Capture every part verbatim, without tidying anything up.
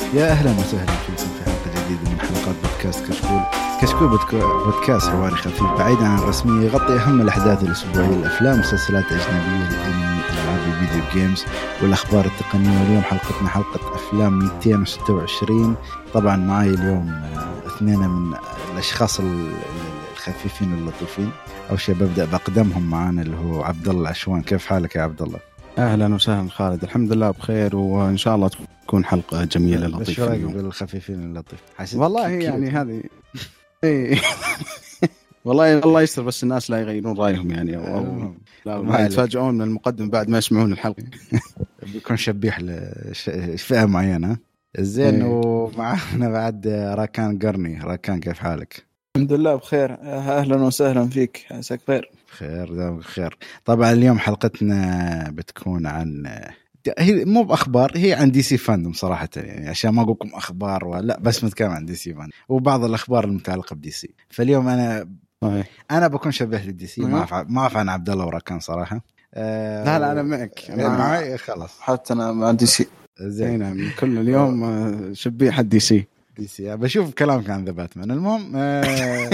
يا أهلا وسهلا فيكم في حلقة جديدة من حلقات بودكاست كشكول. كشكول بودكاست حواري خفيف بعيد عن الرسمية، يغطي أهم الأحداث الأسبوعية، الأفلام مسلسلات أجنبية، الأنمي، ألعاب الفيديو جيمز والأخبار التقنية. واليوم حلقتنا حلقة أفلام مئتين وستة وعشرين. طبعا معي اليوم اثنين من الأشخاص الخفيفين اللطيفين. أول شيء ببدأ بأقدمهم معانا اللي هو عبد الله العشوان. كيف حالك يا عبد الله؟ أهلا وسهلا خالد، الحمد لله بخير، وإن شاء الله تكون حلقة جميلة لطيفة اليوم. بالخفيفين اللطيف والله يعني هذه والله الله يستر، بس الناس لا يغيرون رأيهم يعني أو, أو لا ما يتفاجئون من المقدم بعد ما يسمعون الحلقة. بيكون شبيح لفئة معينة. زين. ومعنا بعد راكان قرني. راكان كيف حالك؟ الحمد لله بخير، أهلا وسهلا فيك، عساك خير. بخير دام بخير. طبعا اليوم حلقتنا بتكون عن، هي مو بأخبار، هي عن دي سي فاندوم صراحة، يعني عشان ما أقولكم أخبار ولا بس نتكلم عن دي سي فاندوم وبعض الأخبار المتعلقة بدي سي. فاليوم أنا أيه. أنا بكون شبه للدي سي. ما أعرف ما أعرف عن عبد الله وراكان صراحة. أه لا لا أنا معك، أنا معي خلاص، حتى أنا مع دي سي. زين. نعم كل اليوم شبيه دي سي. دي سي بشوف كلامك عن ذا باتمان. المهم أه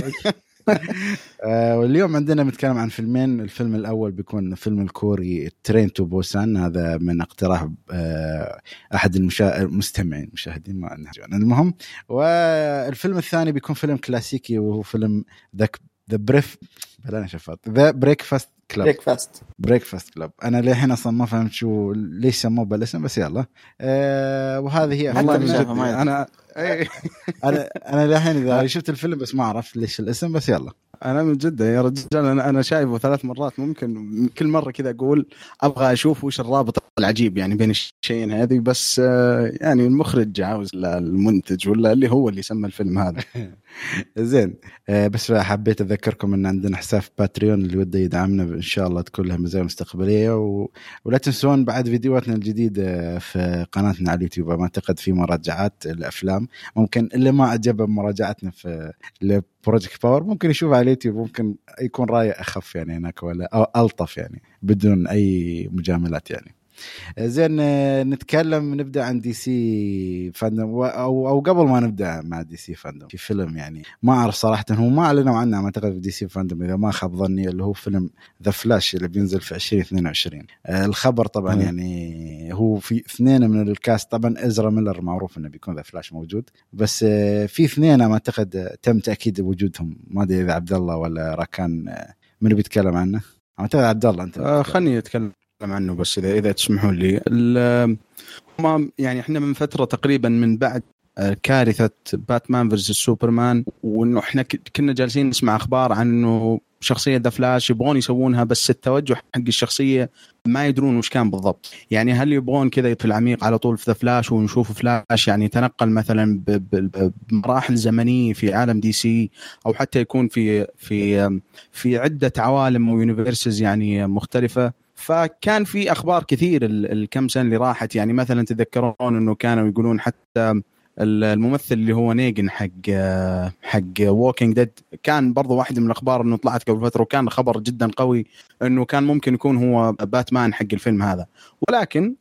آه واليوم عندنا بنتكلم عن فيلمين. الفيلم الأول بيكون فيلم الكوري ترين تو بوسان، هذا من اقتراح آه أحد المشا... المستمعين مشاهدين ما نحجون. المهم، والفيلم الثاني بيكون فيلم كلاسيكي وهو فيلم ذا ذا بريف بلا شفاط ذا بريكفاست كلاب. بريكفاست بريكفاست كلاب. أنا للحين أصلا ما فهمت شو ليش سموه بالاسم، بس يلا. آه وهذه هي والله أنا أنا أنا للحين إذا شفت الفيلم بس ما أعرف ليش الاسم، بس يلا. أنا من جدة يا رجال، أنا أنا شايفه ثلاث مرات، ممكن كل مرة كذا أقول أبغى أشوف وش الرابط العجيب يعني بين الشيئين هذه، بس يعني المخرج عاوز المنتج ولا اللي هو اللي سمى الفيلم هذا. زين. بس حبيت أذكركم أن عندنا حساب باتريون اللي وده يدعمنا إن شاء الله تكون لها مزايا مستقبلية، و... ولا تنسون بعد فيديوهاتنا الجديدة في قناتنا على اليوتيوب. ما أعتقد في مراجعات الأفلام، ممكن اللي ما عجب مراجعتنا في بروجكت باور ممكن يشوف على اليوتيوب، ممكن يكون رأي أخف يعني هناك ولا أو ألطف يعني بدون أي مجاملات يعني. زين. نتكلم نبدأ عن دي سي فاندوم، أو أو قبل ما نبدأ مع دي سي فاندوم في فيلم يعني ما أعرف صراحة، هو ما أعلنوا عنه ما أعتقد في دي سي فاندوم إذا ما خاب ظني، اللي هو فيلم ذا فلاش اللي بينزل في عشرين اثنين وعشرين. الخبر طبعا م. يعني هو في اثنين من الكاست، طبعا إزرا ميلر معروف إنه بيكون ذا فلاش موجود، بس في اثنين ما أعتقد تم تأكيد وجودهم. ما أدري إذا عبد الله ولا راكان من بيتكلم عنه. أعتقد عبد الله أنت. آه خلني أتكلم عنه بس إذا إذا تسمحون لي. ما يعني إحنا من فترة تقريبا من بعد كارثة باتمان فيرسس سوبرمان، وإنه إحنا كنا جالسين نسمع أخبار عن إنه شخصية ذا فلاش يبغون يسوونها، بس التوجه حق الشخصية ما يدرون وش كان بالضبط. يعني هل يبغون كذا في العميق على طول في ذا فلاش ونشوف فلاش يعني تنقل مثلا بمراحل زمنية في عالم دي سي، أو حتى يكون في في في عدة عوالم ويونيفرسز يعني مختلفة. فكان في أخبار كثير الكم سنة اللي راحت، يعني مثلا تذكرون أنه كانوا يقولون حتى الممثل اللي هو نيجن حق حق ووكينج ديد كان برضو واحد من الأخبار أنه طلعت قبل فترة، وكان خبر جدا قوي أنه كان ممكن يكون هو باتمان حق الفيلم هذا. ولكن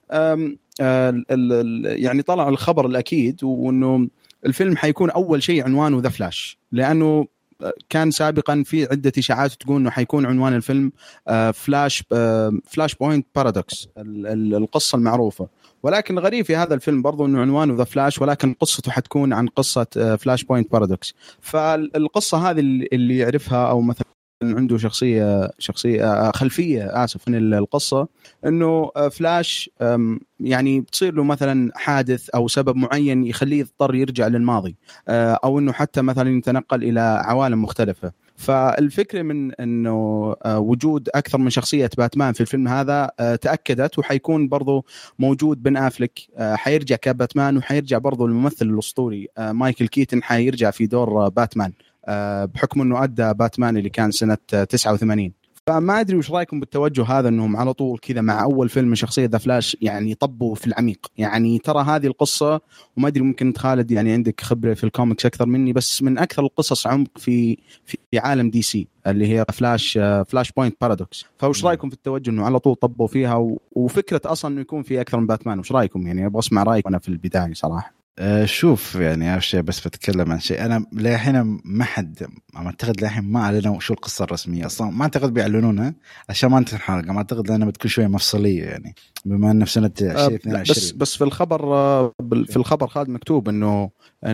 يعني طلع الخبر الأكيد وأنه الفيلم حيكون أول شيء عنوانه ذا فلاش، لأنه كان سابقا في عدة إشاعات تقول إنه حيكون عنوان الفيلم فلاش فلاش بوينت بارادوكس، القصة المعروفة. ولكن غريب في هذا الفيلم برضو إنه عنوانه ذا فلاش، ولكن قصته حتكون عن قصة فلاش بوينت بارادوكس. فالقصة هذه اللي يعرفها أو مثلا عنده شخصية شخصية خلفية آسف من القصة، إنه فلاش يعني بتصير له مثلا حادث أو سبب معين يخليه يضطر يرجع للماضي، أو إنه حتى مثلا يتنقل إلى عوالم مختلفة. فالفكرة من إنه وجود أكثر من شخصية باتمان في الفيلم هذا تأكدت، وحيكون برضو موجود بن أفليك حيرجع كباتمان، وحيرجع برضو الممثل الأسطوري مايكل كيتن حيرجع في دور باتمان بحكم أنه أدى باتمان اللي كان سنة تسعة وثمانين. فما أدري وش رأيكم بالتوجه هذا أنهم على طول كذا مع أول فيلم من شخصية ذا فلاش يعني طبوا في العميق. يعني ترى هذه القصة، وما أدري ممكن خالد يعني عندك خبرة في الكوميكس أكثر مني، بس من أكثر القصص عمق في في عالم دي سي اللي هي فلاش فلاش بوينت بارادوكس. فوش رأيكم في التوجه أنه على طول طبوا فيها، وفكرة أصلا أنه يكون في أكثر من باتمان؟ وش رأيكم؟ يعني أبغى أسمع رأيكم أنا في البداية صراحة. أه شوف يعني عارف شيء، بس بتكلم عن شيء أنا للحين ما حد ما أعتقد للحين ما أعلنوا شو القصة الرسمية أصلا، ما أعتقد بيعلنونها عشان ما تنحرق، ما أعتقد لأنها بتكون شوية مفصلية يعني بما أنه في سنة أه اثنين وعشرين. بس بس في الخبر في الخبر خالد مكتوب إنه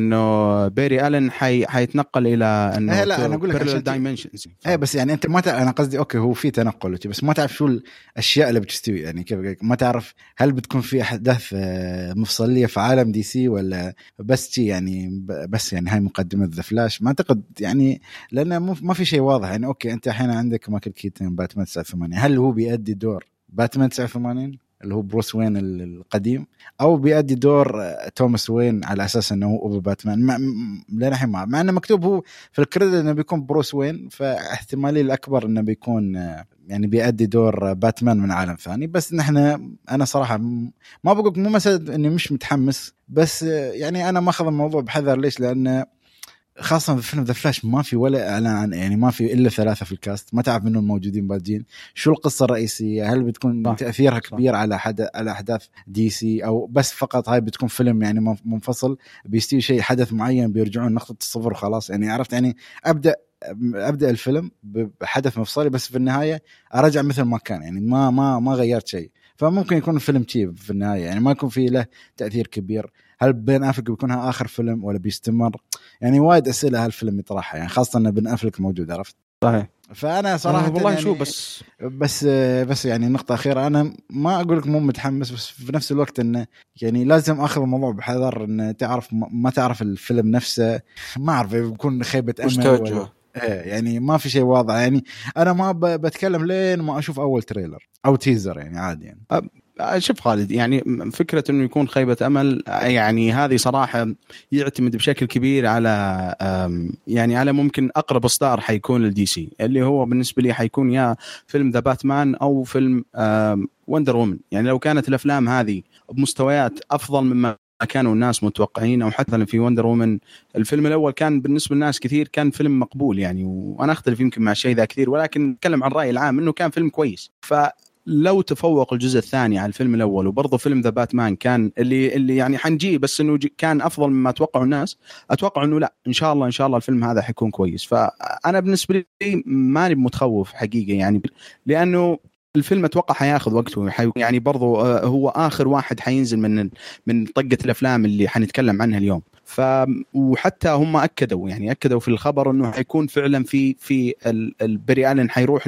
إنه بيري ألين حي حيتنقل إلى إنه إيه لا أنا أقول لك عشان دايمنشنز. إيه بس يعني أنت ما تعرف، أنا قصدي أوكي هو في تنقل بس ما تعرف شو الأشياء اللي بتستوي، يعني كيف ما تعرف هل بتكون في أحداث مفصلية في عالم دي سي ولا بس يعني بس يعني هاي مقدمة ذا فلاش. ما أعتقد يعني لأنه ما في شيء واضح يعني. أوكي أنت الحين عندك مايكل كيتن باتمان تسعة وثمانين، هل هو بيأدي دور باتمان تسعة وثمانين اللي هو بروس وين القديم أو بيأدي دور توماس وين على أساس أنه هو أبو باتمان؟ ما لنا حين مع, مع أنه مكتوب هو في الكريدت أنه بيكون بروس وين، فاحتمالي الأكبر أنه بيكون يعني بيأدي دور باتمان من عالم ثاني. بس نحن أنا صراحة ما بقولك مو مسألة أني مش متحمس، بس يعني أنا ما أخذ الموضوع بحذر. ليش؟ لأن خاصة في فيلم ذا فلاش ما في ولا إعلان عن يعني ما في إلا ثلاثة في الكاست، ما تعرف منهم موجودين باجين شو القصة الرئيسية، هل بتكون صح. تأثيرها كبير صح. على حد على أحداث دي سي أو بس فقط هاي بتكون فيلم يعني منفصل بيستوي شيء حدث معين بيرجعون نقطة الصفر وخلاص. يعني عرفت يعني أبدأ أبدأ الفيلم بحدث مفصلي بس في النهاية أرجع مثل ما كان، يعني ما ما ما غيرت شيء. فممكن يكون الفيلم تشيب في النهاية يعني ما يكون فيه له تأثير كبير. هل بين أفلك بيكونها آخر فيلم ولا بيستمر؟ يعني وايد أسئلة هالفيلم يطرحها يعني خاصة أن بن أفلك موجود. عرفت صحيح. فأنا صراحة والله يعني شو بس بس بس يعني نقطة أخيرة، أنا ما أقولك مو متحمس بس في نفس الوقت إنه يعني لازم أخذ الموضوع بحذر، إن تعرف ما تعرف الفيلم نفسه، ما أعرف بيكون خيبة أمل ولا يعني ما في شيء واضح. يعني أنا ما بتكلم لين ما أشوف أول تريلر أو تيزر يعني عادي يعني. شوف خالد، يعني فكرة إنه يكون خيبة أمل يعني هذه صراحة يعتمد بشكل كبير على يعني على ممكن أقرب إصدار حيكون للدي سي اللي هو بالنسبة لي حيكون يا فيلم ذا باتمان أو فيلم وندر وومن. يعني لو كانت الأفلام هذه بمستويات أفضل مما كانوا الناس متوقعين، أو حتى في وندر وومن الفيلم الأول كان بالنسبة للناس كثير كان فيلم مقبول يعني، وأنا أختلف يمكن مع الشيء ذا كثير، ولكن نتكلم عن الرأي العام إنه كان فيلم كويس. ف لو تفوق الجزء الثاني على الفيلم الأول وبرضه فيلم ذا باتمان كان اللي اللي يعني حنجيه بس إنه كان أفضل مما توقعوا الناس، أتوقع إنه لا إن شاء الله إن شاء الله الفيلم هذا حيكون كويس. فأنا بالنسبة لي ماني متخوف حقيقة يعني، لأنه الفيلم أتوقع حياخذ وقته يعني برضو هو آخر واحد حينزل من من طقة الأفلام اللي حنتكلم عنها اليوم. ف وحتى هم أكدوا يعني أكدوا في الخبر إنه حيكون فعلا في في البري آلين حيروح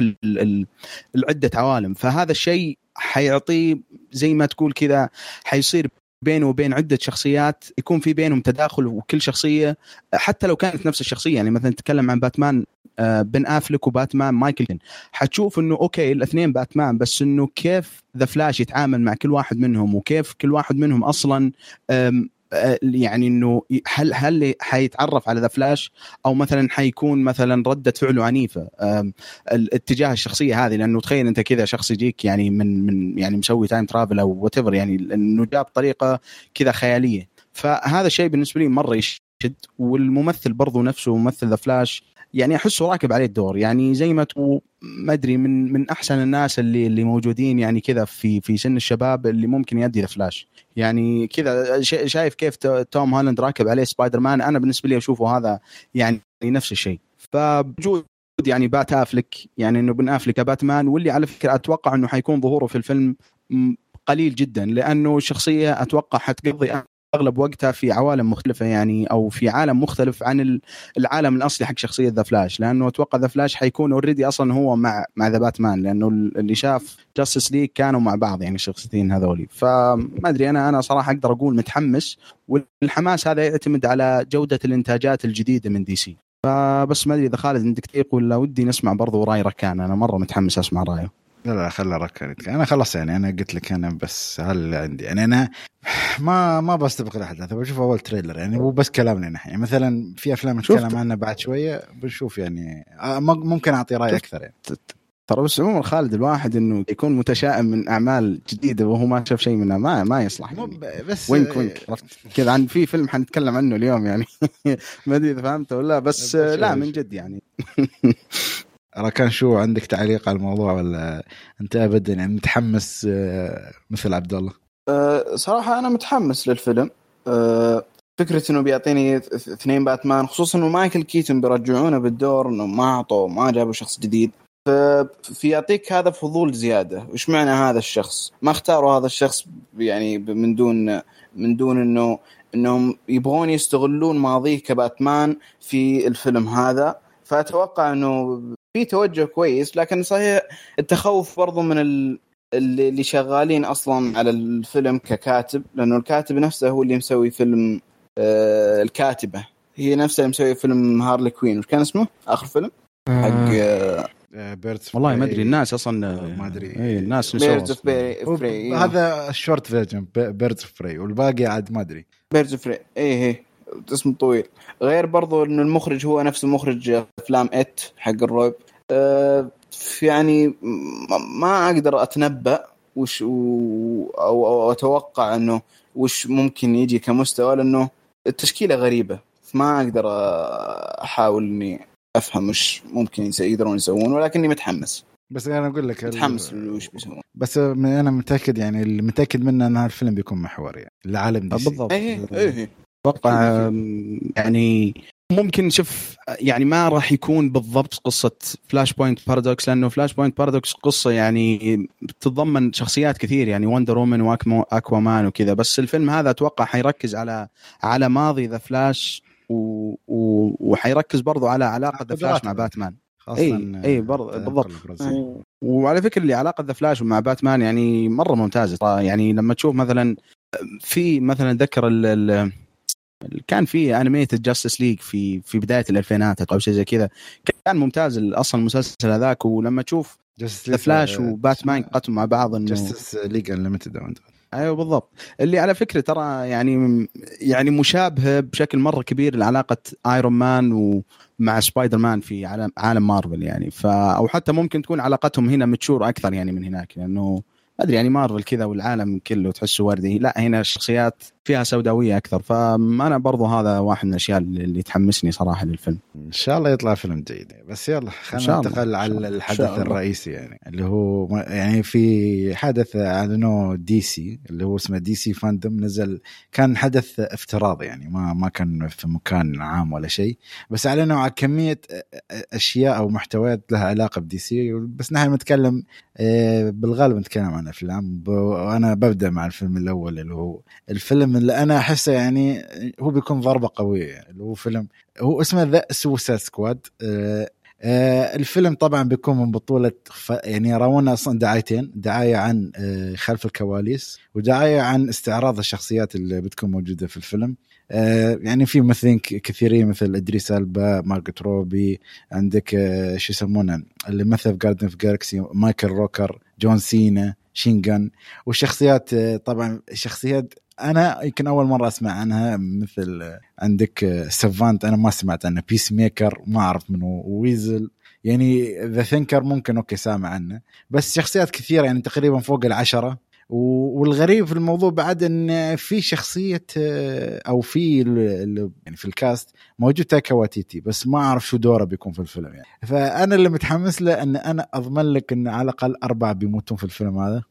العدة عوالم، فهذا الشيء حيعطيه زي ما تقول كذا حيصير بينه وبين عدة شخصيات يكون في بينهم تداخل، وكل شخصية حتى لو كانت نفس الشخصية يعني مثلا نتكلم عن باتمان بن أفلك وباتمان مايكل كين، حتشوف إنه أوكي الاثنين باتمان بس إنه كيف ذا فلاش يتعامل مع كل واحد منهم وكيف كل واحد منهم أصلا يعني إنه هل هل حيتعرف على ذا فلاش أو مثلا حيكون مثلا ردة فعله عنيفة الاتجاه الشخصية هذه، لأنه تخيل أنت كذا شخص يجيك يعني من من يعني مسوي تايم ترافل أو واتيفر يعني إنه جاب طريقة كذا خيالية. فهذا الشيء بالنسبة لي مرة يشد، والممثل برضو نفسه ممثل ذا فلاش يعني أحسه راكب عليه الدور يعني زي ما تقول ما أدري من من أحسن الناس اللي اللي موجودين يعني كذا في في سن الشباب اللي ممكن يدي ذا فلاش يعني كذا. شايف كيف توم هولاند راكب عليه سبايدر مان، أنا بالنسبة لي أشوفه هذا يعني نفس الشيء. فبوجود يعني بات أفلك يعني إنه بن أفلك باتمان، واللي على فكرة أتوقع إنه حيكون ظهوره في الفيلم قليل جدا، لأنه شخصية أتوقع حتقضي أغلب وقتها في عوالم مختلفة يعني أو في عالم مختلف عن العالم الأصلي حق شخصية ذا فلاش، لأنه أتوقع ذا فلاش حيكون أوريدي أصلا هو مع مع ذا باتمان، لأنه اللي شاف جاستس ليج كانوا مع بعض يعني الشخصيتين هذولي. فما أدري أنا أنا صراحة أقدر أقول متحمس، والحماس هذا يعتمد على جودة الإنتاجات الجديدة من دي سي. فبس ما أدري إذا خالد عندك تعليق ولا ودي نسمع برضو رأي ركان، أنا مرة متحمس أسمع رأيه. لا لا خلى ركان أنا خلص يعني أنا قلت لك أنا بس هل عندي يعني أنا ما ما بستبق الأحداث، بشوف أول تريلر يعني هو بس كلامنا نحن يعني مثلا في أفلام نتكلم عنها بعد شوية بنشوف يعني ممكن أعطي رأي أكثر يعني. ترى بس عموما خالد الواحد إنه يكون متشائم من أعمال جديدة وهو ما شاف شيء منها ما ما يصلح يعني. بس وينك وينك كذا عن في فيلم حنتكلم عنه اليوم يعني ما أدري إذا فهمت ولا بس لا من جد يعني. ركان شو عندك تعليق على الموضوع ولا أنت أبدا يعني متحمس مثل عبد الله؟ أه صراحة أنا متحمس للفيلم. أه فكرة إنه بيعطيني اثنين باتمان، خصوصا إنه مايكل كيتون بيرجعونه بالدور، إنه ما عطوا ما جابوا شخص جديد، ففي يعطيك هذا فضول زيادة. وش معنى هذا الشخص؟ ما اختاروا هذا الشخص يعني من دون من دون إنه إنهم يبغون يستغلون ماضيه كباتمان في الفيلم هذا. فأتوقع إنه في توجه كويس، لكن صحيح التخوف برضو من ال... اللي شغالين أصلا على الفيلم ككاتب، لأنه الكاتب نفسه هو اللي مسوي فيلم آه الكاتبة هي نفسها مسوي فيلم هارلي كوين. وش كان اسمه آخر فيلم حق آه بيردز؟ والله ما ادري، الناس اصلا ما ادري اي الناس بيردز اوف فري، هذا الشورت فيرجن بيردز اوف فري، والباقي عاد ما ادري. بيردز اوف فري اي هي اسم طويل. غير برضو انه المخرج هو نفس مخرج افلام ات حق الرعب. أه يعني ما اقدر اتنبأ وش و... أو... او اتوقع انه وش ممكن يجي كمستوى، لانه التشكيله غريبه، فما اقدر احاول اني افهم وش ممكن يقدرون يسوون، ولكني متحمس. بس انا اقول لك متحمس وش بيسوون. بس انا متاكد يعني اللي متاكد منه ان هالفيلم بيكون محوري يعني العالم دي بالضبط. ايه ايه اتوقع يعني ممكن شوف يعني ما راح يكون بالضبط قصة فلاش بوينت بارادوكس، لأنه فلاش بوينت بارادوكس قصة يعني تتضمن شخصيات كثير، يعني وندر وومن وأكوا مان وكذا. بس الفيلم هذا أتوقع حيركز على على ماضي ذا فلاش و... و... وحيركز برضو على علاقة ذا فلاش مع باتمان. اي اي برضو بالضبط. وعلى فكرة اللي علاقة ذا فلاش مع باتمان يعني مرة ممتازة. يعني لما تشوف مثلا في مثلا ذكر ال كان في انيميتد جاستس ليج في في بدايه الالفينات او شيء زي كذا، كان ممتاز اصلا المسلسل هذاك. ولما تشوف ذا فلاش وباتمان قتلوا مع بعض انه جاستس ليج انليمتد. ايوه بالضبط، اللي على فكره ترى يعني يعني مشابهه بشكل مره كبير لعلاقه ايرون مان ومع سبايدر مان في عالم عالم مارفل يعني. ف او حتى ممكن تكون علاقتهم هنا متشور اكثر يعني من هناك، لانه أدري يعني مارفل كذا والعالم كله تحسه وردي، لا هنا الشخصيات فيها سوداوية أكثر. فأنا برضو هذا واحد من الأشياء اللي تحمسني صراحة للفيلم. إن شاء الله يطلع فيلم جيد. بس يلا خلينا ننتقل على الحدث الرئيسي يعني اللي هو يعني في حدث أعلنوا دي سي اللي هو اسمه دي سي فاندوم. نزل كان حدث افتراضي يعني ما ما كان في مكان عام ولا شيء، بس أعلنوا على كمية أشياء أو محتويات لها علاقة بدي سي. بس نحن نتكلم بالغالب نتكلم عن أفلام، وأنا ببدأ مع الفيلم الأول اللي هو الفيلم اللي أنا أحسه يعني هو بيكون ضربة قوية، اللي هو فيلم هو اسمه ذا سوسايد سكواد. آه آه الفيلم طبعا بيكون من بطولة يعني راونا أصلا دعايتين، دعاية عن آه خلف الكواليس ودعاية عن استعراض الشخصيات اللي بتكون موجودة في الفيلم. آه يعني في ممثلين كثيرين مثل إدريس ألبا، مارغوت روبي، عندك آه شو يسمونه اللي مثل في جاردن اوف جالاكسي مايكل روكر، جون سينا، شينغان. والشخصيات آه طبعا شخصيات أنا يمكن أول مرة أسمع عنها، مثل عندك سيفانت أنا ما سمعت عنه، بيس ميكر ما أعرف منه، ويزل يعني ذا ثينكر ممكن أوكي سامع عنه، بس شخصيات كثيرة يعني تقريبا فوق العشرة. والغريب في الموضوع بعد أن في شخصية أو في يعني في الكاست موجود تايكا واتيتي، بس ما أعرف شو دوره بيكون في الفيلم يعني. فأنا اللي متحمس له أن أنا أضمن لك أن على الأقل أربعة بيموتون في الفيلم هذا.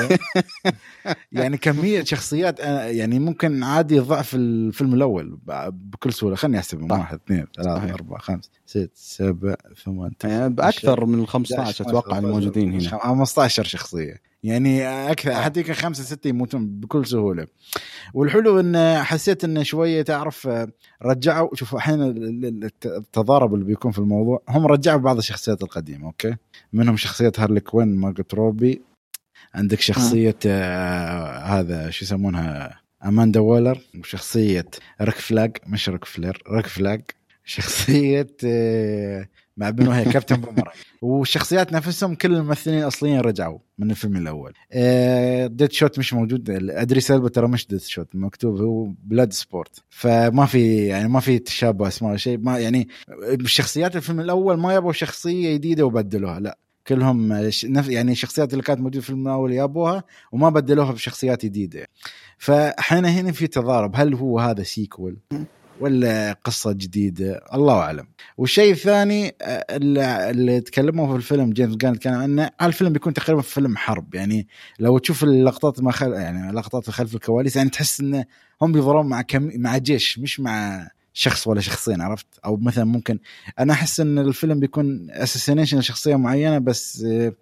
يعني كمية شخصيات يعني ممكن عادي ضعف الفيلم الأول بكل سهولة. خلني أحسبهم واحد اثنين ثلاثة أربعة خمسة ستة سبعة ثمانية أكثر من الخمسة عشر أتوقع الموجودين هنا خمسة عشر شخصية يعني أكثر، حتى يمكن خمسة ستة يموتون بكل سهولة. والحلو إن حسيت إن شوية تعرف رجعوا، شوفوا الحين التضارب اللي بيكون في الموضوع، هم رجعوا بعض الشخصيات القديمة أوكي، منهم شخصية هارلي كوين مارغوت روبي، عندك شخصية آه هذا شو يسمونها أماندا وولر، وشخصية ريك فلاج مش ريك فلير ريك فلاج، شخصية آه مع بنو هي كابتن بومر. والشخصيات نفسهم كل الممثلين الأصليين رجعوا من الفيلم الأول. آه ديد شوت مش موجود، أدري سالبة ترى مش ديد شوت مكتوب هو بلاد سبورت، فما في يعني ما في تشابه اسمه شيء ما يعني. الشخصيات الفيلم الأول ما يبغوا شخصية جديدة وبدلوها، لا كلهم يعني الشخصيات اللي كانت موجودة في الفيلم الأول يابوها وما بدلوها بشخصيات جديدة. فحين هنا في تضارب، هل هو هذا سيكول ولا قصة جديدة الله أعلم. والشيء الثاني اللي, اللي تكلموا في الفيلم جيمس جان كان عنه هالفيلم بيكون تقريبا فيلم حرب يعني لو تشوف اللقطات ما خل... يعني لقطات خلف الكواليس يعني تحس إنه هم بيضربون مع كم... مع جيش مش مع شخص ولا شخصين عرفت. أو مثلا ممكن أنا أحس إن الفيلم بيكون أساسينيشن شخصية معينة بس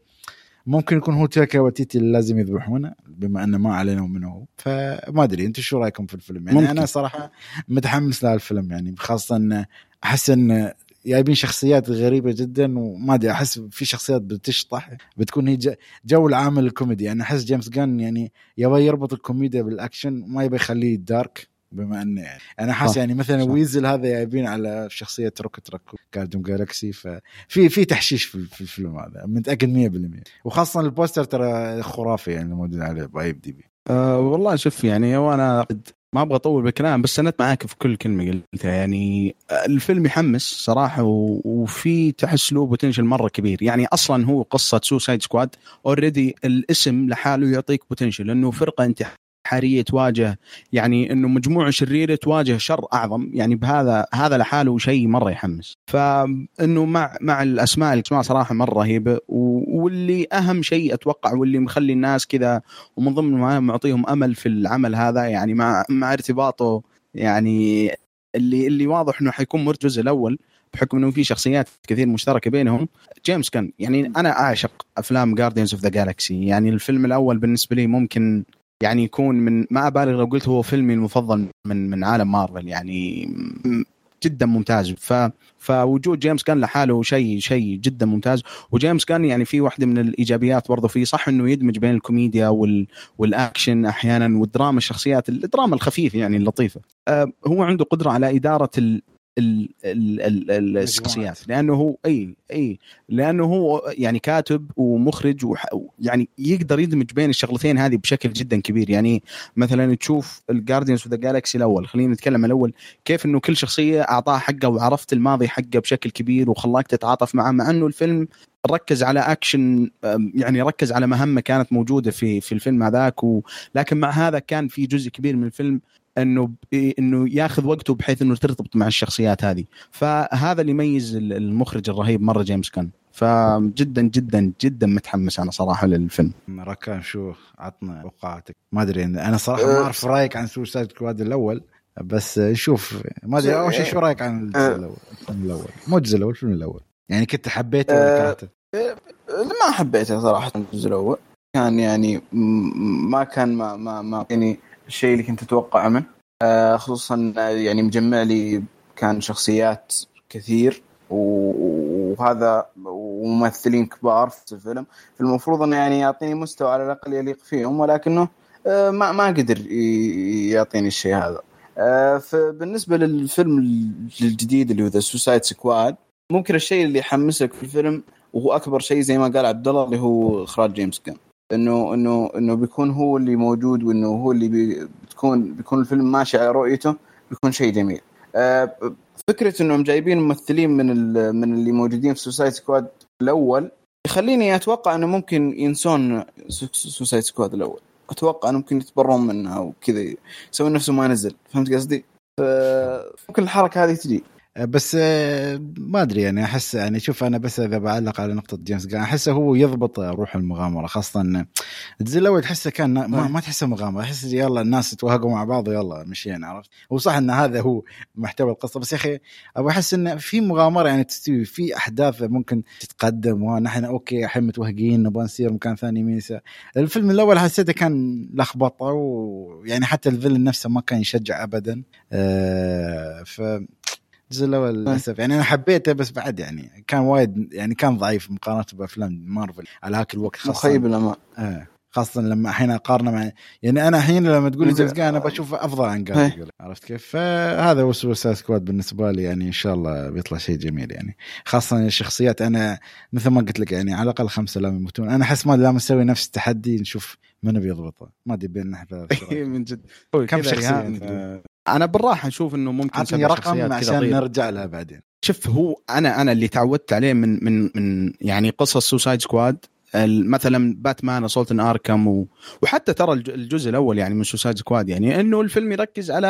ممكن يكون هو تاكا وتيتي اللي لازم يذبحونه بما أنه ما علينا منه. فما أدري أنتوا شو رأيكم في الفيلم يعني ممكن. أنا صراحة متحمس لهالفيلم يعني خاصة أن أحس أن جايبين شخصيات غريبة جدا وما أدري أحس في شخصيات بتشطح بتكون هي جو العامل الكوميدي يعني أحس جيمس جان يعني يبغى يربط الكوميديا بالأكشن وما يبغى يخليه دارك بما أنه يعني أنا حاسس يعني مثلا صح. ويزل هذا جايبين على شخصية روكت راكون كاردون جالاكسي ففي في تحشيش في الفيلم هذا متأكد مية بالمية وخاصة البوستر ترى خرافي يعني موجود على باي ام دي بي. أه والله شوف يعني وأنا ما أبغى أطول بالكلام بس أنا معاك في كل كلمة قلتها يعني الفيلم يحمس صراحة وفي تحس له بوتنشل مرة كبير يعني أصلا هو قصة سوسايد سكواد أوريدي الاسم لحاله يعطيك بوتنشل لأنه فرقة انت حرية تواجه يعني إنه مجموعة شريرة تواجه شر أعظم يعني بهذا هذا لحاله شيء مرة يحمس. فإنه مع مع الأسماء الأسماء صراحة مرة رهيبة واللي أهم شيء أتوقع واللي مخلي الناس كذا ومن ضمن ما معطيهم أمل في العمل هذا يعني مع مع ارتباطه يعني اللي اللي واضح إنه حيكون مر الجزء الأول بحكم إنه في شخصيات كثير مشتركة بينهم. جيمس كان يعني أنا أعشق أفلام Guardians of the Galaxy يعني الفيلم الأول بالنسبة لي ممكن يعني يكون من ما أبالغ لو قلت هو فيلمي المفضل من من عالم مارفل يعني جدا ممتاز. ف فوجود جيمس كان لحاله شيء شيء جدا ممتاز. وجيمس كان يعني في واحدة من الإيجابيات برضو فيه صح إنه يدمج بين الكوميديا وال والأكشن أحيانا والدراما الشخصيات الدراما الخفيفة يعني اللطيفة. أه هو عنده قدرة على إدارة ال ال ال ال الشخصيات لأنه هو أي أي لأنه هو يعني كاتب ومخرج ويعني يقدر يدمج بين الشغلتين هذه بشكل جدا كبير. يعني مثلا تشوف الجارديانز اوف ذا جالاكسي الأول خلينا نتكلم عن الأول كيف إنه كل شخصية أعطاها حقه وعرفت الماضي حقه بشكل كبير وخلاك تتعاطف معه مع إنه الفيلم ركز على أكشن يعني ركز على مهمة كانت موجودة في في الفيلم هذاك ولكن مع هذا كان في جزء كبير من الفيلم انه انه ياخذ وقته بحيث انه ترتبط مع الشخصيات هذه. فهذا اللي يميز المخرج الرهيب مره جيمس كان. فجدا جدا جدا متحمس انا صراحه للفيلم. مراكان شو عطنا توقعاتك؟ ما ادري انا صراحه ما اعرف رايك عن سوسايد سكواد الاول بس نشوف ما ادري اول شيء شو رايك عن الجزء الاول الاول مو الجزء الاول الفيلم الاول يعني كنت حبيته ولا كرهته؟ ما حبيته صراحه الجزء الاول كان يعني ما كان ما ما, ما يعني الشيء اللي كنت أتوقع منه خصوصا يعني مجمع لي كان شخصيات كثير وهذا وممثلين كبار في الفيلم فالمفروض أنه يعني يعطيني مستوى على الأقل يليق فيهم ولكنه ما ما قدر يعطيني الشيء هذا. فبالنسبة للفيلم الجديد اللي هو The Suicide Squad ممكن الشيء اللي يحمسك في الفيلم وهو أكبر شيء زي ما قال عبد الله اللي هو إخراج جيمس جان انه انه انه بيكون هو اللي موجود وانه هو اللي بي بتكون بيكون الفيلم ماشي على رؤيته بيكون شيء جميل. أه فكره انهم جايبين ممثلين من من اللي موجودين في سوسايد سكواد الاول يخليني اتوقع انه ممكن ينسون سوسايد سكواد الاول. اتوقع انه ممكن يتبرون منها وكذا يسوون نفسه ما نزل. فهمت قصدي؟ ممكن الحركه هذه تجي بس ما أدري يعني أحس يعني شوف أنا بس إذا بعلق على نقطة جيمس جان أحسه هو يضبط روح المغامرة خاصة إن الجزء الأول تحسه كان ما, ما تحسه مغامرة أحس يلا الناس يتوهقوا مع بعض يلا مشينا عرفت. وصح إن هذا هو محتوى القصة بس يا أخي أبغى أحس إن في مغامرة يعني تستوي في أحداث ممكن تتقدم ونحن أوكي الحين متوهقين نبغى نصير مكان ثاني ميسا. الفيلم الأول حسيته كان لخبطة ويعني حتى الفيلن نفسه ما كان يشجع أبدا. أه ف الجزء الأول للأسف يعني أنا حبيته بس بعد يعني كان وايد يعني كان ضعيف مقارنة بأفلام مارفل على هاك الوقت خاصة مخيب الأمال آه خاصة لما الحين أقارنه مع يعني أنا الحين لما تقولي جيمس جان أنا بشوفه أفضل عن جارديان عرفت كيف. فهذا هو سوسايد سكواد بالنسبة لي يعني إن شاء الله بيطلع شيء جميل يعني خاصة الشخصيات أنا مثل ما قلت لك يعني على الأقل خمسة لا يموتون. أنا أحس ما دام نسوي نفس التحدي نشوف منو بيضبطه ما أدري بين نحن من جد كم شخصية أنا بالراحة أشوف إنه ممكن عطني رقم عشان نرجع لها بعدين. شوف هو أنا أنا اللي تعودت عليه من من من يعني قصص سوسايد سكواد مثلا باتمان أسولت إن أركام و... وحتى ترى الجزء الأول يعني من سوسايد سكواد يعني إنه الفيلم يركز على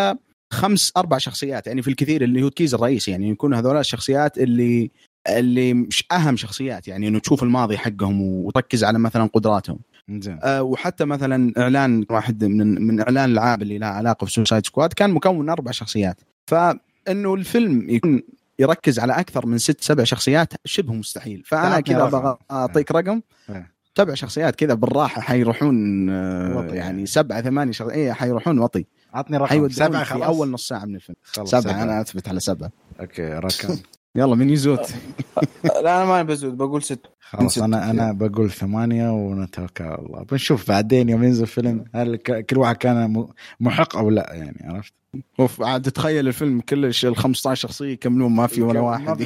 خمس أربع شخصيات يعني في الكثير اللي هو الكيز الرئيسي، يعني يكون هذول الشخصيات اللي اللي مش أهم شخصيات، يعني إنه تشوف الماضي حقهم وتركز على مثلا قدراتهم. أه وحتى مثلا إعلان واحد من من إعلان العاب اللي لها علاقة في سوسايد سكواد كان مكون من أربع شخصيات، فإنه الفيلم يكون يركز على أكثر من ست سبع شخصيات شبه مستحيل. فأنا كذا أبغى أعطيك رقم سبع شخصيات كذا بالراحة حيروحون يعني سبعة ثمانية شخصيات إيه حيروحون وطي. عطني رقم سبعة في أول نص ساعة من الفيلم. سبعة, سبعة أنا أثبت على سبعة. أوكي رقم. يلا من يزود. لا أنا ما بزود بقول ست. خلاص أنا أنا بقول ثمانية ونتوكل على الله. بنشوف بعدين يوم ينزل فيلم هل كل واحد كان محق أو لا يعني عرفت. وف عاد تتخيل الفيلم كلش ال خمسة عشر شخصية يكملون ما في ولا واحد.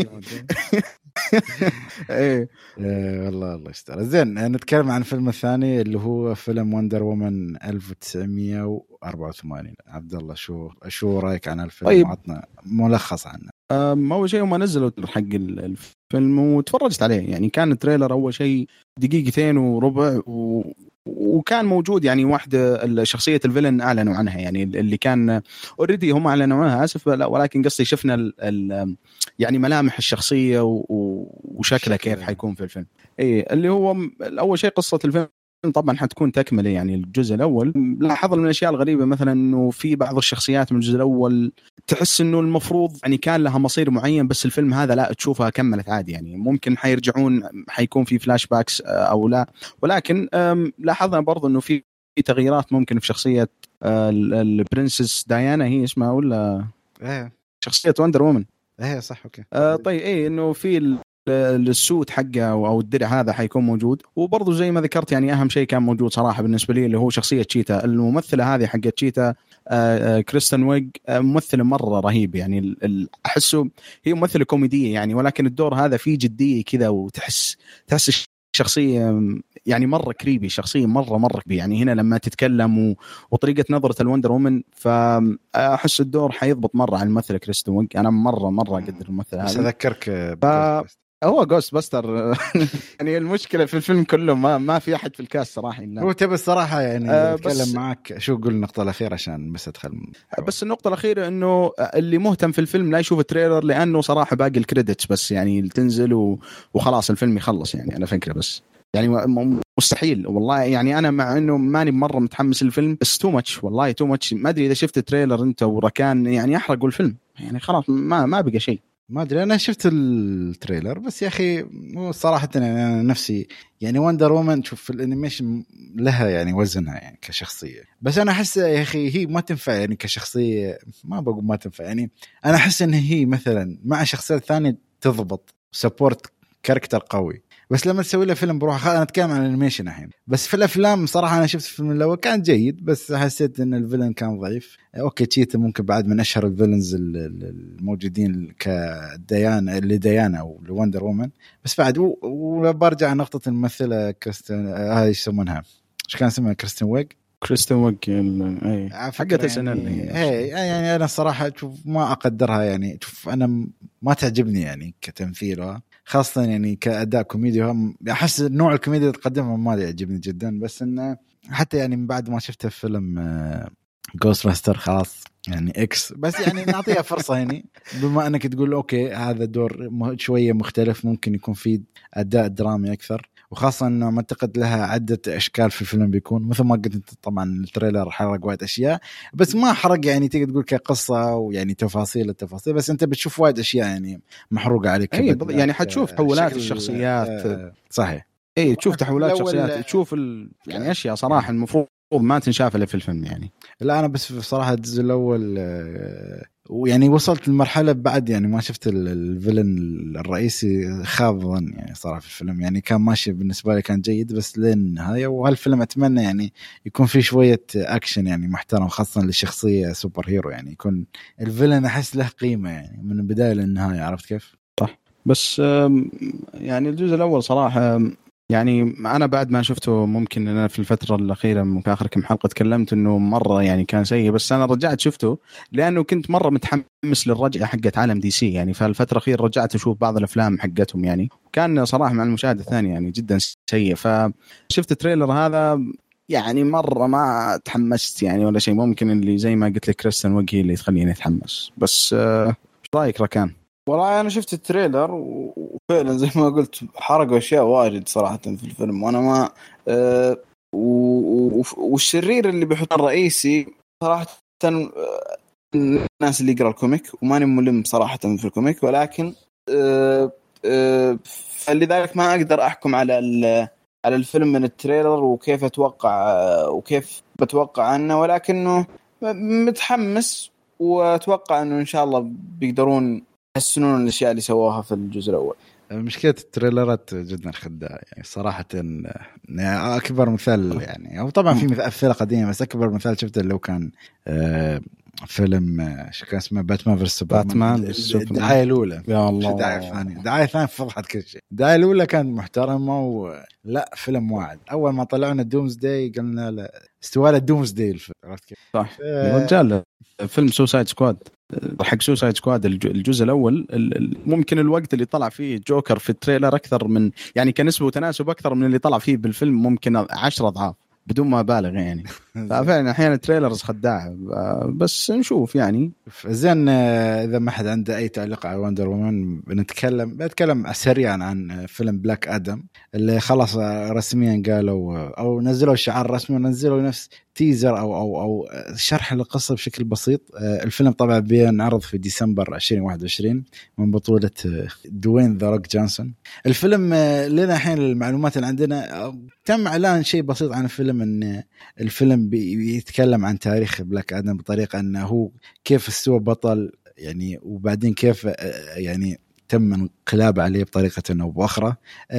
ايه والله الله يستر. زين نتكلم عن الفيلم الثاني اللي هو فيلم وندر وومن ألف وتسعمية وأربعة وثمانين. عبد الله شو شو رايك عن الفيلم؟ طيب. عطنا ملخص عنه. ما أول شيء وما نزلوا حق الفيلم وتفرجت عليه، يعني كان التريلر أول شيء دقيقتين وربع و... وكان موجود يعني واحدة شخصية الفيلن أعلنوا عنها، يعني اللي كان أوريدي هم أعلنوا عنها آسف، ولكن قصدي شفنا ال ال يعني ملامح الشخصية وشكلها كيف حيكون في الفيلم. إيه اللي هو أول شيء قصة الفيلم طبعا حتكون تكملة يعني الجزء الأول. لاحظ من الأشياء الغريبة مثلا إنه في بعض الشخصيات من الجزء الأول تحس إنه المفروض يعني كان لها مصير معين، بس الفيلم هذا لا تشوفها كملت عادي، يعني ممكن حيرجعون حيكون في فلاش باكس أو لا، ولكن لاحظنا برضو إنه في تغييرات ممكن في شخصية البرنسس ديانا هي اسمها ولا إيه شخصية وندر وومن. إيه صح أوكي. آه طيب إيه إنه في السوت حقه أو الدرع هذا حيكون موجود، وبرضو زي ما ذكرت يعني أهم شيء كان موجود صراحة بالنسبة لي اللي هو شخصية تشيتا. الممثلة هذه حقت تشيتا آه كريستن ويغ آه ممثلة مرة رهيب، يعني أحسه هي ممثلة كوميدية يعني، ولكن الدور هذا فيه جدية كذا وتحس تحس شخصية يعني مرة كريبي، شخصية مرة مرة كريبي يعني هنا لما تتكلم وطريقة نظرة الوندر وومن، فأحس الدور حيضبط مرة على الممثلة كريستن ويغ. أنا مرة مرة أقدر الممثلة هذه. أذكرك ف... هو جوست باستر يعني المشكلة في الفيلم كله ما ما في أحد في الكاست صراحة. هو تبي الصراحة يعني أه أتكلم معك شو قول النقطة الأخيرة عشان بس أدخل حوال. بس النقطة الأخيرة إنه اللي مهتم في الفيلم لا يشوف التريلر، لأنه صراحة باقي الكريديتس بس يعني تنزل و... وخلاص الفيلم يخلص يعني. أنا فكرة بس يعني مستحيل والله يعني أنا مع إنه ماني مرة متحمس للفيلم بس تو ماتش والله تو ماتش. ما أدري إذا شفت التريلر أنت وركان يعني أحرقوا الفيلم يعني خلاص ما ما بقى شيء. ما أدري أنا شفت التريلر بس يا أخي صراحة يعني أنا نفسي يعني وندر وومن شوف في الانيميشن لها يعني وزنها يعني كشخصية، بس أنا أحس يا أخي هي ما تنفع يعني كشخصية. ما بقول ما تنفع يعني أنا أحس إن هي مثلا مع شخصيات ثانية تضبط سبورت كاركتر قوي، بس لما تسوي له فيلم بروح أنا أتكلم عن الانيميشن الحين. بس في الافلام صراحه انا شفت الفيلم الاول كان جيد بس حسيت ان الفيلن كان ضعيف. اوكي تشيتا ممكن بعد من اشهر الفيلنز الموجودين كديانا اللي ديانا او لوندر وومن، بس بعد وبرجع نقطه الممثله كريستين هاي ايش يسمونها ايش كان اسمها كريستين ويغ كريستين ويغ اي حقت السنه يعني, يعني انا صراحه شوف ما اقدرها يعني شوف انا ما تعجبني يعني كتمثيلها خاصة يعني كأداء كوميدي. هم أحس نوع الكوميديا اللي تقدمها ما يعجبني جدا، بس إنه حتى يعني من بعد ما شفته في فيلم غوست باستر خلاص يعني إكس بس يعني نعطيها فرصة يعني بما أنك تقول أوكي هذا دور شوية مختلف ممكن يكون فيه أداء درامي أكثر، وخاصة أنه معتقد لها عدة أشكال في الفيلم بيكون مثل ما قلت أنت. طبعا التريلر حرق وايد أشياء بس ما حرق يعني تيجي تقول كقصة ويعني تفاصيل التفاصيل، بس أنت بتشوف وايد أشياء يعني محروقة عليك. أي يعني حتشوف تحولات الشخصيات آه صحيح. أي تشوف تحولات الشخصيات تشوف ال... يعني أشياء صراحة المفروض ما تنشاف إلا في الفيلم يعني. لا أنا بس صراحة الجزء الأول ويعني وصلت المرحلة بعد يعني ما شفت الفيلن الرئيسي خاضا يعني صراحة في الفيلم يعني كان ماشي بالنسبة لي كان جيد بس لين النهاية. وهالفيلم أتمنى يعني يكون فيه شوية أكشن يعني محترم خاصة للشخصية سوبر هيرو يعني يكون الفيلن أحس له قيمة يعني من البداية للنهاية. عرفت كيف؟ صح. بس يعني الجزء الأول صراحة يعني أنا بعد ما شفته ممكن أنا في الفترة الأخيرة في آخر كم حلقة تكلمت إنه مرة يعني كان سيء، بس أنا رجعت شفته لأنه كنت مرة متحمس للرجعة حقت عالم دي سي يعني. فالفترة الأخيرة رجعت أشوف بعض الأفلام حقتهم يعني كان صراحة مع المشاهدة الثانية يعني جدا سيء. فشفت التريلر هذا يعني مره ما تحمست يعني ولا شيء. ممكن اللي زي ما قلت لك كريستيان وجهي اللي تخليني اتحمس. بس ايش رايك ركان؟ والله انا شفت التريلر وفعلا زي ما قلت حرقوا اشياء واجد صراحه في الفيلم، وانا ما أه والشرير اللي بيحط الرئيسي صراحه الناس اللي يقرأ الكوميك وماني ملم صراحة في الكوميك، ولكن أه أه فلذلك ما أقدر أحكم على على الفيلم من التريلر وكيف أتوقع وكيف بتوقع عنه، ولكنه متحمس وأتوقع أنه إن شاء الله بيقدرون يحسنون الأشياء اللي سووها في الجزء الأول. مشكلة التريلرات جدا خداعة يعني صراحة. يعني أكبر مثال يعني، أو طبعا في أمثلة قديمة بس أكبر مثال شفته اللي كان أه فيلم شو كان اسمه باتمان فيرس سوبرمان. الدعاية الأولى يا الله، الدعاية الثانية الدعاية الثانية فضحت كل شيء. الدعاية الأولى كانت محترمة ولا فيلم واعد. أول ما طلعنا الدومز داي قلنا له استوى الدومز داي الفيلم، عرفت كيف؟ صح يا رجال. فيلم سوسايد سكواد حق سوسايد سكواد الجزء الأول ممكن الوقت اللي طلع فيه جوكر في التريلر أكثر من يعني كنسبة وتناسب أكثر من اللي طلع فيه بالفيلم ممكن عشرة أضعاف بدون ما بالغ يعني. ففعلا أحيانا تريلرز خداعة، بس نشوف يعني. زين إذا ما حد عنده أي تعليق على وندر وومن بنتكلم بنتكلم سريعا عن فيلم بلاك آدم اللي خلاص رسميا قالوا أو نزلوا شعار رسمي ونزلوا نفس تيزر أو أو أو شرح القصة بشكل بسيط. الفيلم طبعا بينعرض في ديسمبر عشرين واحد وعشرين من بطولة دوين ذا روك جونسون. الفيلم لنا الحين المعلومات اللي عندنا تم إعلان شيء بسيط عن الفيلم، إن الفيلم بيتكلم عن تاريخ بلاك آدم بطريقة أنه هو كيف استوى بطل يعني، وبعدين كيف يعني تم انقلاب عليه بطريقة أو بأخرى.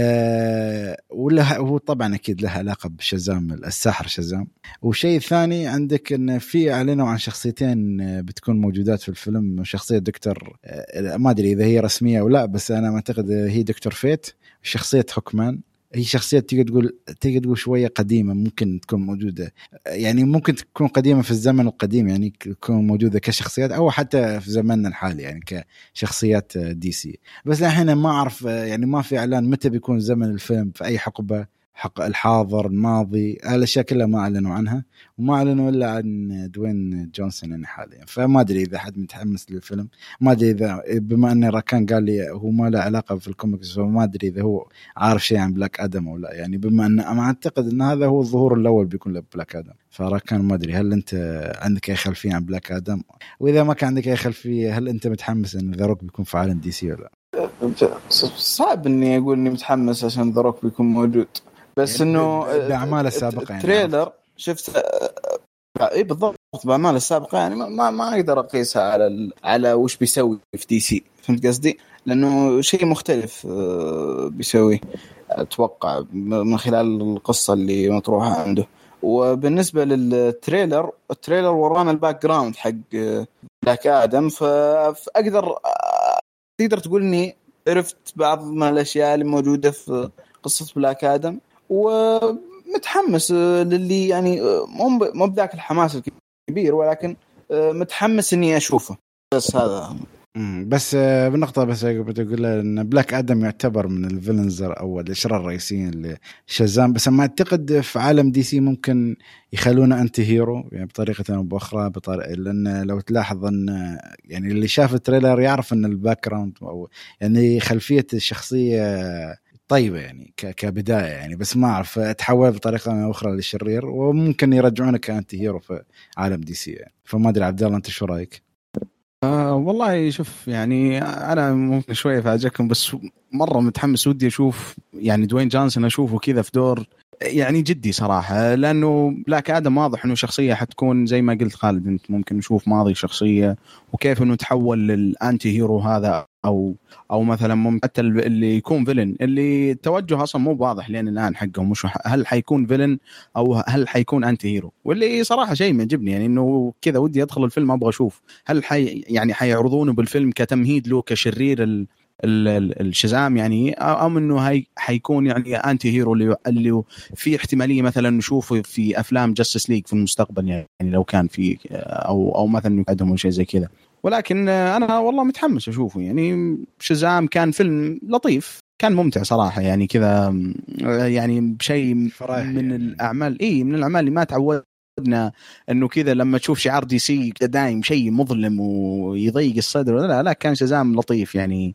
أه وله هو طبعا أكيد له علاقة بشزام الساحر شزام. وشيء ثاني عندك أن في أعلنوا عن شخصيتين بتكون موجودات في الفيلم. شخصية دكتور أه ما أدري إذا هي رسمية أو لا، بس أنا أعتقد هي دكتور فيت. شخصية هوكمان هي شخصية تيجي تقول تيجي تقول شوية قديمة، ممكن تكون موجودة يعني ممكن تكون قديمة في الزمن القديم يعني تكون موجودة كشخصيات، أو حتى في زمننا الحالي يعني كشخصيات دي سي. بس الحين ما أعرف يعني ما في إعلان متى بيكون زمن الفيلم في أي حقبة، حق الحاضر الماضي، هالأشياء كلها ما أعلنوا عنها، وما أعلنوا إلا عن دوين جونسون يعني حاليا. فما أدري إذا حد متحمس للفيلم، ما أدري إذا بما أن راكان قال لي هو ما له علاقة في الكوميكس، فما أدري إذا هو عارف شيء عن بلاك آدم أو لا يعني، بما أن أنا أعتقد أن هذا هو الظهور الأول بيكون لبلاك آدم. فراكان ما أدري هل أنت عندك أي خلفية عن بلاك آدم، وإذا ما كان عندك أي خلفية هل أنت متحمس أن ذا روك بيكون في عالم دي سي ولا؟ صعب إني أقول إني متحمس عشان ذا روك بيكون موجود، بس يعني انه باعماله السابقه يعني تريلر شفت اي بالضبط باعماله السابقه يعني ما ما اقدر اقيسها على ال... على وش بيسوي في دي سي، فهمت قصدي؟ لانه شيء مختلف بيسوي اتوقع من خلال القصه اللي مطروحه عنده. وبالنسبه للتريلر التريلر ورانا الباك جراوند حق بلاك آدم، فاقدر تقدر تقول اني عرفت بعض من الاشياء اللي موجوده في قصة بلاك آدم، ومتحمس للي يعني مو بذاك الحماس الكبير، ولكن متحمس إني أشوفه. بس هذا بس بالنقطة بس بتقول إن بلاك آدم يعتبر من الفيلنز أو الأشرار الرئيسيين لشازام، بس ما أعتقد في عالم دي سي ممكن يخلونه أنتي هيرو يعني بطريقة أو بأخرى بطريقة، لأن لو تلاحظ أن يعني اللي شاف التريلر يعرف أن الباك جراوند أو يعني خلفية الشخصية طيبة يعني كبداية يعني، بس ما أعرف تحول بطريقة أو أخرى للشرير، وممكن يرجعونه كأنتي هيرو في عالم دي سي يعني. فما أدري عبد الله أنت شو رأيك؟ آه والله شوف يعني أنا ممكن شوية فاجئكم، بس مرة متحمس ودي أشوف يعني دوين جونسون أشوفه كذا في دور يعني جدي صراحة، لأنه بلاك آدم واضح إنه شخصية حتكون زي ما قلت خالد أنت ممكن نشوف ماضي شخصية وكيف إنه تحول للأنتي هيرو هذا، أو أو مثلا ممكن حتى اللي يكون فيلن اللي التوجه أصلا مو واضح لين الآن حقهم، مش هل حيكون فيلن أو هل حيكون أنتي هيرو، واللي صراحة شيء معجبني يعني إنه كذا ودي أدخل الفيلم أبغى أشوف هل حي يعني حيعرضونه بالفيلم كتمهيد له كشرير ال الشزام يعني، أو إنه هاي حيكون يعني أنتي هيرو اللي اللي في احتمالية مثلا نشوفه في أفلام جاستس ليج في المستقبل يعني لو كان في أو أو مثلا يقدموا شيء زي كذا. ولكن انا والله متحمس اشوفه. يعني شازام كان فيلم لطيف، كان ممتع صراحه، يعني كذا يعني بشيء من يعني. الاعمال اي من الاعمال اللي ما تعودنا انه كذا لما تشوف شعار دي سي دايم شيء مظلم ويضيق الصدر. لا لا كان شازام لطيف يعني.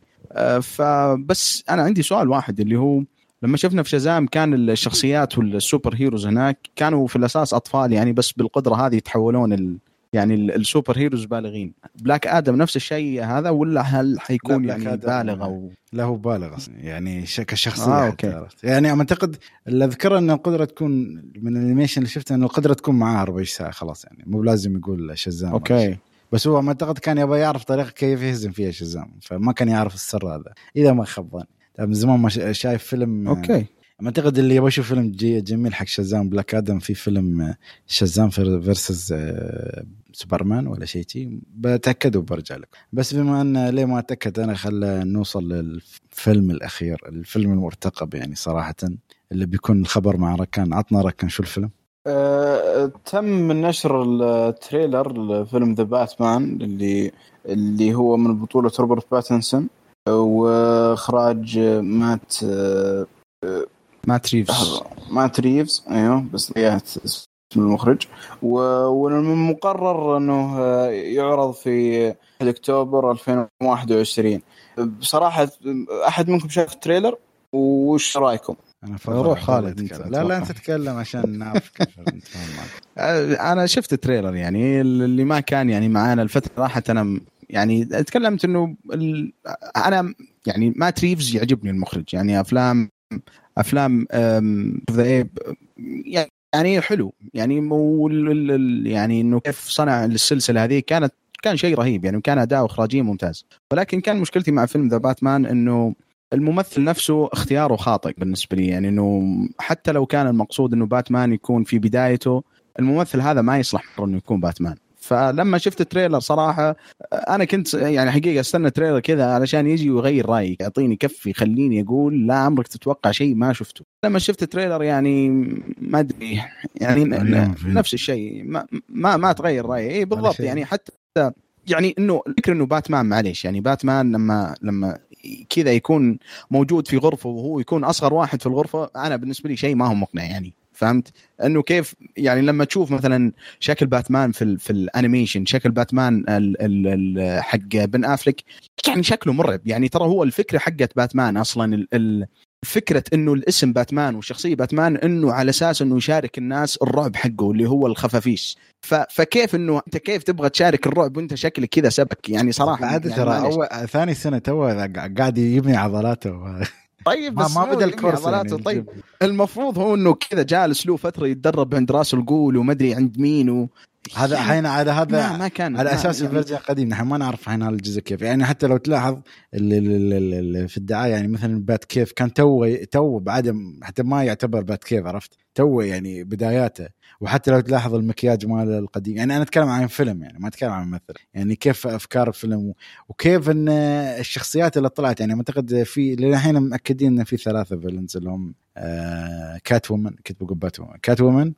فبس انا عندي سؤال واحد اللي هو لما شفنا في شازام كان الشخصيات والسوبر هيروز هناك كانوا في الاساس اطفال يعني، بس بالقدره هذه يتحولون ال يعني السوبر هيروز بالغين. بلاك آدم نفس الشيء هذا ولا هل حيكون يعني بالغ أو لا؟ هو بالغ يعني كشخصية. آه، أوكي. يعني أعتقد اللي أذكره أن القدرة تكون من الانيميشن اللي شفته أن القدرة تكون معاه أربع ساعة خلاص، يعني مو لازم يقول شازام. أوكي. بس هو أعتقد كان يبغى يعرف طريقة كيف يهزم فيها شازام، فما كان يعرف السر هذا إذا ما خبان. من زمان ما شايف فيلم. أوكي. أعتقد اللي يبغى يشوف فيلم جميل حق شازام بلاك آدم، في فيلم شازام فيرسز سوبرمان ولا شيء تي، بتأكدوا برجع لك. بس بما أن ليه ما أتأكد أنا، خلى نوصل للفيلم الأخير، الفيلم المرتقب يعني صراحة، اللي بيكون الخبر مع ركان. عطنا ركان شو الفيلم؟ أه، تم نشر التريلر لفيلم ذا باتمان اللي اللي هو من بطولة روبرت باتنسون وإخراج مات أه مات ريفز. مات ريفز ايوه بس ريات اسم المخرج. والمقرر انه يعرض في اكتوبر ألفين وواحد وعشرين. بصراحه احد منكم شاف التريلر وش رايكم؟ انا روح خالد. لا لا انت تتكلم عشان نعرف كيف نتفاهم معك. انا شفت التريلر يعني اللي ما كان يعني معانا الفتره راحت. انا يعني تكلمت انه ال... انا يعني مات ريفز يعجبني المخرج، يعني افلام افلام ذا ايب يعني حلو يعني مو يعني انه كيف صنع السلسله هذه كانت كان شيء رهيب يعني، وكان اداء اخراجي ممتاز. ولكن كان مشكلتي مع فيلم ذا باتمان انه الممثل نفسه اختياره خاطئ بالنسبه لي، يعني انه حتى لو كان المقصود انه باتمان يكون في بدايته، الممثل هذا ما يصلح انه يكون باتمان. فلما شفت التريلر صراحة أنا كنت يعني حقيقة استنى التريلر كذا علشان يجي ويغير رأيي، يعطيني كف يخليني أقول لا عمرك تتوقع شيء ما شفته. لما شفت التريلر يعني ما أدري يعني نفس الشيء ما ما ما تغير رأيي. إيه بالضبط يعني حتى يعني إنه الفكرة إنه باتمان معليش يعني باتمان لما لما كذا يكون موجود في غرفة وهو يكون أصغر واحد في الغرفة، أنا بالنسبة لي شيء ما هو مقنع يعني. فهمت انه كيف يعني لما تشوف مثلا شكل باتمان في ال في الانيميشن، شكل باتمان ال ال ال حق بن افليك يعني شكله مرعب يعني. ترى هو الفكره حقت باتمان اصلا ال فكره انه الاسم باتمان والشخصيه باتمان انه على اساس انه يشارك الناس الرعب حقه اللي هو الخفافيش. فكيف انه انت كيف تبغى تشارك الرعب وانت شكلك كذا سبك يعني صراحه. بعد يعني ترى اول ثاني سنه تو قاعد يبني عضلاته. طيب بس ما بدا الكورس يعني. طيب المفروض هو انه كذا جالس له فتره يتدرب عند راس القول وما ادري عند مين و... هذا حين على هذا ما, ما كان على اساس يعني الفيرجن القديم نحن ما نعرف حين هالجزء كيف يعني. حتى لو تلاحظ اللي اللي في الدعايه يعني مثلا بات كيف كان تو تو بعد حتى ما يعتبر بات كيف، عرفت تو يعني بداياته. وحتى لو تلاحظ المكياج مال القديم يعني، انا اتكلم عن فيلم يعني ما اتكلم عن ممثل يعني، كيف افكار الفيلم وكيف ان الشخصيات اللي طلعت يعني. اعتقد في للحين مأكدين ان في ثلاثه فيلنز اللي هم آه كات وومن، كنت بقول بات وومن كات وومن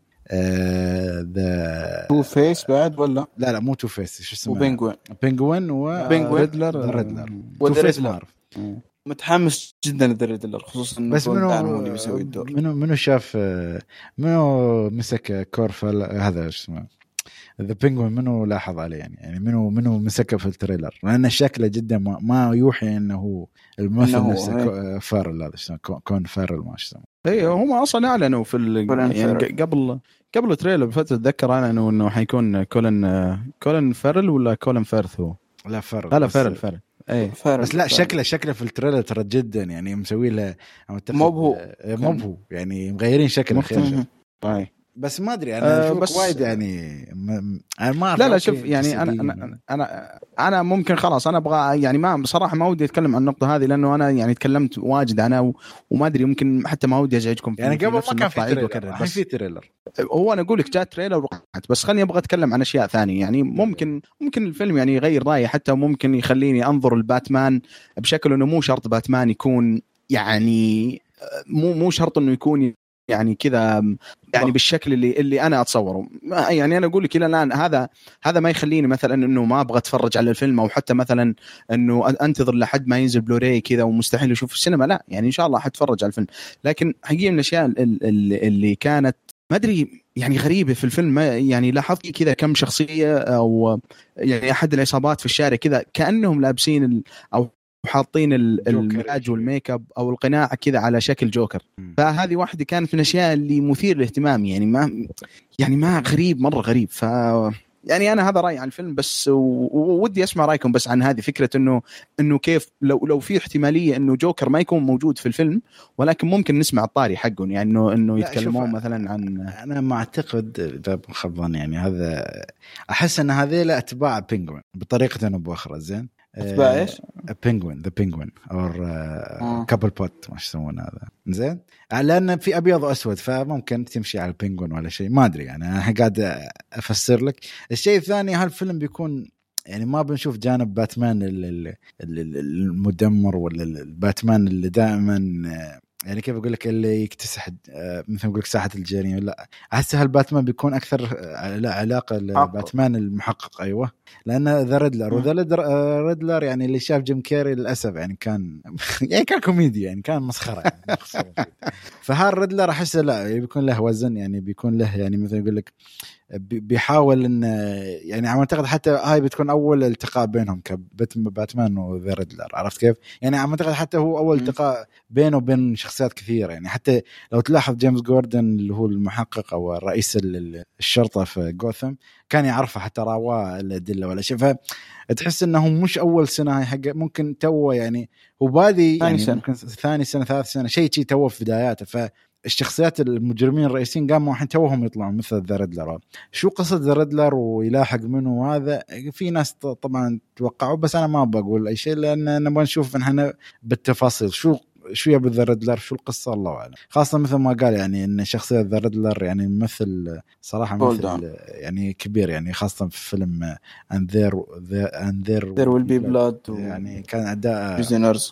ذا تو فيس بعد ولا لا لا مو تو فيس، شو اسمه وبينجوين بينجوين وريدلر ريدلر وريدلر. متحمس جدا للريدلر خصوصا بس منو هو اللي بيسوي الدور. منو منو شاف منو مسك كورفل هذا اسمه ذا بينجوين، منو لاحظ عليه يعني يعني منو منو مسكه في التريلر، لأن شكله جدا ما, ما يوحي انه هو الممثل نفسه فارل هذا اسمه كون فارل ما اسمه. اي هم اصلا اعلنوا في يعني قبل قبل التريلر بفتره اتذكر انا انه انه حيكون كولن كولن فارل ولا كولن فيرث. هو لا فارل لا فارل فارل اي بس لا شكله شكله في التريلر ترى جدا يعني مسوي له مو هو مو هو يعني مغيرين شكله خير. طيب بس ما ادري انا أه بس وايد يعني م... انا ما لا لا شوف يعني انا انا انا انا ممكن خلاص انا ابغى يعني ما بصراحه ما ودي اتكلم عن النقطه هذه لانه انا يعني تكلمت واجد انا و... وما ادري ممكن حتى ما ودي ازعجكم يعني قبل ما كان في تريلر بس في تريلر هو انا اقول لك جاء تريلر وقعت، بس خليني ابغى اتكلم عن اشياء ثانيه يعني ممكن ممكن الفيلم يعني يغير رايي حتى ممكن يخليني انظر الباتمان بشكل انه مو شرط باتمان يكون يعني مو مو شرط انه يكون يعني كذا يعني بالشكل اللي اللي انا اتصوره. يعني انا اقول لك الى الان هذا هذا ما يخليني مثلا انه ما ابغى اتفرج على الفيلم، او حتى مثلا انه انتظر لحد ما ينزل بلوراي كذا ومستحيل اشوف في السينما. لا يعني ان شاء الله حتفرج على الفيلم. لكن حقيقة من الاشياء اللي, اللي كانت ما ادري يعني غريبه في الفيلم، يعني لاحظت كذا كم شخصيه او يعني احد العصابات في الشارع كذا كانهم لابسين او حاطين المكياج والميك اب او القناع كذا على شكل جوكر. فهذه واحده كانت من الاشياء اللي مثير للاهتمام، يعني ما يعني ما غريب مره غريب. ف يعني انا هذا رايي عن الفيلم بس، وودي اسمع رايكم بس عن هذه فكره انه انه كيف لو لو في احتماليه انه جوكر ما يكون موجود في الفيلم، ولكن ممكن نسمع الطاري حقهم، يعني انه انه يتكلمون مثلا عن. انا ما اعتقد اذا خبرني يعني هذا، احس ان هذيل اتباع بينجوين بطريقه او باخرى. زين اتباع ايش؟ بينجوين ذا بينجوين او كابل بوت ما يسمونه هذا. زين لان في ابيض واسود فممكن تمشي على البينجوين ولا شيء، ما ادري يعني انا قاعد افسر لك. الشيء الثاني هالفيلم بيكون يعني ما بنشوف جانب باتمان المدمر ولا الباتمان اللي دائما يعني كيف اقول لك اللي يكتسح مثل ما اقول لك ساحه الجريمه. لا احس هالباتمان بيكون اكثر لا علاقه لباتمان المحقق. ايوه لان ذا ريدلر وذا ريدلر يعني اللي شاف جيم كيري للاسف يعني كان يعني كان كوميدي يعني كان مسخره يعني. فهالريدلر احس لا بيكون له وزن، يعني بيكون له يعني مثل يقول لك بيحاول ان يعني عم اعتقد حتى هاي بتكون اول التقاء بينهم كباتمان وذا ريدلر. عرفت كيف يعني؟ عم اعتقد حتى هو اول التقاء بينه وبين شخصيات كثيره. يعني حتى لو تلاحظ جيمس جوردن اللي هو المحقق او رئيس الشرطه في غوثم كان يعرفه حتى راواه الادله ولا شيء. فتحس انه مش اول سنه هاي حق، ممكن تو يعني هو بادي يعني ممكن ثاني سنه ثالث سنه شيء شيء تو في بداياته. ف الشخصيات المجرمين الرئيسيين قاموا الحين توهم يطلعوا مثل ذا ريدلر. شو قصة ذا ريدلر ويلاحق منه هذا؟ في ناس طبعا توقعوا بس أنا ما بقول أي شيء لأن نبغى نشوف إحنا بالتفاصيل شو شو يبي ذا ريدلر شو القصة الله أعلم. خاصة مثل ما قال يعني إن شخصية ذا ريدلر يعني مثل صراحة مثل يعني كبير يعني، خاصة في فيلم and there and there there will be blood يعني كان أداء prisoners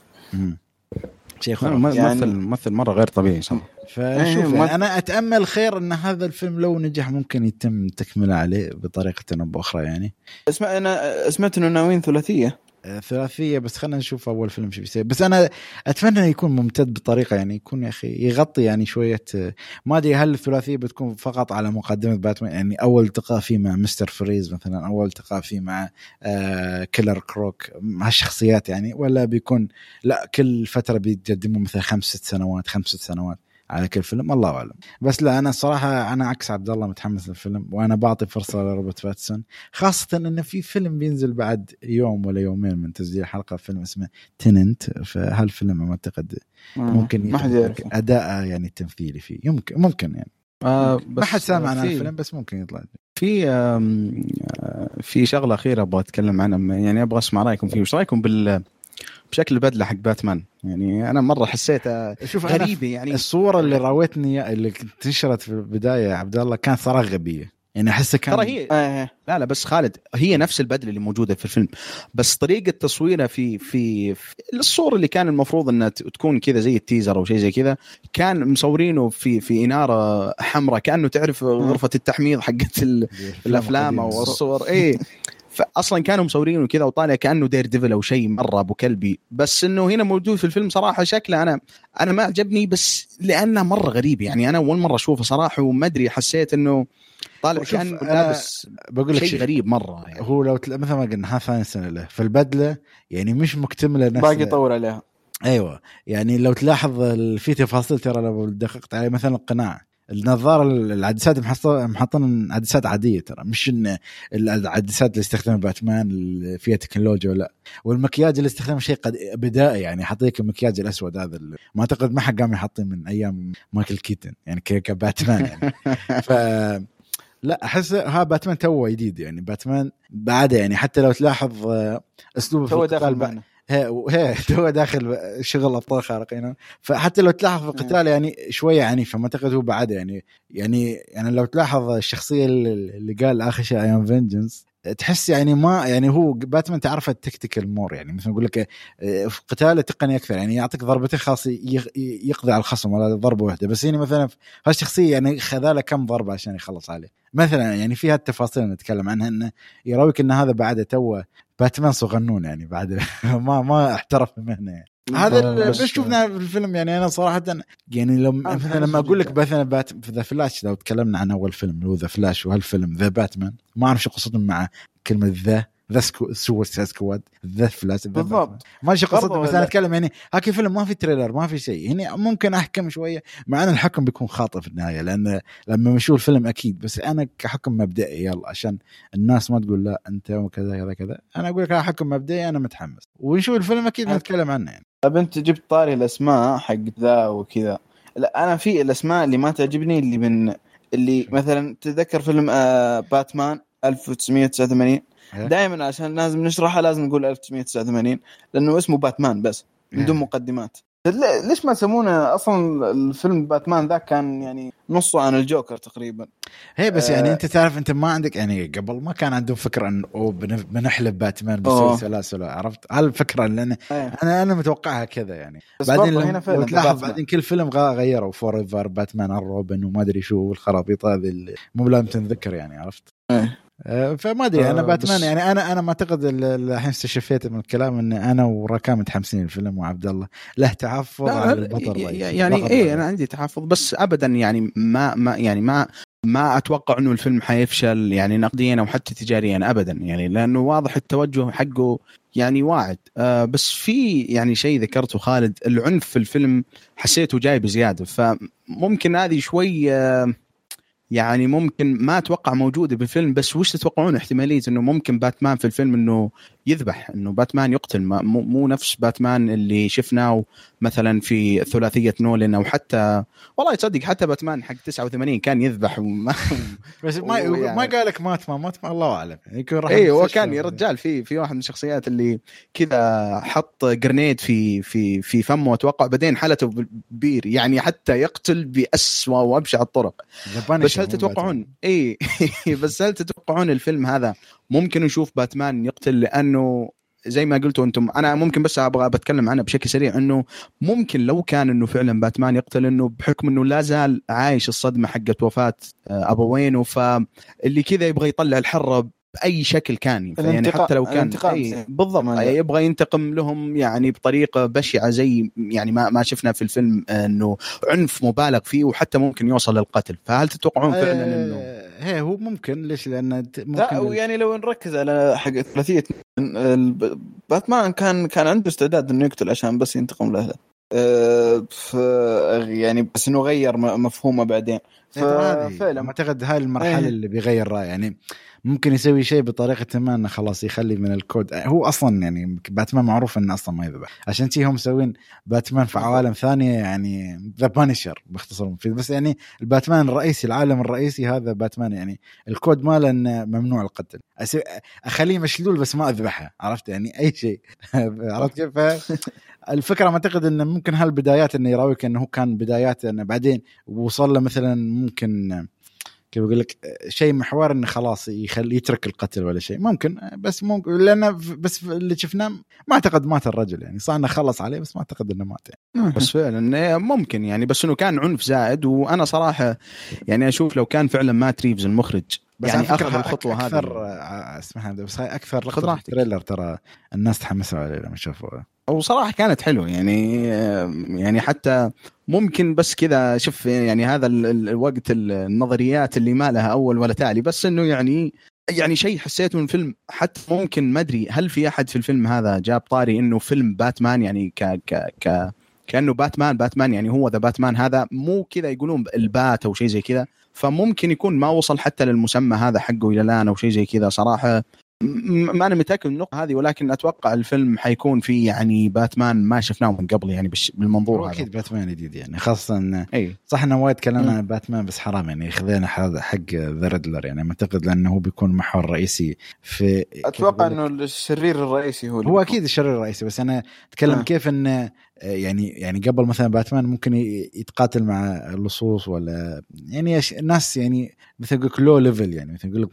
شيء خرافي يعني مثل مثل مرة غير طبيعي صراحة. فشوف يعني أنا أتأمل خير أن هذا الفيلم لو نجح ممكن يتم تكمله عليه بطريقة أو أخرى يعني. اسمع أنا سمعت إنه ناويين ثلاثية ثلاثية بس خلنا نشوف أول فيلم شو بيصير. بس أنا أتمنى يكون ممتد بطريقة يعني يكون يا أخي يغطي يعني شوية. ما أدري هل الثلاثية بتكون فقط على مقدمة باتمان يعني أول التقاء فيه مع مستر فريز مثلا، أول التقاء فيه مع آه كيلر كروك هالشخصيات يعني، ولا بيكون لا كل فترة بيقدموا مثلا خمس ست سنوات خمس ست سنوات على كل فيلم الله أعلم. بس لا أنا الصراحة أنا عكس عبد الله متحمس للفيلم، وأنا بعطي فرصة لروبرت باتسون، خاصة إنه في فيلم بينزل بعد يوم ولا يومين من تسجيل حلقة فيلم اسمه تيننت. فهالفيلم أعتقد ممكن أداء يعني التمثيلي فيه يمكن ممكن يعني آه ما حد سامع عن الفيلم بس ممكن يطلع في في شغلة أخيرة أبغى أتكلم عنها يعني أبغى أسمع رأيكم فيه. وش رأيكم بال بشكل البدلة حق باتمان؟ يعني أنا مرة حسيتها غريبة يعني. الصورة اللي راوتني اللي تنشرت في البداية عبد الله كانت صراحة غبية يعني أحسها كان ترى هي آه. لا لا بس خالد هي نفس البدلة اللي موجودة في الفيلم، بس طريقة تصويرها في في, في الصورة اللي كان المفروض أنها تكون كذا زي التيزر أو شيء زي كذا كان مصورينه في في إنارة حمراء كأنه تعرف غرفة التحميض حقت الأفلام أو الصور إيه. فاصلا كانوا مصورينه كذا وطالع كانه دير ديفل او شيء مره ابو كلبي، بس انه هنا موجود في الفيلم صراحه شكله انا انا ما عجبني بس لانه مره غريب يعني. انا اول مره اشوفه صراحه وما ادري حسيت انه طالع كان لابس بقول لك شيء غريب مره يعني. هو لو مثل ما قلنا ها ثاني سنه له فالبدله يعني مش مكتمله نفس باقي يطور عليها. ايوه يعني لو تلاحظ في تفاصيل ترى لو دققت عليه مثلا القناع النظارة العدسات محطين عدسات عادية ترى مش إن العدسات اللي استخدمها باتمان اللي فيها تكنولوجيا ولا، والمكياج اللي استخدمه شيء قد بدائي يعني حطيك المكياج الأسود هذا ما أعتقد ما حد قام يحطين من أيام مايكل كيتن يعني كباتمان يعني. ف لا أحس ها باتمان توه جديد يعني باتمان بعد يعني حتى لو تلاحظ أسلوبه توه داخل هي هي تو داخل شغل أبطال خارقين. فحتى لو تلاحظ في القتال يعني شوية عنيفة ما أعتقد هو بعد يعني يعني يعني لو تلاحظ الشخصية اللي قال آخر شيء أيام فينجنس تحس يعني ما يعني هو باتمان تعرف التكتيكال مور يعني مثل يقول لك في قتاله تقني اكثر يعني يعطيك ضربتين خاص يقضي على الخصم ولا ضربه واحده بس هنا مثلا هالشخصيه يعني خذاله كم ضربه عشان يخلص عليه مثلا يعني فيها التفاصيل اللي نتكلم عنها انه يراويك ان هذا بعد توه باتمان صغنون يعني بعد ما ما احترف المهنه يعني. هذا اللي شفناه في الفيلم يعني انا صراحه يعني لما مثلا لما اقول لك مثلا بات في ذا فلاش لو تكلمنا عن اول فيلم اللي هو ذا فلاش وهالفيلم ذا باتمان ما اعرف شو قصدهم مع كلمه ذا ذا سوبر سكواد ذا فلاش بالضبط ما شو قصدهم بس انا اتكلم يعني هاكي فيلم ما في تريلر ما في شيء هنا ممكن احكم شويه مع ان الحكم بيكون خاطئ في النهايه لان لما نشوف الفيلم اكيد بس انا كحكم مبدئي يلا عشان الناس ما تقول لا انت وكذا كذا كذا انا اقول لك حكم مبدئي انا متحمس ونشوف الفيلم اكيد نتكلم عنه يعني. طب انت جبت طاري الاسماء حق ذا وكذا لا انا في الاسماء اللي ما تعجبني اللي من اللي مثلا تذكر فيلم آه باتمان ألف وتسعمية وتسعة وثمانين دائما عشان لازم نشرحها لازم نقول ألف وتسعمية وتسعة وثمانين لانه اسمه باتمان بس بدون مقدمات. ليش ما سمونه اصلا الفيلم باتمان ذا كان يعني نصه عن الجوكر تقريبا هي بس يعني آه انت تعرف انت ما عندك يعني قبل ما كان عندهم فكره ان او بنحلب باتمان بسوي سلاسل عرفت هالفكره اللي انا آه. انا انا متوقعها كذا يعني بعدين لو تلاحظ بعدين كل فيلم غيروا فور ايفر باتمان الروبن وما ادري شو والخرابيط هذه مو لازم تنذكر يعني عرفت آه. فما ادري انا باتمان يعني انا انا ما اعتقد الحين استشفيت من الكلام ان انا وراكان متحمسين الفيلم وعبد الله له تحفظ على البطل يعني ايه انا عندي تحفظ بس ابدا يعني ما ما يعني ما ما اتوقع انه الفيلم حيفشل يعني نقديا او حتى تجاريا ابدا يعني لانه واضح التوجه حقه يعني واعد. آه بس في يعني شيء ذكرته خالد العنف في الفيلم حسيته جاي بزياده فممكن هذه شوي آه يعني ممكن ما أتوقع موجودة بالفيلم بس وش تتوقعون احتمالية إنه ممكن باتمان في الفيلم إنه يذبح إنه باتمان يقتل مو, مو نفس باتمان اللي شفناه مثلا في ثلاثية نولان أو حتى والله تصدق حتى باتمان حق تسعة وثمانين كان يذبح وما بس ما يعني ما قالك مات ما مات ما الله أعلم يكون راح إيه هو كان يا رجال في في واحد من الشخصيات اللي كذا حط جرنيد في في في فمه وأتوقع بعدين حالته بالبير يعني حتى يقتل بأسوأ وأبشع الطرق. بس هل تتوقعون إيه بس هل تتوقعون الفيلم هذا ممكن نشوف باتمان يقتل لأنه زي ما قلتوا أنتم أنا ممكن بس أبغى بتكلم عنه بشكل سريع إنه ممكن لو كان إنه فعلا باتمان يقتل إنه بحكم إنه لا زال عايش الصدمة حقت وفاة أبوينه فاللي كذا يبغى يطلع الحرة بأي شكل كان يعني حتى لو كان أي بالضبط يبغى ينتقم لهم يعني بطريقة بشعة زي يعني ما ما شفنا في الفيلم إنه عنف مبالغ فيه وحتى ممكن يوصل للقتل. فهل تتوقعون فعلا إنه هي هو ممكن ليش لأن ممكن يعني لو نركز على حق ثلاثية باتمان كان كان عنده استعداد إنه يقتل عشان بس ينتقم له أه يعني بس إنه غير مفهومه بعدين فعلا ما أعتقد هاي المرحلة ايه. اللي بيغير رأي يعني ممكن يسوي شيء بطريقة ما إنه خلاص يخلي من الكود هو أصلا يعني باتمان معروف إنه أصلا ما يذبح عشان تي هم مسوين باتمان في عوالم ثانية يعني ذا بانيشر باختصار مفيد بس يعني الباتمان الرئيسي العالم الرئيسي هذا باتمان يعني الكود ماله إنه ممنوع القتل أخليه مشلول بس ما أذبحه عرفت يعني أي شيء عرفت كيف الفكرة ما أعتقد إنه ممكن هالبدايات إنه يراويك إنه هو كان بدايات إنه بعدين وصل له مثلا ممكن كيف أقول لك شيء محور إنه خلاص يخلي يترك القتل ولا شيء ممكن بس ممكن لأنه بس اللي شفناه ما أعتقد مات الرجل يعني صار إنه خلص عليه بس ما أعتقد إنه مات يعني. بس فعلا ممكن يعني بس إنه كان عنف زائد وأنا صراحة يعني أشوف لو كان فعلا مات ريفز المخرج بس يعني أخذ الخطوة هذه أكثر اسمها بس هاي أكثر لقطة في التريلر ترى الناس تحمسوا عليه لما شافوها أو صراحة كانت حلوة يعني يعني حتى ممكن بس كذا شوف يعني هذا الوقت النظريات اللي ما لها أول ولا تالي بس إنه يعني يعني شيء حسيته من الفيلم حتى ممكن ما أدري هل في أحد في الفيلم هذا جاب طاري إنه فيلم باتمان يعني ك ك ك كأنه باتمان باتمان يعني هو ذا باتمان هذا مو كذا يقولون البات أو شيء زي كذا فممكن يكون ما وصل حتى للمسمى هذا حقه إلى الآن أو شيء زي كذا صراحة ما أنا متأكد من النقطة هذه ولكن أتوقع الفيلم حيكون فيه يعني باتمان ما شفناه من قبل يعني بالمنظور هذا أكيد باتمان جديد يعني خاصة أي. صح إنه وايد كلامنا عن باتمان بس حرام يعني خذينا حق ذا ريدلر يعني معتقد لأنه هو بيكون محور رئيسي في أتوقع إنه الشرير الرئيسي هو هو أكيد الشرير الرئيسي بس أنا أتكلم آه. كيف إن يعني يعني قبل مثلا باتمان ممكن يتقاتل مع اللصوص ولا يعني الناس يعني مثل يقول لك لو ليفل يعني مثل يقول لك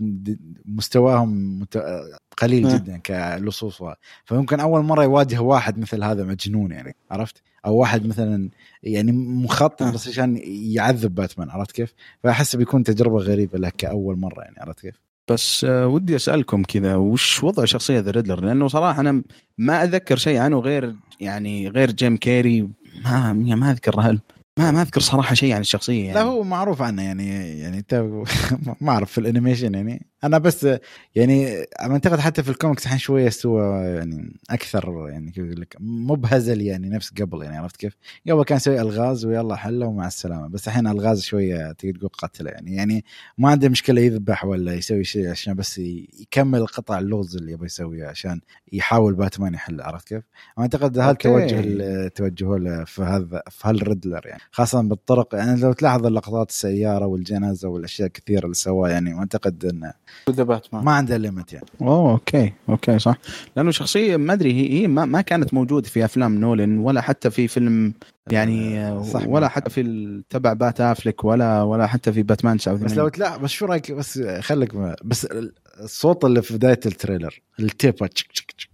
مستواهم مت... قليل جدا كلصوص، فممكن اول مره يواجه واحد مثل هذا مجنون يعني عرفت، او واحد مثلا يعني مخطط بس عشان يعذب باتمان عرفت كيف، فاحس بيكون تجربه غريبه له كاول مره يعني عرفت كيف. بس ودي أسألكم كذا وش وضع شخصية ذا ريدلر، لأنه صراحة أنا ما أذكر شيء عنه غير يعني غير جيم كيري، ما ما أذكر هل ما ما أذكر صراحة شيء عن الشخصية يعني. لا هو معروف عنه يعني يعني أنت ما أعرف في الأنيميشن يعني أنا بس يعني أعتقد حتى في الكوميكس الحين شوية استوى يعني أكثر يعني كيف أقول لك مو بهزل يعني نفس قبل يعني عرفت كيف، قبل كان يسوي ألغاز ويلا حله ومع السلامة، بس الحين ألغاز شوية تقول قتله يعني يعني ما عنده مشكلة يذبح ولا يسوي شيء عشان بس يكمل قطع اللغز اللي يبغى يسويه عشان يحاول باتمان يحل عرفت كيف. أعتقد هذا توجه توجهه له في هذا في هالريدلر يعني خاصة بالطرق يعني لو تلاحظ اللقطات السيارة والجنازة والأشياء كثيرة اللي سواها يعني أعتقد إنه ما عنده ليميت يعني. أوه أوكي أوكي صح، لأنه شخصية ما أدري هي, هي ما, ما كانت موجودة في أفلام نولان ولا حتى في فيلم يعني ولا حتى في تبع بات أفليك ولا ولا حتى في باتمان تسعة وثمانين. بس لو تلاحظ بس شو رأيك بس خليك بس الصوت اللي في بداية التريلر التيبا تشك تشك تشك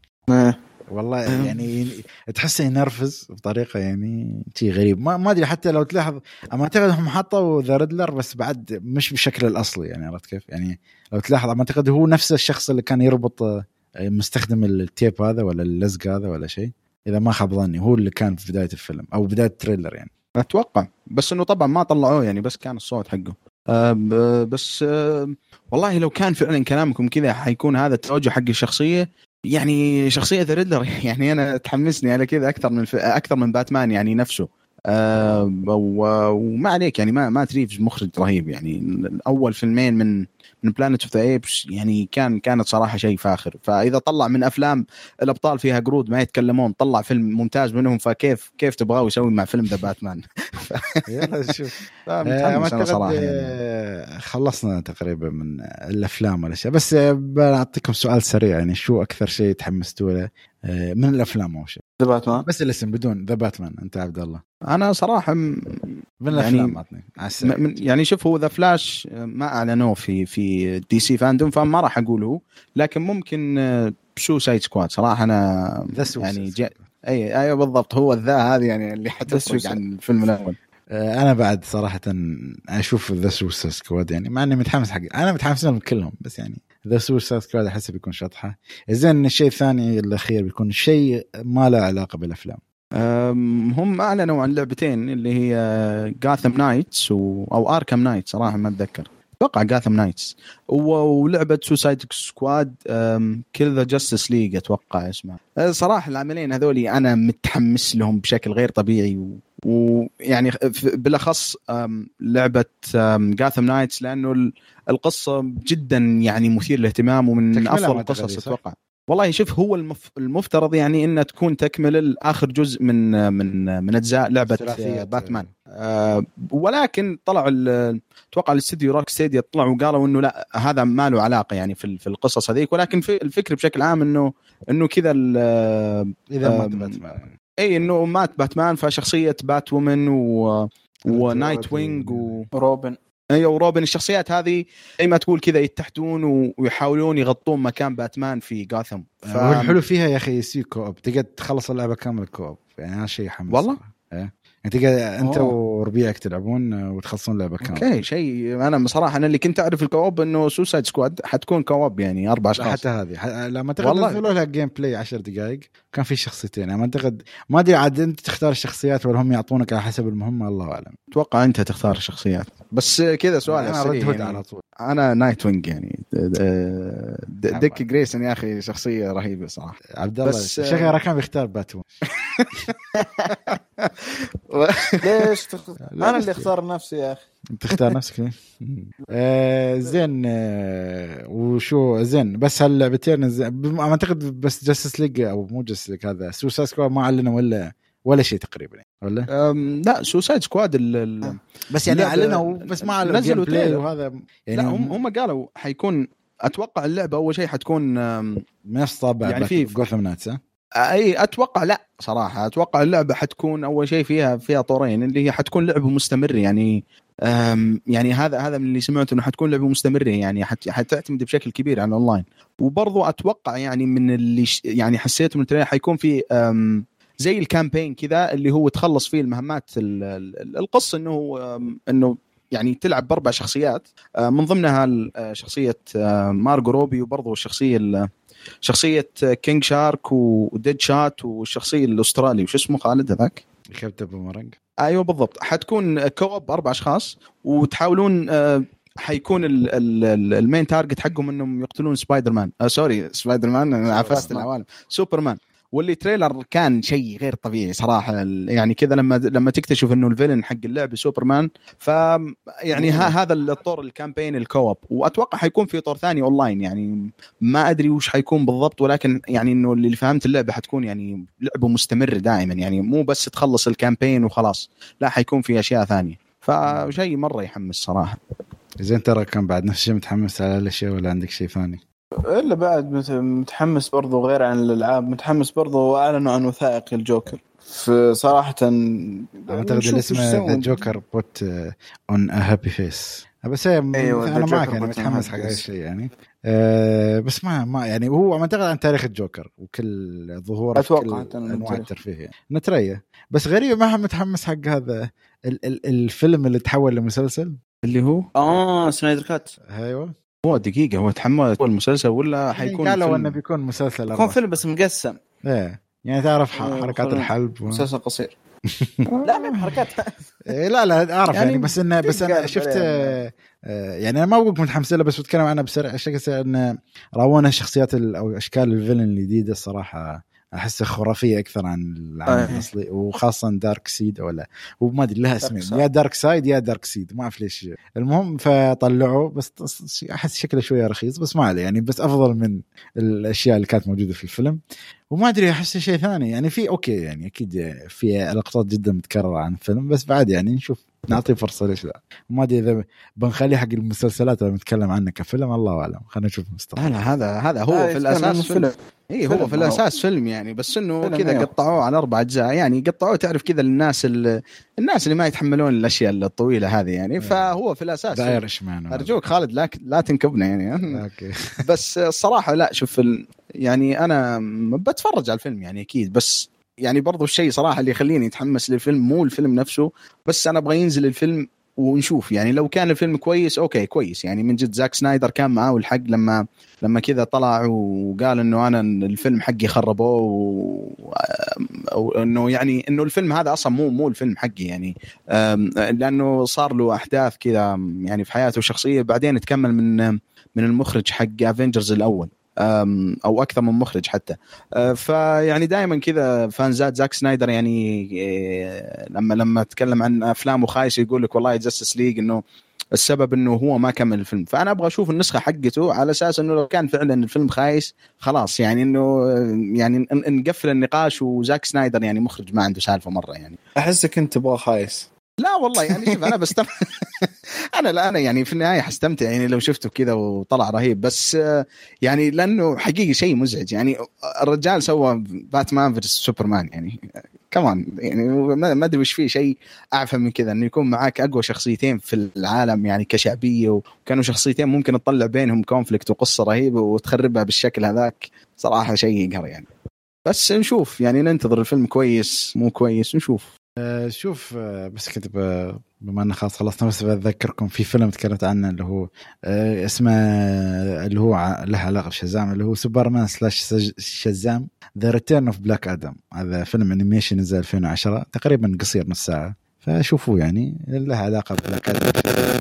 والله يعني تحسه ينرفز بطريقه يعني شيء غريب ما ما ادري حتى لو تلاحظ اما اعتقد هم حطوا ذا ريدلر بس بعد مش بالشكل الاصلي يعني عرفت كيف يعني لو تلاحظ اما اعتقد هو نفس الشخص اللي كان يربط مستخدم التيب هذا ولا اللزق هذا ولا شيء اذا ما خاب ظني هو اللي كان في بدايه الفيلم او بدايه التريلر يعني اتوقع، بس انه طبعا ما طلعوه يعني بس كان الصوت حقه أه بس أه والله لو كان فعلا كلامكم كذا حيكون هذا التوجه حق الشخصيه يعني شخصية ذا ريدلر يعني أنا تحمسني على كذا أكثر من أكثر من باتمان يعني نفسه أه وما عليك يعني ما ما تريفز مخرج رهيب يعني أول فيلمين من من بلانيت اوف ذا ايبس يعني كان كانت صراحة شيء فاخر، فإذا طلع من أفلام الأبطال فيها قرود ما يتكلمون طلع فيلم ممتاز منهم فكيف كيف تبغاه يسوي مع فيلم ذا باتمان. يلا شوف أنا صراحة يعني. خلصنا تقريبا من الأفلام والأشياء بس بعطيكم سؤال سريع يعني شو أكثر شيء تحمستوا له من الأفلام أو شيء ذا باتمان بس الاسم بدون ذا باتمان أنت عبد الله. أنا صراحة م... من الأفلام يعني, م... يعني شوف هو ذا فلاش ما أعلنوه في في دي سي فاندوم فما راح أقوله، لكن ممكن شو سايد سكواد صراحة أنا يعني جاء أي أيوة بالضبط هو الذا هذه يعني اللي حتفرق عن الفيلم الأول. أنا بعد صراحة أشوف ذا سوسايد سكواد يعني مع إني متحمس حق أنا متحمس لهم كلهم بس يعني ذا سوسايد سكواد أحس بيكون شطحة. إذن الشيء الثاني الأخير بيكون شيء ما له علاقة بالأفلام. هم أعلنوا عن لعبتين اللي هي غاثم نايتس و... أو آركام نايت صراحة ما أتذكر أتوقع غاثم نايتس ولعبة سوسايد سكواد كل ذا جاستس ليج أتوقع اسمها. صراحة العملين هذولي أنا متحمس لهم بشكل غير طبيعي و... ويعني بالأخص لعبة غاثم نايتس لأنه القصة جدا يعني مثير للاهتمام ومن أفضل القصص أتوقع. والله شوف هو المف... المفترض يعني إنها تكون تكمل آخر جزء من من من أجزاء لعبة باتمان أه ولكن طلعوا أتوقع الاستديو روك ستيديا طلعوا وقالوا إنه لا هذا ما له علاقة يعني في في القصص هذيك، ولكن في الفكر بشكل عام إنه إنه كذا إذا مات باتمان أي إنه مات باتمان فشخصية بات وومن و ونايت وينج وروبن ايوه وروبن الشخصيات هذه زي ما تقول كذا يتحدون ويحاولون يغطون مكان باتمان في غاثم. ف... والحلو فيها يا اخي يسوي كوب تقدر تخلص اللعبه كامله كوب يعني هذا شيء حماس والله ايه انت انت وربيعك تلعبون وتخلصون لعبه كامله. اوكي شيء انا بصراحه انا اللي كنت اعرف الكوب انه سوسايد سكواد حتكون كوب يعني اربع اشخاص حتى هذه ح... لما تنزلوا لها جيم بلاي عشر دقائق كان في شخصيتين يعني ما اعتقد ما ادري عاد انت تختار الشخصيات ولا هم يعطونك على حسب المهمه الله اعلم. اتوقع انت تختار الشخصيات بس كذا سؤال انا رد يعني على طول انا نايت وينج يعني ديك جريسون يا اخي شخصيه رهيبه صراحه. عبد الله شغله كان بيختار باتمان ليش تخ... انا اللي اختار نفسي يا اخي انت تختار نفسك آه زين آه وشو زين بس هاللعبتين ما اعتقد بس جاستس ليج او مو جاستس ليج هذا سوسايد سكواد ما اعلنوا ولا ولا شيء تقريبا ولا لا سوسايد سكواد ال... بس يعني اعلنوا بس ما اعلنوا جيم بلاي وهذا يعني هم هم قالوا حيكون اتوقع اللعبه اول شيء حتكون نفس طابع يعني في غوثم نايتس اي اتوقع لا صراحه اتوقع اللعبه حتكون اول شيء فيها فيها طورين اللي هي حتكون لعبه مستمره يعني يعني هذا هذا من اللي سمعته انه حتكون لعبه مستمره يعني حت حتعتمد بشكل كبير على الاونلاين. وبرضو اتوقع يعني من اللي يعني حسيته من التريلر حيكون في زي الكامبين كذا اللي هو تخلص فيه المهمات. القصه انه انه يعني تلعب باربع شخصيات من ضمنها شخصيه مارغو روبي وبرضو الشخصيه شخصيه كينج شارك وديد شات والشخصيه الاسترالي وش اسمه خالد هذاك كابتن بومرانج. ايوه بالضبط. حتكون كوب اربع اشخاص وتحاولون حيكون المين تارجت حقهم انهم يقتلون سبايدر مان آه سوري سبايدر مان انا عفست العوالم سوبرمان. واللي تريلر كان شيء غير طبيعي صراحه يعني كذا لما لما تكتشف انه الفيلن حق اللعبه سوبرمان ف يعني هذا الطور الكامبين الكوب. واتوقع حيكون في طور ثاني اونلاين يعني ما ادري وش حيكون بالضبط ولكن يعني انه اللي فهمت اللعبه حتكون يعني لعبه مستمره دائما يعني مو بس تخلص الكامبين وخلاص لا حيكون في اشياء ثانيه فشيء مره يحمس صراحه. زين ترى كان بعد نفس الشيء متحمس على الاشياء ولا عندك شيء ثاني؟ إلا بعد متحمس برضو غير عن الألعاب متحمس برضو أعلنوا عن وثائق الجوكر فصراحة أعتقد الاسم ذا جوكر بوت أون هابي فيس بس أيوة أنا معك يعني متحمس حق هاي الشيء يعني أه بس ما ما يعني هو معتقد عن تاريخ الجوكر وكل ظهوره في كل أنواع الترفيه يعني نتريه. بس غريب ما هم متحمس حق هذا ال- ال- الفيلم اللي تحول لمسلسل اللي هو آه سنايدر كات. أيوة هو دقيقة هو تحمل المسلسل ولا حيكون قالوا فيلم؟ إنه بيكون مسلسل يكون فيلم بس مقسم إيه يعني تعرف حركات الحلب مسلسل قصير لا حركات لا لا أعرف يعني, يعني بس إنه بس أنا شفت يعني أنا ما أقول متحمس له بس بتكلم عنه بسرعة شكل إن راونا شخصيات أو أشكال الفيلن الجديدة الصراحة أحسه خرافية أكثر عن العالم الأصلي وخاصة دارك سيد ولا وما أدري لها اسمين يا دارك سايد يا دارك سيد ما أعرف ليش المهم فطلعوا بس أحس شكله شوية رخيص بس ما عليه يعني بس أفضل من الأشياء اللي كانت موجودة في الفيلم. وما أدري أحس شيء ثاني يعني في أوكي يعني أكيد في لقطات جدا متكررة عن الفيلم بس بعد يعني نشوف نعطي فرصة ليش لا. ما أدري إذا بنخلي حق المسلسلات اللي نتكلم عنه كفيلم الله أعلم خلينا نشوف مستقبل. هذا هذا هو في الأساس فيلم إيه هو في الأساس فيلم يعني بس إنه كذا قطعوه على أربع أجزاء يعني قطعوه تعرف كذا الناس الناس اللي ما يتحملون الأشياء الطويلة هذه يعني فهو في الأساس داير إشمعنى أرجوك خالد لا لا تنكبنا يعني بس الصراحة لا شوف يعني أنا بتفرج على الفيلم يعني أكيد بس يعني برضو الشيء صراحة اللي يخليني أتحمس للفيلم مو الفيلم نفسه بس أنا أبغى ينزل الفيلم ونشوف يعني لو كان الفيلم كويس أوكي كويس يعني من جد زاك سنايدر كان معاه الحق لما لما كذا طلع وقال إنه أنا الفيلم حقي خربوه وإنه يعني إنه الفيلم هذا أصلا مو مو الفيلم حقي يعني لأنه صار له أحداث كذا يعني في حياته الشخصية بعدين تكمل من من المخرج حق افنجرز الأول او اكثر من مخرج حتى فيعني دائما كذا فانزات زاك سنايدر يعني لما لما تكلم عن افلامه خايس يقول لك والله جاستس ليج انه السبب انه هو ما كمل الفيلم. فانا ابغى اشوف النسخه حقته على اساس انه لو كان فعلا الفيلم خايس خلاص يعني انه يعني نقفل النقاش وزاك سنايدر يعني مخرج ما عنده سالفه مره يعني احسك انت تبغى خايس. لا والله يعني شوف انا بستمتع انا لا انا يعني في النهايه حستمتع يعني لو شفته كذا وطلع رهيب بس يعني لانه حقيقي شيء مزعج يعني الرجال سوى باتمان فيرس سوبرمان يعني كمان يعني ما ادري وش فيه شيء اعفى من كذا انه يكون معاك اقوى شخصيتين في العالم يعني كشعبيه وكانوا شخصيتين ممكن تطلع بينهم كونفليكت وقصه رهيبه وتخربها بالشكل هذاك صراحه شيء يقهر يعني. بس نشوف يعني ننتظر الفيلم كويس مو كويس نشوف. أه شوف أه بس كنت بما أننا خلاص خلصنا بس بذكركم في فيلم تكلمت عنه اللي هو أه اسمه اللي هو له علاقة بشزام اللي هو سوبرمان سلاش شزام The Return of Black Adam. هذا فيلم أنيميشن نزل ألفين وعشرة تقريبا قصير نص ساعة فشوفوا يعني له علاقة ببلاك آدم.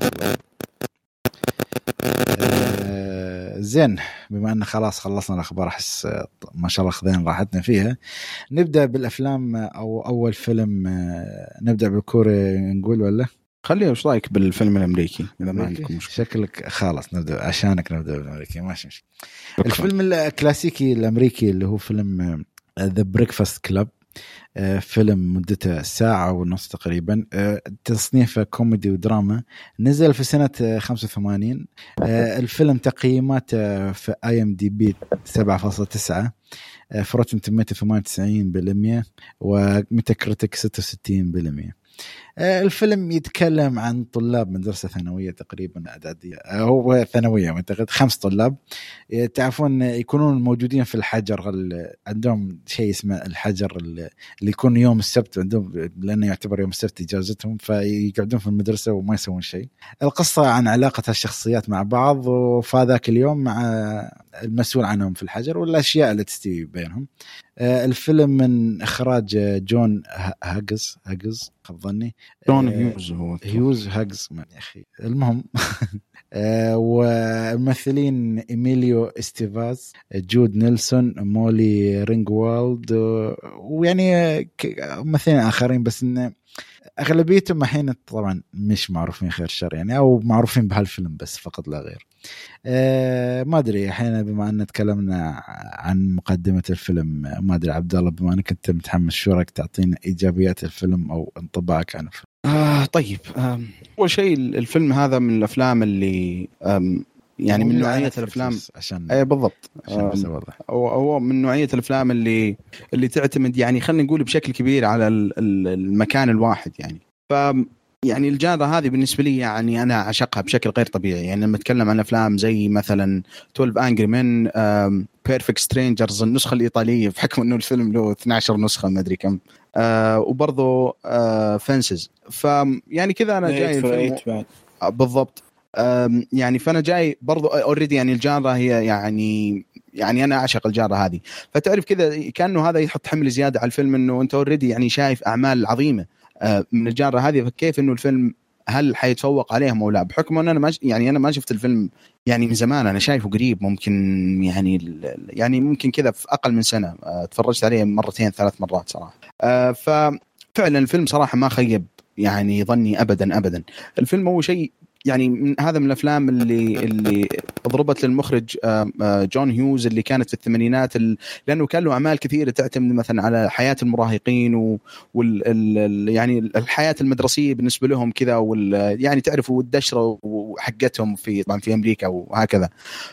أه زين بما أن خلاص خلصنا الأخبار أحس ما شاء الله خذين راحتنا فيها نبدأ بالأفلام أو أول فيلم نبدأ بالكوري نقول ولا خليه وش رأيك بالفيلم الأمريكي إذا ما عندكم مشكلة. شكلك خلاص نبدأ عشانك نبدأ بالأمريكي ماشي ماشي. الفيلم الكلاسيكي الأمريكي اللي هو فيلم The Breakfast Club فيلم مدته ساعة ونص تقريبا، تصنيفه كوميدي ودراما، نزل في سنة خمسة وثمانين. الفيلم تقييماته في آي إم دي بي سبعة فاصلة تسعة، في روتن توميتو ثمانية وتسعين بالمية، وميتاكريتيك ستة وستين بالمية. الفيلم يتكلم عن طلاب مدرسة ثانوية تقريبا إعدادية، هو ثانوية أعتقد، خمس طلاب تعرفون يكونون موجودين في الحجر، عندهم شيء اسمه الحجر اللي يكون يوم السبت عندهم، لأنه يعتبر يوم السبت إجازتهم، فيقعدون في المدرسة وما يسوون شيء. القصة عن علاقة الشخصيات مع بعض، وفي ذاك اليوم مع المسؤول عنهم في الحجر والأشياء اللي تستوي بينهم. الفيلم من إخراج جون هاجز هاجز ظني جون هيوز هو هيوز هاجز يا أخي، المهم. وممثلين إيميليو استيفاز، جود نيلسون، مولي رينغوالد، ويعني ممثلين آخرين، بس إن أغلبيتهم الحين طبعا مش معروفين خير شر يعني، أو معروفين بهالفيلم بس فقط لا غير. أه ما أدري الحين بما أن تكلمنا عن مقدمة الفيلم، ما أدري عبد الله بما أنك أنت متحمس، شو رأيك تعطينا إيجابيات الفيلم أو انطباعك عن الفيلم؟ آه طيب، أول شيء الفيلم هذا من الأفلام اللي يعني من نوعية الأفلام عشان أي بالضبط، عشان بس أوضح، هو هو من نوعية الأفلام اللي اللي تعتمد يعني خلينا نقول بشكل كبير على المكان الواحد يعني. ف يعني الجانرا هذه بالنسبة لي يعني أنا أعشقها بشكل غير طبيعي. يعني لما أتكلم عن أفلام زي مثلا اثنا عشر Angry Men، Perfect Strangers النسخة الإيطالية، بحكم إنه الفيلم له اثنا عشر نسخة ما أدري كم، آه وبرضه آه فنسز. فيعني كذا أنا جاي الفيلم بالضبط، يعني فأنا جاي برضو أوريدي يعني الجانرا هي يعني يعني أنا أعشق الجانرا هذه. فتعرف كذا كأنه هذا يحط حمل زيادة على الفيلم، إنه أنت أوريدي يعني شايف أعمال عظيمة من الجانرا هذه، فكيف إنه الفيلم هل حيتفوق عليهم أو لا، بحكم أن أنا ما يعني أنا ما شفت الفيلم يعني من زمان، أنا شايفه قريب، ممكن يعني يعني ممكن كذا في أقل من سنة تفرجت عليه مرتين ثلاث مرات صراحة. ففعلا الفيلم صراحة ما خيب يعني ظني أبدا أبدا. الفيلم هو شيء يعني من هذا من الافلام اللي اللي ضربت للمخرج جون هيوز اللي كانت في الثمانينات، لانه كان له اعمال كثيره تعتمد مثلا على حياه المراهقين وال يعني الحياه المدرسيه بالنسبه لهم كذا، وال يعني تعرفوا الدشره وحقتهم في طبعا في امريكا وهكذا.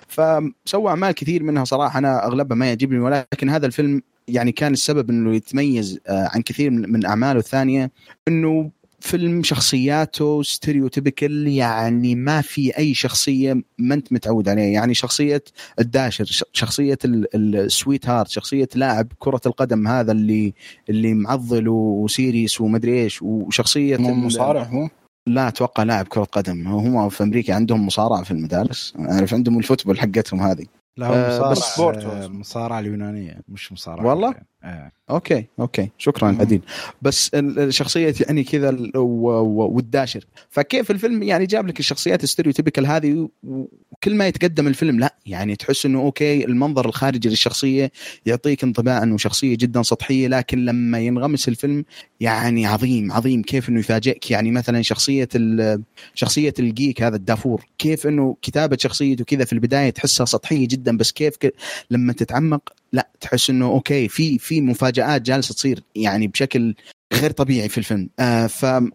فسوى اعمال كثير منها صراحه انا اغلبها ما يعجبني، ولكن هذا الفيلم يعني كان السبب انه يتميز عن كثير من اعماله الثانيه، انه فيلم شخصياته ستيريوتيبيكال، يعني ما في أي شخصية ما أنت متعود عليه. يعني شخصية الداشر، شخصية السويت هارت، شخصية لاعب كرة القدم هذا اللي اللي معضل وسيريس ومدري إيش، وشخصية مصارع هو لا أتوقع لاعب كرة قدم، هم في أمريكا عندهم مصارعة في المدارس، أعرف عندهم الفوتبول حقتهم هذه. لا هو مصارعة آه مصارعة اليونانية مش مصارعة والله آه. اوكي اوكي شكرا عديل. بس الشخصيه يعني كذا والداشر، فكيف الفيلم يعني جاب لك الشخصيات الستيريوتيبيكال هذه، وكل ما يتقدم الفيلم لا يعني تحس انه اوكي المنظر الخارجي للشخصيه يعطيك انطباع انه شخصيه جدا سطحيه، لكن لما ينغمس الفيلم يعني عظيم عظيم كيف انه يفاجئك. يعني مثلا شخصيه شخصيه الجيك هذا الدافور، كيف انه كتابه شخصيته كذا في البدايه تحسها سطحيه جدا، بس كيف لما تتعمق لا تحس انه اوكي في في مفاجآت جالسه تصير يعني بشكل غير طبيعي في الفيلم. آه ف آه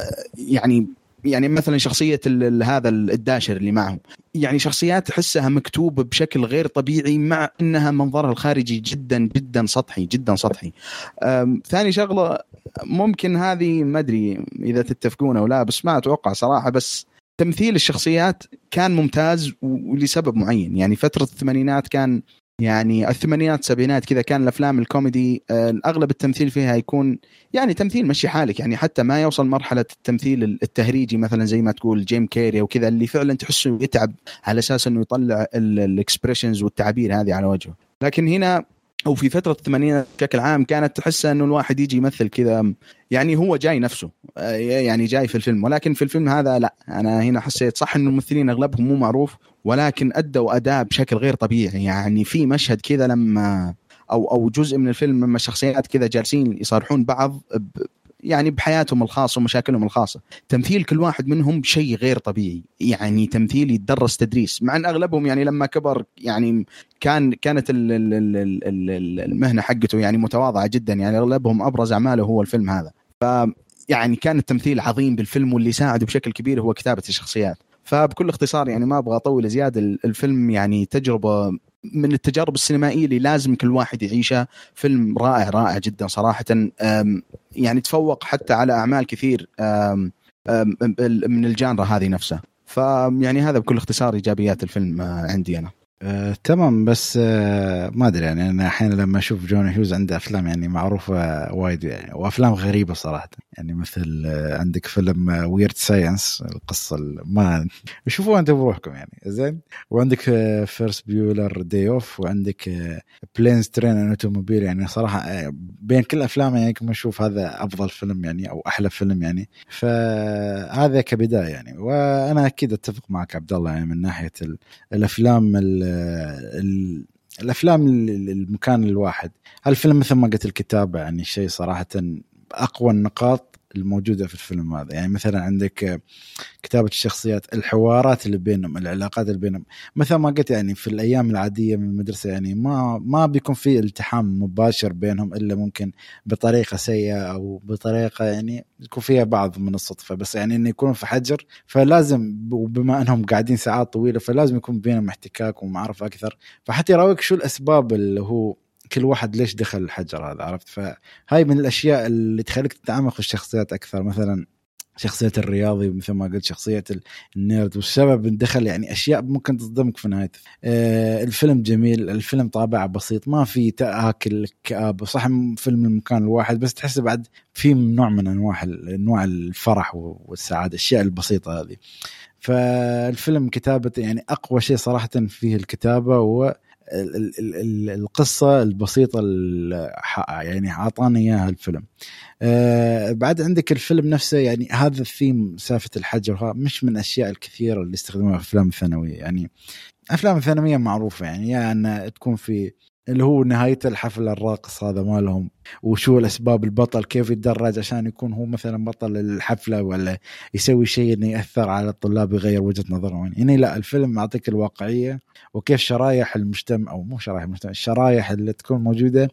يعني يعني مثلا شخصيه هذا الداشر اللي معهم، يعني شخصيات تحسها مكتوبه بشكل غير طبيعي، مع انها منظرها الخارجي جدا جدا سطحي جدا سطحي. آه ثاني شغله ممكن هذه ما ادري اذا تتفقون او لا، بس ما اتوقع صراحه، بس تمثيل الشخصيات كان ممتاز ولسبب معين. يعني فتره الثمانينات كان يعني الثمانينات السبعينات كذا كان الافلام الكوميدي اغلب التمثيل فيها يكون يعني تمثيل مشي حالك، يعني حتى ما يوصل مرحله التمثيل التهريجي مثلا زي ما تقول جيم كيري وكذا، اللي فعلا تحسه يتعب على اساس انه يطلع الاكسبريشنز والتعابير هذه على وجهه. لكن هنا او في فتره الثمانينات بشكل عام كانت تحس انه الواحد يجي يمثل كذا يعني هو جاي نفسه يعني جاي في الفيلم، ولكن في الفيلم هذا لا، انا هنا حسيت صح انه الممثلين اغلبهم مو معروف، ولكن ادوا اداء بشكل غير طبيعي. يعني في مشهد كذا لما او او جزء من الفيلم لما الشخصيات كذا جالسين يصارحون بعض يعني بحياتهم الخاصة ومشاكلهم الخاصة. تمثيل كل واحد منهم شيء غير طبيعي، يعني تمثيل يتدرس تدريس، مع أن أغلبهم يعني لما كبر يعني كان كانت المهنة حقته يعني متواضعة جدا، يعني أغلبهم أبرز أعماله هو الفيلم هذا. ف يعني كان التمثيل عظيم بالفيلم، واللي ساعده بشكل كبير هو كتابة الشخصيات. فبكل اختصار يعني ما أبغى أطول زيادة، الفيلم يعني تجربة من التجارب السينمائية اللي لازم كل واحد يعيشها. فيلم رائع رائع جدا صراحة، يعني تفوق حتى على أعمال كثير من الجانرا هذه نفسها. فيعني هذا بكل اختصار إيجابيات الفيلم عندي أنا. آه، تمام. بس آه، ما أدري يعني أنا أحيانا لما أشوف جون هيوز عنده أفلام يعني معروفة وايد يعني، وأفلام غريبة صراحة، يعني مثل آه، عندك فيلم ويرد ساينس، القصة ما شوفوها أنت بروحكم يعني زين، وعندك آه، فيرست بيولر داي أوف، وعندك آه، بلينز ترين أند أوتوموبيل. يعني صراحة آه، بين كل أفلام يعني كما أشوف هذا أفضل فيلم يعني أو أحلى فيلم يعني. فهذا كبداية يعني، وأنا أكيد أتفق معك عبد الله يعني من ناحية الأفلام الأفلام المكان الواحد. هالفيلم مثل ما قلت الكتابة يعني شيء صراحة أقوى النقاط الموجودة في الفيلم هذا. يعني مثلا عندك كتابة الشخصيات، الحوارات اللي بينهم، العلاقات اللي بينهم. مثل ما قلت يعني في الأيام العادية من المدرسة يعني ما ما بيكون في التحام مباشر بينهم إلا ممكن بطريقة سيئة أو بطريقة يعني يكون فيها بعض من الصدفة، بس يعني إنه يكونوا في حجر فلازم، وبما أنهم قاعدين ساعات طويلة فلازم يكون بينهم احتكاك ومعرفة أكثر، فحتى يراويك شو الأسباب اللي هو كل واحد ليش دخل الحجر هذا، عرفت؟ فهاي من الأشياء اللي تخليك تتعمق في الشخصيات أكثر. مثلا شخصية الرياضي مثل ما قلت، شخصية النيرد، والسبب من دخل يعني أشياء ممكن تصدمك في نهايته. آه الفيلم جميل، الفيلم طابع بسيط، ما في تآكل كآب، صح فيلم المكان الواحد بس تحس بعد في نوع من أنواع أنواع الفرح والسعادة، الأشياء البسيطة هذه. فالفيلم كتابة يعني أقوى شيء صراحة فيه الكتابة و القصة البسيطة يعني عطاني إياها الفيلم. أه بعد عندك الفيلم نفسه يعني هذا الثيم سالفة الحجر مش من الأشياء الكثيرة اللي استخدموها في أفلام الثانوية. يعني أفلام الثانوية معروفة يعني يا أن تكون في اللي هو نهاية الحفل الراقص هذا مالهم، وشو الأسباب البطل كيف يتدرج عشان يكون هو مثلا بطل الحفلة، ولا يسوي شيء إنه يأثر على الطلاب يغير وجهة نظرهم. يعني لا، الفيلم معطيك الواقعية وكيف شرايح المجتمع أو مو شرايح المجتمع، الشرايح اللي تكون موجودة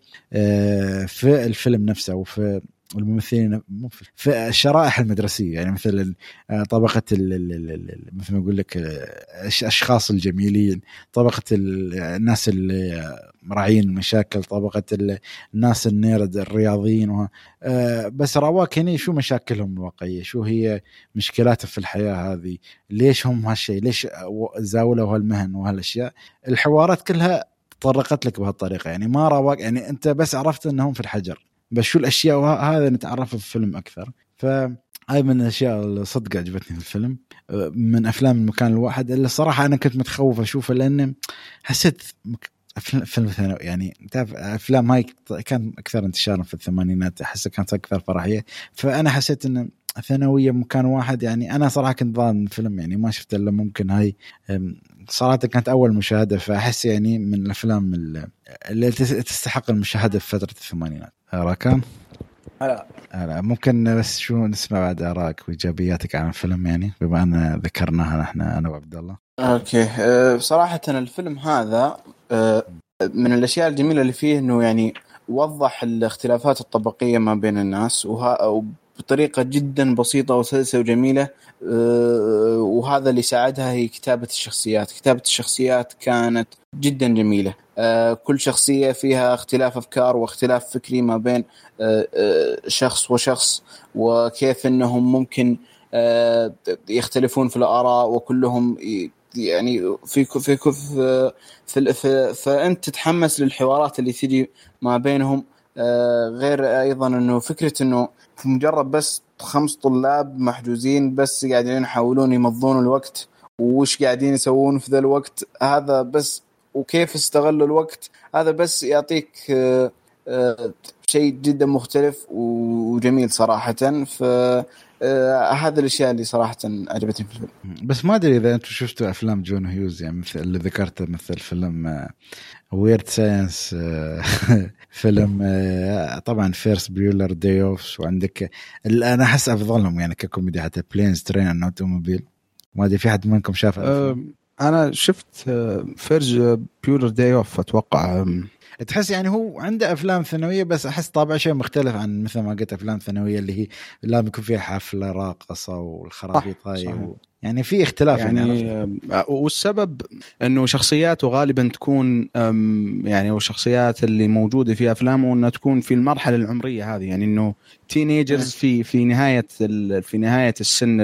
في الفيلم نفسه وفي الممثلين في الشرائح المدرسية. يعني مثل طبقة مثل ما أقول لك الأشخاص الجميلين، طبقة الناس اللي مراعين المشاكل، طبقة الناس النيرد الرياضيين وها. بس رواك هنا شو مشاكلهم الواقعية، شو هي مشكلاتهم في الحياة هذه، ليش هم هالشيء، ليش زاولوا هالمهن وهالأشياء. الحوارات كلها طرقت لك بهالطريقة، يعني ما رواك يعني أنت بس عرفت أنهم في الحجر، بس شو الأشياء وهذا نتعرف في الفيلم أكثر. فهاي من الأشياء الصدق عجبتني في الفيلم، من أفلام المكان الواحد اللي صراحة أنا كنت متخوف أشوفه، لأن حسيت فيلم ثانوي يعني تعرف أفلام هاي كان أكثر انتشارا في الثمانينات، أحس كانت أكثر فرحية. فأنا حسيت إن ثانوية مكان واحد يعني أنا صراحة كنت ضامن الفيلم يعني ما شفت إلا ممكن هاي صراحة كانت أول مشاهدة، فأحس يعني من الأفلام اللي تستحق المشاهدة في فترة الثمانينات. راكان لا لا ممكن بس شو نسمع بعد آرائك وإيجابياتك عن الفيلم يعني بما أن ذكرناها نحن أنا وعبد الله. أوكي أه صراحة الفيلم هذا أه من الأشياء الجميلة اللي فيه إنه يعني وضح الاختلافات الطبقية ما بين الناس وها بطريقة جدا بسيطة وسلسة وجميلة. أه وهذا اللي ساعدها هي كتابة الشخصيات. كتابة الشخصيات كانت جدا جميلة. أه كل شخصية فيها اختلاف أفكار واختلاف فكري ما بين أه أه شخص وشخص، وكيف إنهم ممكن أه يختلفون في الآراء وكلهم يعني في في في, في, في فأنت تتحمس للحوارات اللي تيجي ما بينهم. آه غير أيضا إنه فكرة إنه مجرد بس خمس طلاب محجوزين بس قاعدين يحاولون يمضون الوقت، وش قاعدين يسوون في ذا الوقت هذا بس، وكيف استغلوا الوقت هذا بس يعطيك آه آه شيء جدا مختلف وجميل صراحة. ف آه هذا الاشياء اللي صراحة عجبتني في الفيلم. بس ما ادري اذا انتم شفتوا افلام جون هيوز يعني مثل اللي ذكرته مثل فيلم ويرد ساينس، فيلم طبعا فيرست بيولر داي اوف، وعندك انا احس افضلهم يعني ككوميدي حتى بلينز ترين ان اوتوموبيل. ما ادري في حد منكم شافه؟ أه انا شفت فيرست بيولر داي اوف اتوقع. تحس يعني هو عنده افلام ثانويه بس احس طابع شيء مختلف عن مثل ما قلت افلام ثانويه اللي هي لازم يكون فيها حفله راقصه والخرابيط هاي و... يعني في اختلاف يعني, يعني والسبب انه شخصياته غالبا تكون يعني والشخصيات اللي موجوده في افلامه انها تكون في المرحله العمريه هذه، يعني انه تينيجرز في في نهايه في نهايه السن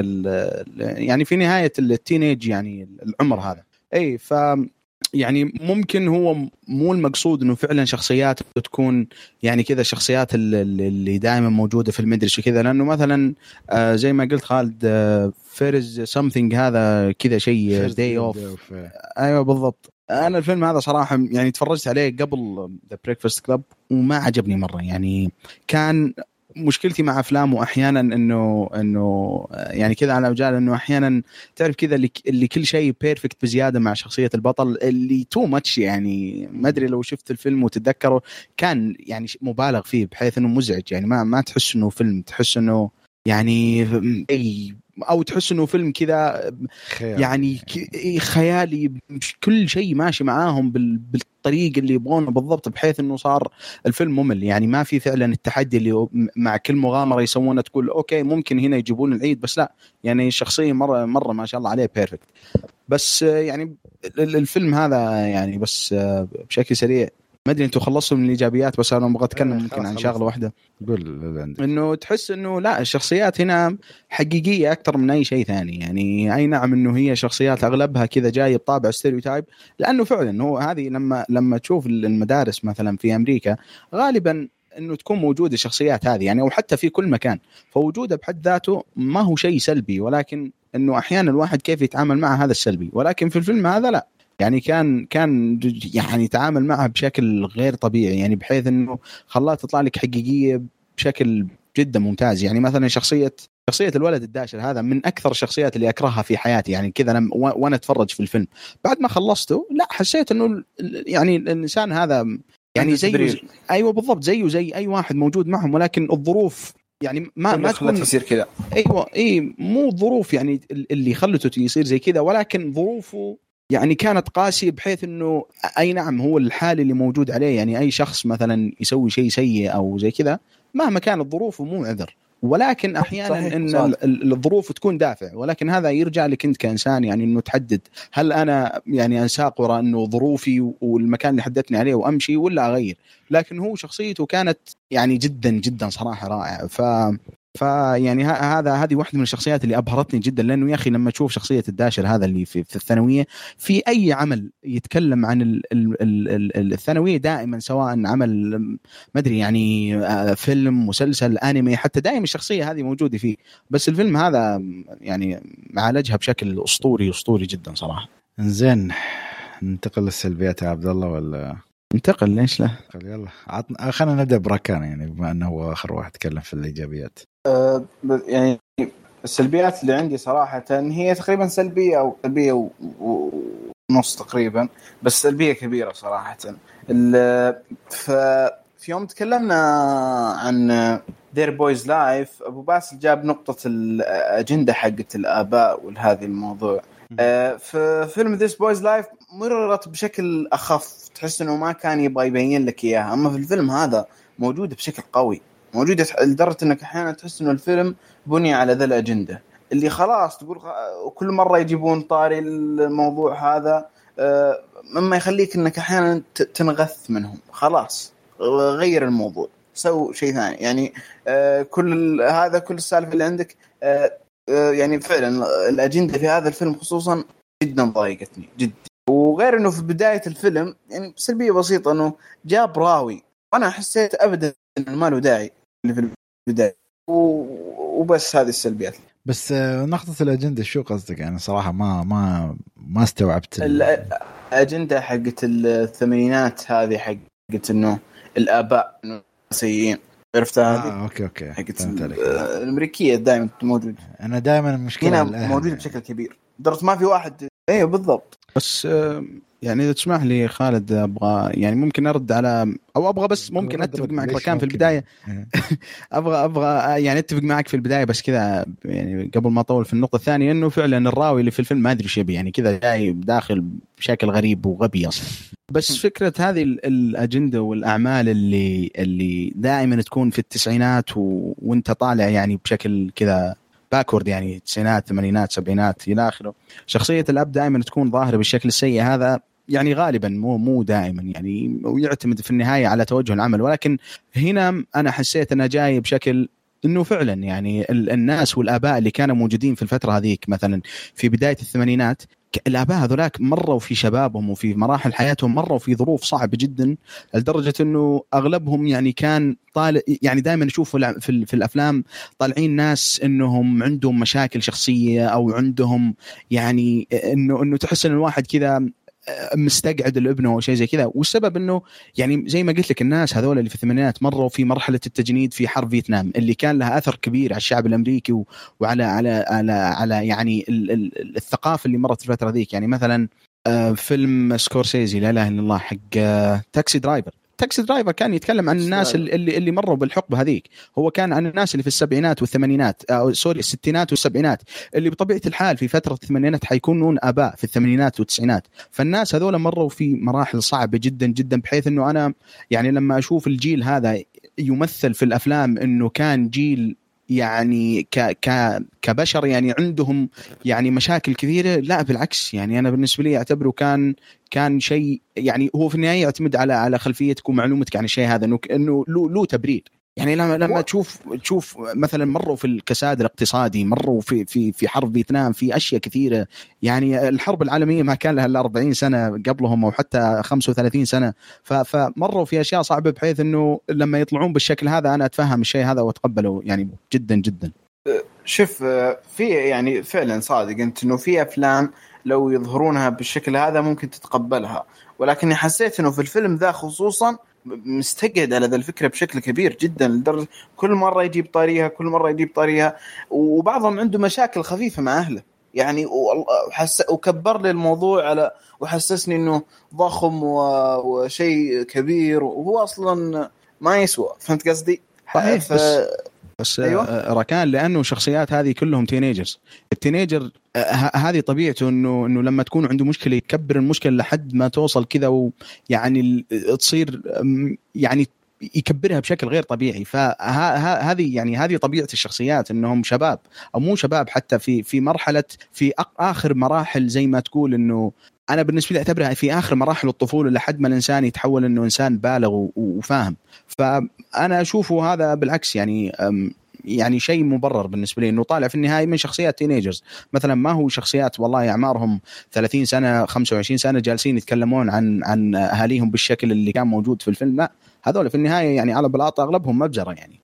يعني في نهايه التينيج يعني العمر هذا. اي ف يعني ممكن هو مو المقصود انه فعلا شخصيات تكون يعني كذا شخصيات اللي دائما موجوده في المدرسه كذا، لانه مثلا زي ما قلت خالد فيرز سمثينج هذا كذا شيء داي اوف. ايوه بالضبط. انا الفيلم هذا صراحه يعني تفرجت عليه قبل ذا بريكفاست كلاب وما عجبني مره. يعني كان مشكلتي مع افلامه احيانا انه انه يعني كذا على وجال انه احيانا تعرف كذا اللي, اللي كل شيء بيرفكت بزياده مع شخصيه البطل اللي تو ماتش. يعني ما ادري لو شفت الفيلم وتتذكره كان يعني مبالغ فيه بحيث انه مزعج. يعني ما ما تحس انه فيلم، تحس انه يعني اي او تحس انه فيلم كذا يعني خيالي، كل شيء ماشي معاهم بالطريقه اللي يبغونه بالضبط، بحيث انه صار الفيلم ممل. يعني ما في فعلا التحدي اللي مع كل مغامره يسوونه تقول اوكي ممكن هنا يجيبون العيد، بس لا يعني الشخصيه مره مره ما شاء الله عليه بيرفكت. بس يعني الفيلم هذا يعني بس بشكل سريع ما ادري انتم خلصتوا من الايجابيات، بس انا ابغى اتكلم ممكن عن شغله واحده. قول. انه تحس انه لا الشخصيات هنا حقيقيه اكثر من اي شيء ثاني. يعني اي نعم انه هي شخصيات اغلبها كذا جايه بطابع ستيريوتايب، لانه فعلا هو هذه لما لما تشوف المدارس مثلا في امريكا غالبا انه تكون موجوده الشخصيات هذه يعني، او حتى في كل مكان، فوجودها بحد ذاته ما هو شيء سلبي، ولكن انه احيانا الواحد كيف يتعامل مع هذا السلبي. ولكن في الفيلم هذا لا، يعني كان كان يعني يتعامل معها بشكل غير طبيعي، يعني بحيث انه خلاها تطلع لك حقيقيه بشكل جدا ممتاز. يعني مثلا شخصيه شخصيه الولد الداشر هذا من اكثر الشخصيات اللي اكرهها في حياتي. يعني كذا انا وانا اتفرج في الفيلم بعد ما خلصته لا حسيت انه يعني الانسان هذا يعني زيه زي ايوه بالضبط زيه زي اي واحد موجود معهم، ولكن الظروف يعني ما ما خلته يصير كذا. ايوه اي مو ظروف يعني اللي خلته يصير زي كذا، ولكن ظروفه يعني كانت قاسية بحيث انه اي نعم هو الحال اللي موجود عليه. يعني اي شخص مثلا يسوي شيء سيء او زي كذا مهما كانت ظروفه مو عذر، ولكن احيانا صحيح ان صحيح. الظروف تكون دافع، ولكن هذا يرجع لك انت كإنسان يعني انه تحدد هل انا يعني انساق وراء انه ظروفي والمكان اللي حددتني عليه وامشي ولا اغير. لكن هو شخصيته كانت يعني جدا جدا صراحة رائعة. ف فيعني هذا هذه واحدة من الشخصيات اللي أبهرتني جدا، لأنه يا أخي لما تشوف شخصية الداشر هذا اللي في, في الثانوية في أي عمل يتكلم عن ال ال ال الثانوية دائما، سواء عمل ما أدري يعني فيلم مسلسل أنمي حتى، دائما الشخصية هذه موجودة فيه. بس الفيلم هذا يعني معالجها بشكل أسطوري أسطوري جدا صراحة. إنزين ننتقل للسلبيات يا عبد الله ولا انتقل ليش لا؟ يلا عطنا خلينا نبدأ براكان يعني بما أنه هو آخر واحد تكلم في الإيجابيات. أه يعني السلبيات اللي عندي صراحة هي تقريبا سلبية أو سلبية ونص تقريبا، بس سلبية كبيرة صراحة. في يوم تكلمنا عن Their Boys Life أبو باسل جاب نقطة الأجندة حقت الآباء وهذه الموضوع. أه في فيلم This Boys Life مررت بشكل أخف، تحس إنه ما كان يبغى يبين لك إياها، أما في الفيلم هذا موجودة بشكل قوي، موجودة لدرجة إنك أحيانا تحس إنه الفيلم بني على ذا الأجندة اللي خلاص تقول كل مرة يجيبون طاري الموضوع هذا، مما يخليك إنك أحيانا تنغث منهم. خلاص غير الموضوع، سو شيء ثاني. يعني كل هذا كل السالفة اللي عندك يعني فعلا الأجندة في هذا الفيلم خصوصا جدا ضايقتني جدا. وغير إنه في بداية الفيلم يعني سلبية بسيطة إنه جاب راوي، وأنا حسيت أبدا إنه ما له داعي اللي في البداية، وبس هذه السلبيات. بس نقطة الأجندة شو قصدك؟ يعني صراحة ما ما ما استوعبت الأجندة حقت الثمانينات هذه، حقت إنه الآباء سيئين. عرفتها هذه؟ آه أوكي أوكي. حقت الأمريكية دائما موجود. أنا دائما المشكلة هنا موجود يعني. بشكل كبير درجة ما في واحد. أيوه بالضبط. بس يعني إذا تسمح لي خالد أبغى يعني ممكن أرد على أو أبغى بس ممكن أتفق معك ركان في البداية. أبغى أبغى يعني أتفق معك في البداية بس كذا يعني قبل ما أطول في النقطة الثانية إنه فعلا الراوي اللي في الفيلم ما أدري شيء يعني كذا جاي داخل بشكل غريب وغبي أصلا. بس فكرة هذه الأجندة والأعمال اللي اللي دائما تكون في التسعينات و... وأنت طالع يعني بشكل كذا باكورد يعني التسعينات ثمانينات سبعينات إلى آخره. شخصية الأب دائما تكون ظاهرة بالشكل السيء هذا يعني غالبا مو مو دائما يعني ويعتمد في النهاية على توجه العمل. ولكن هنا أنا حسيت أنها جاي بشكل إنه فعلا يعني الناس والآباء اللي كانوا موجودين في الفترة هذيك مثلا في بداية الثمانينات الآباء هذولاك مروا في شبابهم وفي مراحل حياتهم مروا في ظروف صعبة جدا لدرجة إنه أغلبهم يعني كان طالع يعني دائما نشوف في في الأفلام طالعين ناس إنهم عندهم مشاكل شخصية أو عندهم يعني إنه إنه تحس إن الواحد كذا مستقعد لابنه أو شيء زي كذا. والسبب إنه يعني زي ما قلت لك الناس هذول اللي في الثمانينات مروا في مرحلة التجنيد في حرب فيتنام اللي كان لها أثر كبير على الشعب الأمريكي وعلى على على على يعني الثقافة اللي مرت الفترة ذيك. يعني مثلا فيلم سكورسيزي لا إله إلا الله حق تاكسي درايفر. تاكسي درايفر كان يتكلم عن الناس اللي اللي مروا بالحقبة هذيك. هو كان عن الناس اللي في السبعينات والثمانينات أو سوري الستينات والسبعينات اللي بطبيعة الحال في فترة الثمانينات حيكونون آباء في الثمانينات والتسعينات. فالناس هذول مروا في مراحل صعبة جدا جدا بحيث إنه أنا يعني لما أشوف الجيل هذا يمثل في الأفلام إنه كان جيل يعني ك ك كبشر يعني عندهم يعني مشاكل كثيرة. لا بالعكس يعني أنا بالنسبة لي أعتبره كان كان شيء يعني هو في النهاية يعتمد على على خلفيتك ومعلومتك عن الشيء هذا إنه إنه له له تبرير. يعني لما لما تشوف تشوف مثلا مروا في الكساد الاقتصادي مروا في في في حرب فيتنام في أشياء كثيرة. يعني الحرب العالمية ما كان لها إلا أربعين سنة قبلهم أو حتى خمسة وثلاثين سنة. فمروا في أشياء صعبة بحيث إنه لما يطلعون بالشكل هذا أنا أتفهم الشيء هذا وأتقبله يعني جدا جدا. شوف في يعني فعلا صادق أنت إنه في أفلام لو يظهرونها بالشكل هذا ممكن تتقبلها. ولكن حسيت إنه في الفيلم ذا خصوصا مستقعد على ذا الفكرة بشكل كبير جدا لدرجة كل مرة يجيب طريقها كل مرة يجيب طريقها. وبعضهم عنده مشاكل خفيفة مع أهله يعني وحس وكبر لي الموضوع على وحسسني إنه ضخم وشيء كبير وهو أصلا ما يسوى. فهمت قصدي؟ ف... بس أيوة. ركان لأنه شخصيات هذه كلهم تينيجرز. التينيجر هذه طبيعته إنه إنه لما تكون عنده مشكلة يكبر المشكلة لحد ما توصل كذا ويعني تصير يعني يكبرها بشكل غير طبيعي. فهذه يعني هذه طبيعة الشخصيات إنهم شباب أو مو شباب حتى في في مرحلة في آخر مراحل زي ما تقول إنه أنا بالنسبة لي أعتبرها في آخر مراحل الطفولة لحد ما الإنسان يتحول إنه إنسان بالغ وفاهم. فأنا أشوفه هذا بالعكس يعني يعني شيء مبرر بالنسبة لي إنه طالع في النهاية من شخصيات تينيجرز. مثلا ما هو شخصيات والله أعمارهم ثلاثين سنة خمسة وعشرين سنة جالسين يتكلمون عن عن أهاليهم بالشكل اللي كان موجود في الفيلم. لا هذول في النهاية يعني على بلاطة أغلبهم مبجرة يعني.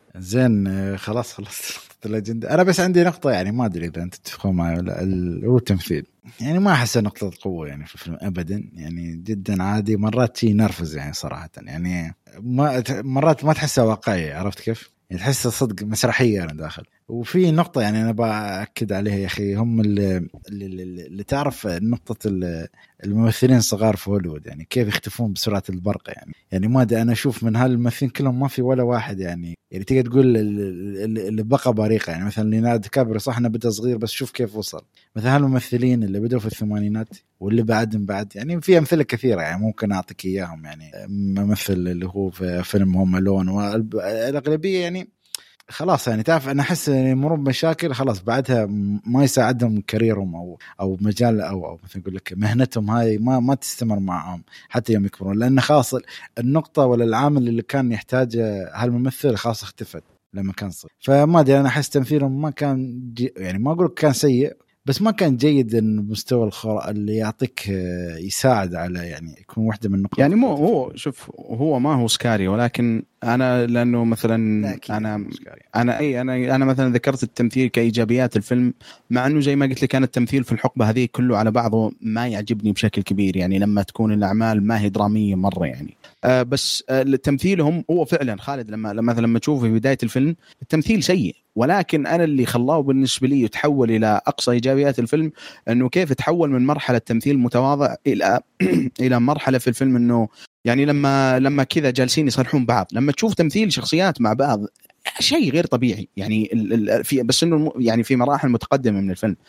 زين خلاص خلاص الأجندة. أنا بس عندي نقطة يعني ما أدري إذا أنت تتفقون معي ولا هو التمثيل يعني ما أحس نقطة قوة يعني في الفيلم أبدا يعني جدا عادي. مرات شيء نرفز يعني صراحة يعني ما مرات ما تحسها واقعية. عرفت كيف يعني تحس صدق مسرحية أنا داخل. وفي نقطة يعني أنا بأكد عليها يا أخي هم اللي, اللي, اللي تعرف نقطة الممثلين الصغار في هوليوود يعني كيف يختفون بسرعة البرق يعني يعني ما أدري أنا أشوف من هالممثلين كلهم ما في ولا واحد يعني يعني تيجي تقول اللي بقى بريقة يعني مثلا ليوناردو دي كابريو صح إنه بدأ صغير بس شوف كيف وصل. مثلا هالممثلين اللي بدأوا في الثمانينات واللي بعدهم بعد يعني في أمثلة كثيرة يعني ممكن أعطيك إياهم يعني ممثل اللي هو في فيلم هوم ألون والأغلبية يعني خلاص يعني تعرف أنا أحس إن يمرون بمشاكل خلاص بعدها ما يساعدهم كاريرهم أو أو مجال أو أو مثل أقول لك مهنتهم هاي ما ما تستمر معهم حتى يوم يكبرون لأن خاص النقطة ولا العامل اللي كان يحتاجه هالممثل خاص اختفت لما كان صغير. فما أدري أنا أحس تمثيلهم ما كان يعني ما أقول كان سيء بس ما كان جيد المستوى الخرا اللي يعطيك يساعد على يعني يكون واحدة من النقاط يعني مو هو شوف هو ما هو سكاري ولكن انا لانه مثلا انا انا اي انا انا مثلا ذكرت التمثيل كايجابيات الفيلم، مع انه زي ما قلت لك كان التمثيل في الحقبه هذه كله على بعضه ما يعجبني بشكل كبير، يعني لما تكون الاعمال ما هي دراميه مره يعني. آه بس آه تمثيلهم هو فعلا خالد لما لما مثلا لما تشوفه في بدايه الفيلم التمثيل سيء، ولكن انا اللي خلاه بالنسبه لي يتحول الى اقصى ايجابيات الفيلم انه كيف تحول من مرحله تمثيل متواضع الى الى مرحله في الفيلم انه يعني لما لما كذا جالسين يصلحون بعض، لما تشوف تمثيل شخصيات مع بعض شيء غير طبيعي يعني في بس انه يعني في مراحل متقدمه من الفيلم.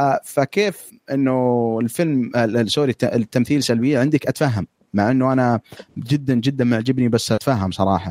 فكيف انه الفيلم سوري التمثيل سلبيه عندك اتفهم، مع انه انا جدا جدا معجبني، بس اتفهم صراحه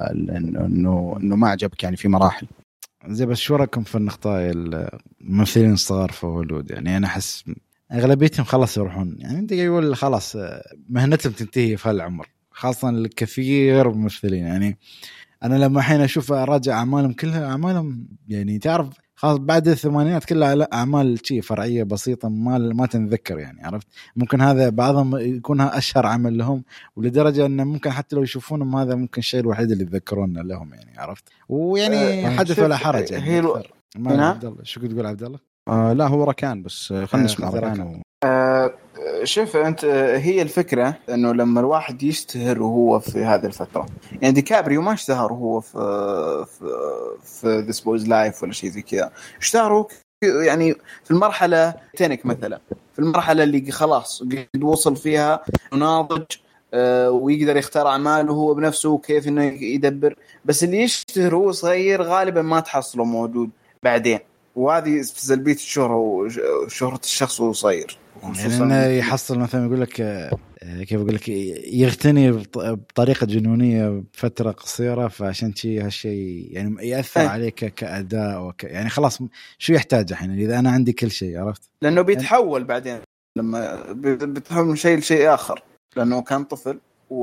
انه انه ما عجبك يعني في مراحل زي. بس شو رايكم في النقطه الممثلين الصغار في هوليوود؟ يعني انا احس اغلبيتهم خلاص يروحون، يعني انت يقول خلاص مهنتهم تنتهي في هالعمر، خاصه الكثير من الممثلين. يعني انا لما الحين اشوف اراجع اعمالهم كلها اعمالهم يعني تعرف خلاص بعد الثمانينات كلها اعمال شيء فرعيه بسيطه ما ما تنذكر يعني، عرفت؟ ممكن هذا بعضهم يكونها اشهر عمل لهم، ولدرجه انه ممكن حتى لو يشوفونهم هذا ممكن الشيء الوحيد اللي يتذكرونه لهم يعني، عرفت؟ ويعني أه حدث ولا حرج يعني. هي الو... ما عبد الله شو تقول عبد الله؟ آه لا هو ركان بس خلينا نسمع ركان. و... آه شوف انت، هي الفكره انه لما الواحد يشتهر وهو في هذه الفتره، يعني ديكابريو ما اشتهر وهو في في في ذس بويز لايف ولا شيء زي كذا، اشتهروا يعني في المرحله تينك مثلا، في المرحله اللي خلاص قد وصل فيها ناضج آه ويقدر يختار اعماله هو بنفسه وكيف انه يدبر. بس اللي يشتهر وهو صغير غالبا ما تحصله موجود بعدين، وهذه سلبيه الشهره وشهره الشخص وهو صغير. يعني انه يحصل مثلا يقول لك كيف اقول لك يغتني بطريقه جنونيه بفتره قصيره، فعشان شيء هالشيء يعني ياثر أه. عليك كاداء وك يعني خلاص شو يحتاج الحين اذا انا عندي كل شيء، عرفت؟ لانه بيتحول يعني بعدين لما بتحول من شيء لشيء اخر، لانه كان طفل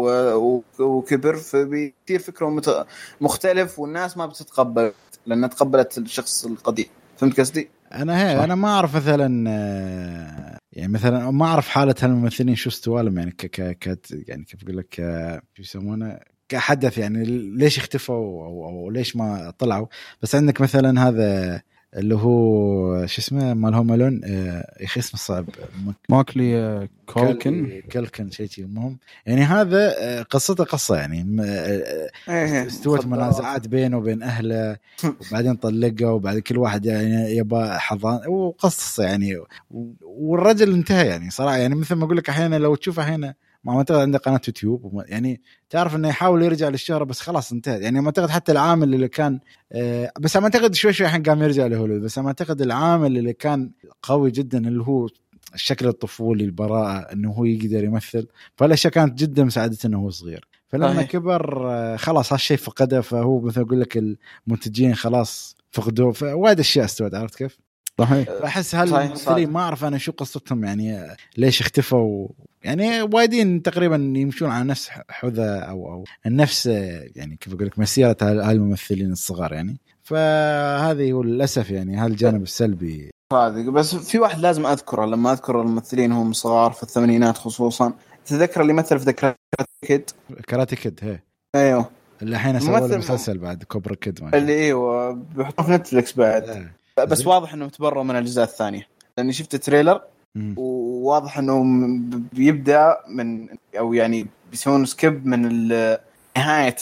وكبر فبيصير فكره مختلف والناس ما بتتقبل لأنها تقبلت الشخص القديم. فهمت قصدي؟ أنا هي أنا ما أعرف مثلا يعني مثلا ما أعرف حالة هالممثلين شو استوالهم يعني ك ك يعني كيف أقول لك شو يسمونه كحدث يعني ليش اختفوا أو, أو ليش ما طلعوا. بس عندك مثلا هذا اللي هو شو اسمه مال هوم ألون يا اخي اسمه صعب ماكلي كولكن كولكن شيء شيء المهم يعني هذا قصته قصه يعني استوت منازعات بينه وبين اهله وبعدين طلقه وبعد كل واحد يعني يبغى حضان وقصه يعني والرجل انتهى يعني صراحه يعني مثل ما اقول لك احيانا لو تشوفه هنا ما اعتقد عنده قناه يوتيوب يعني تعرف انه يحاول يرجع للشهره بس خلاص انتهى يعني ما اعتقد حتى العامل اللي كان آه بس ما اعتقد شوي شوي الحين قام يرجع لهوليوود بس ما اعتقد العامل اللي كان قوي جدا اللي هو الشكل الطفولي البراءه انه هو يقدر يمثل فالاشياء كانت جدا مساعدته انه هو صغير فلما آه. كبر آه خلاص هالشيء فقده فهو مثل اقول لك المنتجين خلاص فقدوه فوايد اشياء استوت عرفت كيف صحيح احس هالممثلين ما اعرف انا شو قصتهم يعني ليش اختفوا يعني وايدين تقريبا يمشون على نفس حذا او او النفس يعني كيف اقول لك مسيره هالممثلين الصغار يعني فهذه هو للاسف يعني هالجانب السلبي صادق. بس في واحد لازم اذكره لما اذكر الممثلين هم صغار في الثمانينات خصوصا تذكر اللي مثل في كاراتي كيد كاراتي كيد هي ايوه اللي الحين سووا له مسلسل بعد كوبرا كيد اللي ايوه بيحطوه في نتفلكس بعد اه. بس واضح انه متبرر من الاجزاء الثانيه لاني شفت التريلر وواضح انه بيبدا من او يعني بيسوون سكيب من نهايه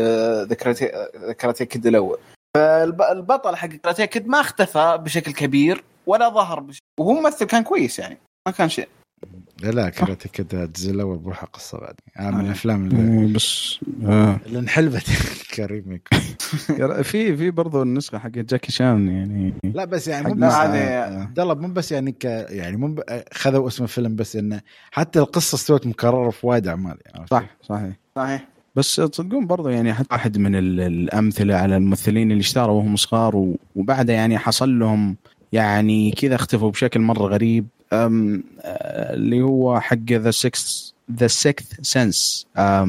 الكاراتيه كيد الاول فالبطل حق كاراتيه كيد ما اختفى بشكل كبير ولا ظهر بشكل وهو ممثل كان كويس يعني ما كان شيء لا لا كاراتيه كيد الجزء الاول بروحه قصه بعد آه من الافلام اللي بس آه. اللي انحلبت كريم في في برضو النسخه حق جاكي شان يعني لا بس يعني مو بس عبدالله مو بس يعني ك يعني مو خذوا اسم الفيلم بس انه حتى القصه استوت مكرره في وايد اعمال يعني صح صحيح صحيح بس تصدقون برضو يعني حتى واحد من الامثله على الممثلين اللي اشتهروا وهم صغار وبعدها يعني حصل لهم يعني كذا اختفوا بشكل مره غريب اللي هو حق The Sixth The Sixth Sense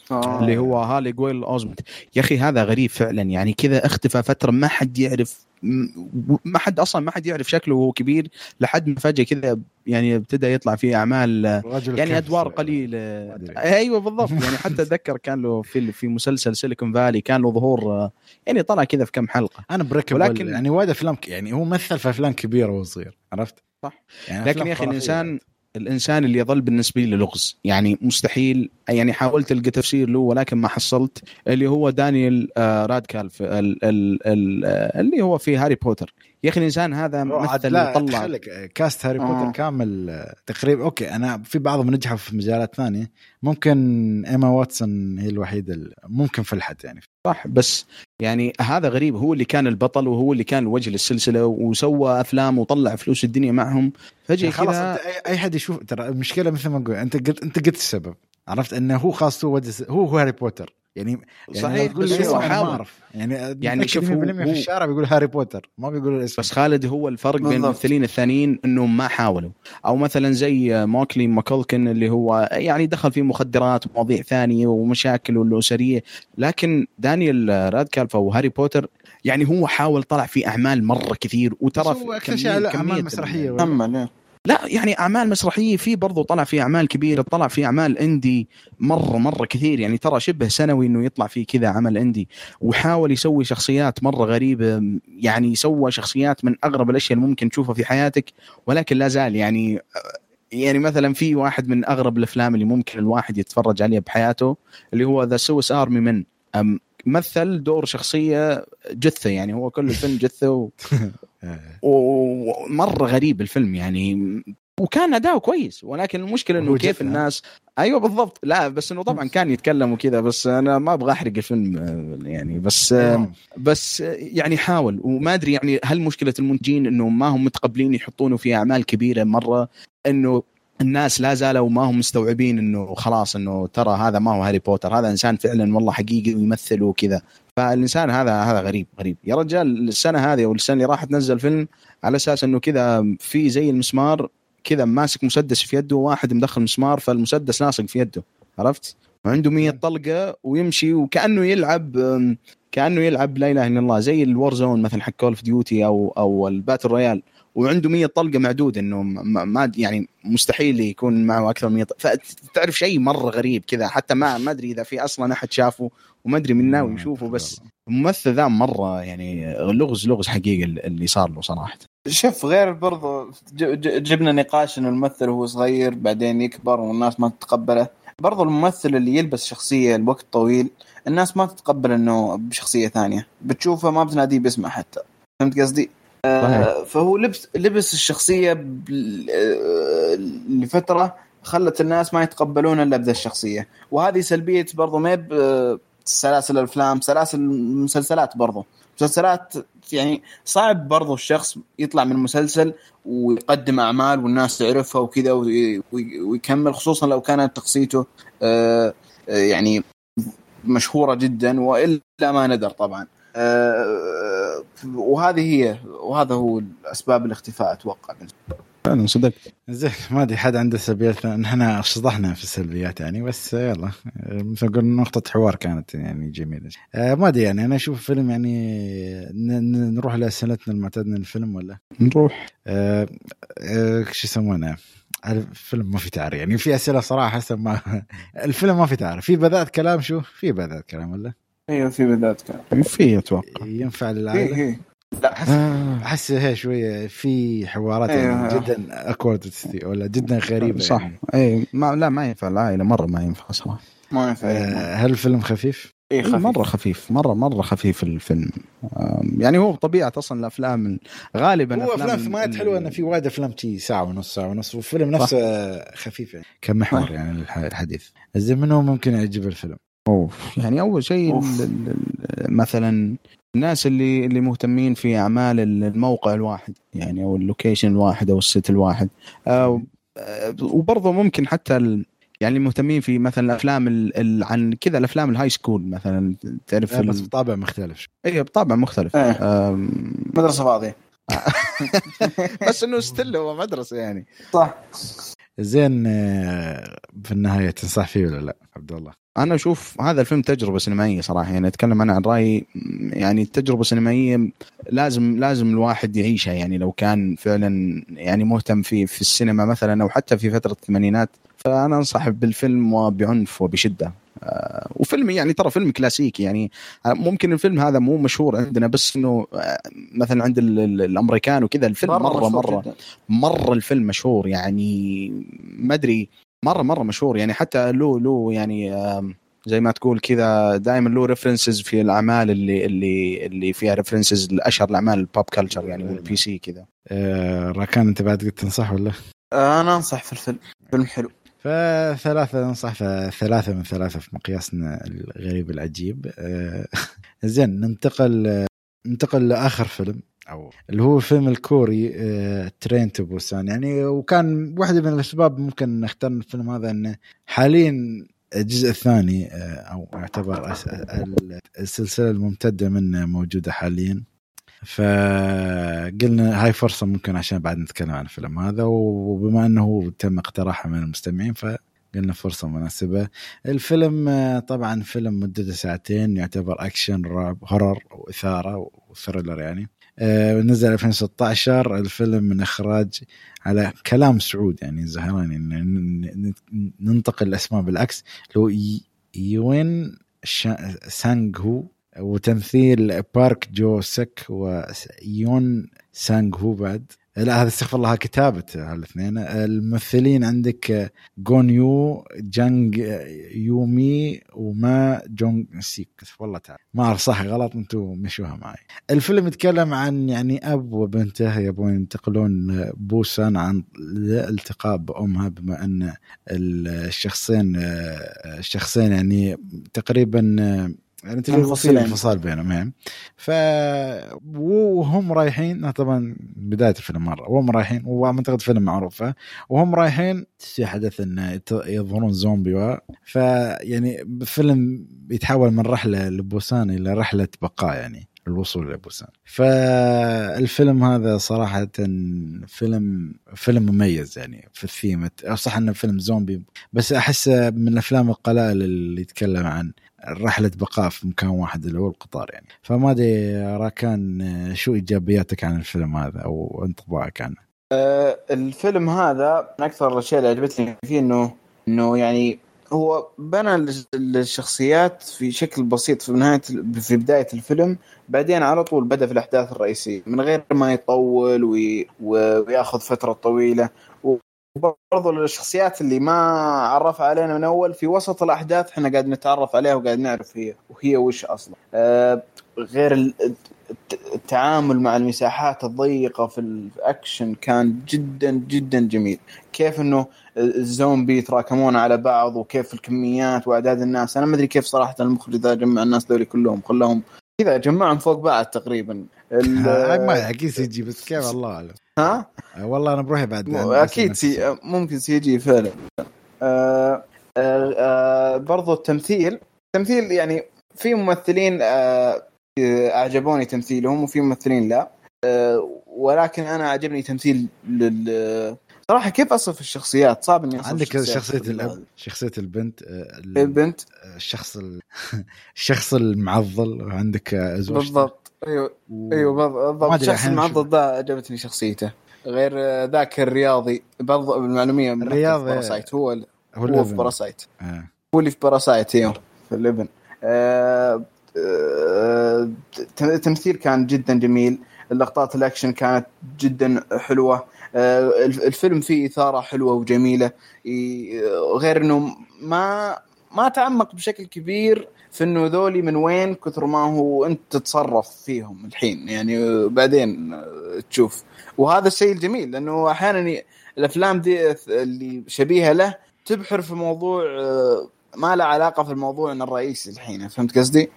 آه. اللي هو هالي جويل أوزمنت. يا أخي هذا غريب فعلا، يعني كذا اختفى فترة ما حد يعرف، ما حد أصلا ما حد يعرف شكله وهو كبير، لحد ما فجأة كذا يعني ابتدى يطلع في أعمال يعني أدوار قليلة. أيوة بالضبط. يعني حتى أتذكر كان له في في مسلسل سيليكون فالي كان له ظهور، يعني طلع كذا في كم حلقة. أنا بريكبل ولكن يعني وايد أفلام، يعني هو مثل في أفلام كبيرة وهو صغير، عرفت صح. يعني لكن يا أخي الإنسان الإنسان اللي يظل بالنسبة لي لغز، يعني مستحيل، يعني حاولت ألقى تفسير له ولكن ما حصلت، اللي هو دانيال آه رادكالف ال ال ال اللي هو في هاري بوتر. يا أخي الإنسان هذا مثل يطلع كاست هاري بوتر آه. كامل تقريبا. أوكي أنا في بعضهم نجحوا في مجالات ثانية، ممكن إيما واتسون هي الوحيدة ممكن في الحد يعني صح. بس يعني هذا غريب، هو اللي كان البطل وهو اللي كان الوجه للسلسلة وسوى أفلام وطلع فلوس الدنيا معهم، فجأة خلاص كذا أي حد يشوف. ترى المشكلة مثل ما نقول أنت قلت أنت قلت السبب، عرفت أنه هو خاص هو هو هاري بوتر يعني. صحيح بس هو ما أعرف يعني يعني شوف في الشارع بيقول هاري بوتر ما بيقول الاسم. بس خالد هو الفرق بين الممثلين الثانيين انهم ما حاولوا، او مثلا زي ماكلي ماكولكن اللي هو يعني دخل في مخدرات ومواضيع ثانيه ومشاكل والاسريه، لكن دانيال رادكالف او هاري بوتر يعني هو حاول طلع في اعمال مره كثير، وترى في اعمال مسرحيه لا يعني أعمال مسرحية، في برضو طلع في أعمال كبيرة، طلع في أعمال إندي مرة مرة كثير، يعني ترى شبه سنوي إنه يطلع فيه كذا عمل إندي، وحاول يسوي شخصيات مرة غريبة، يعني يسوي شخصيات من أغرب الأشياء اللي ممكن تشوفها في حياتك، ولكن لا زال يعني يعني مثلا في واحد من أغرب الأفلام اللي ممكن الواحد يتفرج عليها بحياته اللي هو The Swiss Army Men، مثل دور شخصية جثة، يعني هو كل الفيلم جثة و... ومرة غريب الفيلم يعني، وكان أداؤه كويس، ولكن المشكلة إنه كيف الناس أيوة بالضبط. لا بس إنه طبعا كان يتكلم وكذا، بس أنا ما أبغى أحرق الفيلم يعني، بس بس يعني حاول، وما أدري يعني هل مشكلة المنتجين إنه ما هم متقبلين يحطونه في أعمال كبيرة مرة، إنه الناس لا زالوا ما هم مستوعبين إنه خلاص إنه ترى هذا ما هو هاري بوتر، هذا إنسان فعلا والله حقيقي ويمثل وكذا. فالإنسان هذا هذا غريب غريب يا رجال. السنة هذه أو السنة اللي راحت نزل فيلم على أساس إنه كذا في زي المسمار كذا ماسك مسدس في يده، واحد مدخل مسمار فالمسدس لاصق في يده، عرفت، وعنده مية طلقة ويمشي وكأنه يلعب كأنه يلعب لا إله إلا الله زي الوار زون مثلا حق كول اوف ديوتي أو أو الباتل رويال، وعنده مية طلقة معدود، إنه ما يعني مستحيل يكون معه أكثر من مية طلقة. فتعرف شيء مرة غريب كذا، حتى ما ما أدري إذا في أصلا أحد شافه وما أدري من ناوي يشوفه، بس الممثل ذا مرة يعني لغز لغز حقيقي اللي صار له صراحة. شوف غير برضو جبنا نقاش إنه الممثل هو صغير بعدين يكبر والناس ما تتقبله، برضو الممثل اللي يلبس شخصية الوقت طويل الناس ما تتقبل إنه بشخصية ثانية، بتشوفه ما بتناديه باسمه حتى، فهمت قصدي؟ آه فهو لبس لبس الشخصية لفترة خلت الناس ما يتقبلون إلا بذا الشخصية، وهذه سلبية برضو ما بسلاسل الأفلام، سلاسل المسلسلات برضو. مسلسلات يعني صعب برضو الشخص يطلع من مسلسل ويقدم أعمال والناس تعرفها وكذا ويكمل، خصوصا لو كانت تقصيته آه يعني مشهورة جدا، وإلا ما ندر طبعا. أه وهذه هي وهذا هو الأسباب الاختفاء أتوقع. أنا صدقت. زين ما أدري حد عنده سلبيات، نحن شطحنا في السلبيات يعني، بس يلا مثل نقول نقطة حوار كانت يعني جميلة. أه ما أدري يعني أنا أشوف فيلم يعني نروح لأسئلتنا المعتادة الفيلم ولا نروح أه أه شو يسمونه الفيلم ما في تعري يعني، في أسئلة صراحة حسب ما الفيلم ما في تعري، في بذات كلام شو في بذات كلام ولا ايوه في بدايات كان في اتوقع ينفع للعائله. هي هي. لا احس آه. احس هي شويه في حوارات أيوه. يعني جدا اكورد ولا جدا غريبه صح يعني. اي ما لا ما ينفع العائله مره، ما ينفع صراحه ما ينفع. آه هل الفيلم خفيف؟ اي خفيف. مره خفيف مره مره خفيف الفيلم. آه يعني هو بطبيعه اصلا الافلام غالبا هو افلام ثمانية حلوه انه في وايد افلام تي ساعه ونص ساعه ونص والفيلم نفسه خفيف يعني كمحور يعني الحديث. زي منه ممكن يعجب الفيلم. أوف. يعني أول شيء مثلا الناس اللي اللي مهتمين في أعمال الموقع الواحد يعني أو اللوكيشن الواحد أو الست الواحد، آه وبرضه ممكن حتى ال يعني المهتمين في مثلا الأفلام ال عن كذا الأفلام الهاي سكول مثلا تعرف بس بطابع مختلف. إيه بطابع مختلف. آه. مدرسة فاضية بس إنه ستيل هو مدرسة يعني. صح. زين في النهاية تنصح فيه ولا لا عبد الله؟ انا اشوف هذا الفيلم تجربه سينمائيه صراحه، يعني اتكلم انا عن رايي، يعني التجربه السينمائيه لازم لازم الواحد يعيشها، يعني لو كان فعلا يعني مهتم في في السينما مثلا او حتى في فتره الثمانينات، فانا انصح بالفيلم وبعنف وبشده. آه وفيلم يعني ترى فيلم كلاسيكي، يعني ممكن الفيلم هذا مو مشهور عندنا، بس انه آه مثلا عند ال ال الامريكان وكذا الفيلم مره مره جداً. مره الفيلم مشهور، يعني ما ادري مره مره مشهور، يعني حتى له له يعني آه زي ما تقول كذا دائما له ريفرنسز في الاعمال اللي اللي اللي فيها ريفرنسز لاشهر الاعمال البوب كلتشر يعني والبي سي كذا. آه راكان انت بعد قلت تنصح ولا؟ آه انا انصح في الفيلم، فيلم حلو. فثلاثة ننصح، فثلاثة من ثلاثة في مقياسنا الغريب العجيب. آه زين ننتقل ننتقل لآخر فيلم أو اللي هو فيلم الكوري آه ترين تو بوسان. يعني وكان واحدة من الأسباب ممكن نختار الفيلم هذا أنه حاليا الجزء الثاني آه أو يعتبر السلسلة الممتدة منه موجودة حاليا، فقلنا هاي فرصة ممكن عشان بعد نتكلم عن الفيلم هذا، وبما أنه تم اقتراحه من المستمعين فقلنا فرصة مناسبة. الفيلم طبعا فيلم مدته ساعتين، يعتبر أكشن رعب هورر وإثارة وثريلر يعني. نزل ألفين وستة عشر. الفيلم من إخراج على كلام سعود يعني زهران، يعني ننتقل الأسماء بالعكس، لو يوين سانغ هو، وتمثيل بارك جو سك ويون سانغ هو. بعد لا هذا استغفر الله كتابة هالاثنين. الممثلين عندك غونيو جانغ يومي وما جونغ سيك، والله تعالى ما أعرف صح غلط انتوا مشوها معي. الفيلم يتكلم عن يعني أب وبنته يبون ينتقلون بوسان عن الالتقاء بأمها، بما أن الشخصين الشخصين يعني تقريبا يعني في انفصال بينهم يعني. ف وهم رايحين طبعا بداية الفيلم مرة وهم رايحين، ومنطقة فيلم معروفة، وهم رايحين حدث ان يظهرون زومبي. فيعني الفيلم يتحول من رحلة لبوسان الى رحلة بقاء يعني الوصول لبوسان. فالفيلم هذا صراحة فيلم فيلم مميز يعني في الثيمة، صح انه فيلم زومبي بس احس من الافلام القلائل اللي يتكلم عن رحلة بقاء في مكان واحد اللي هو القطار يعني. فما ادري راكان شو ايجابياتك عن الفيلم هذا او انطباعك عنه؟ أه الفيلم هذا من اكثر الاشياء اللي عجبتني فيه انه انه يعني هو بنى الشخصيات في شكل بسيط في نهاية في بداية الفيلم، بعدين على طول بدأ في الأحداث الرئيسية من غير ما يطول وي ويأخذ فترة طويلة. وبرضو الشخصيات اللي ما عرف علينا من أول في وسط الأحداث احنا قاعد نتعرف عليها وقاعد نعرف هي وهي وش أصلا. أه غير التعامل مع المساحات الضيقة في الأكشن كان جدا جدا جميل. كيف إنه الزومبي يتراكمون على بعض وكيف الكميات وأعداد الناس. أنا ما أدري كيف صراحة المخرج إذا جمع الناس دولي كلهم كلهم كذا جمعهم فوق بعض تقريبا. ما أكيد سيجي بس كيف الله أعلم. ها والله أنا بروحي بعد أكيد سي ممكن سيجي فعلا. آه آه آه برضو التمثيل تمثيل يعني في ممثلين آه أعجبوني تمثيلهم وفي ممثلين لا. أه ولكن أنا عجبني تمثيل لل صراحة. كيف أصف الشخصيات صعب إني أصف. عندك شخصية الأب، شخصية البنت، البنت الشخص ال... الشخص المعضل، وعندك زوجته بالضبط. أيوة و... أيوة بالضبط. الشخص المعضل ده عجبتني شخصيته. غير ذاك الرياضي برضو بالمعلومية الرياضي باراسايت هو ال... هو, هو في باراسايت آه. هو اللي في باراسايت ايوه في الابن. آه التمثيل كان جدا جميل. اللقطات الأكشن كانت جدا حلوة. الفيلم فيه إثارة حلوة وجميلة، غير أنه ما ما تعمق بشكل كبير في أنه ذولي من وين كثر ما هو أنت تتصرف فيهم الحين يعني بعدين تشوف. وهذا الشيء الجميل لأنه أحيانا الأفلام دي اللي شبيهة له تبحر في موضوع ما له علاقة في الموضوع الرئيسي الحين. فهمت قصدي؟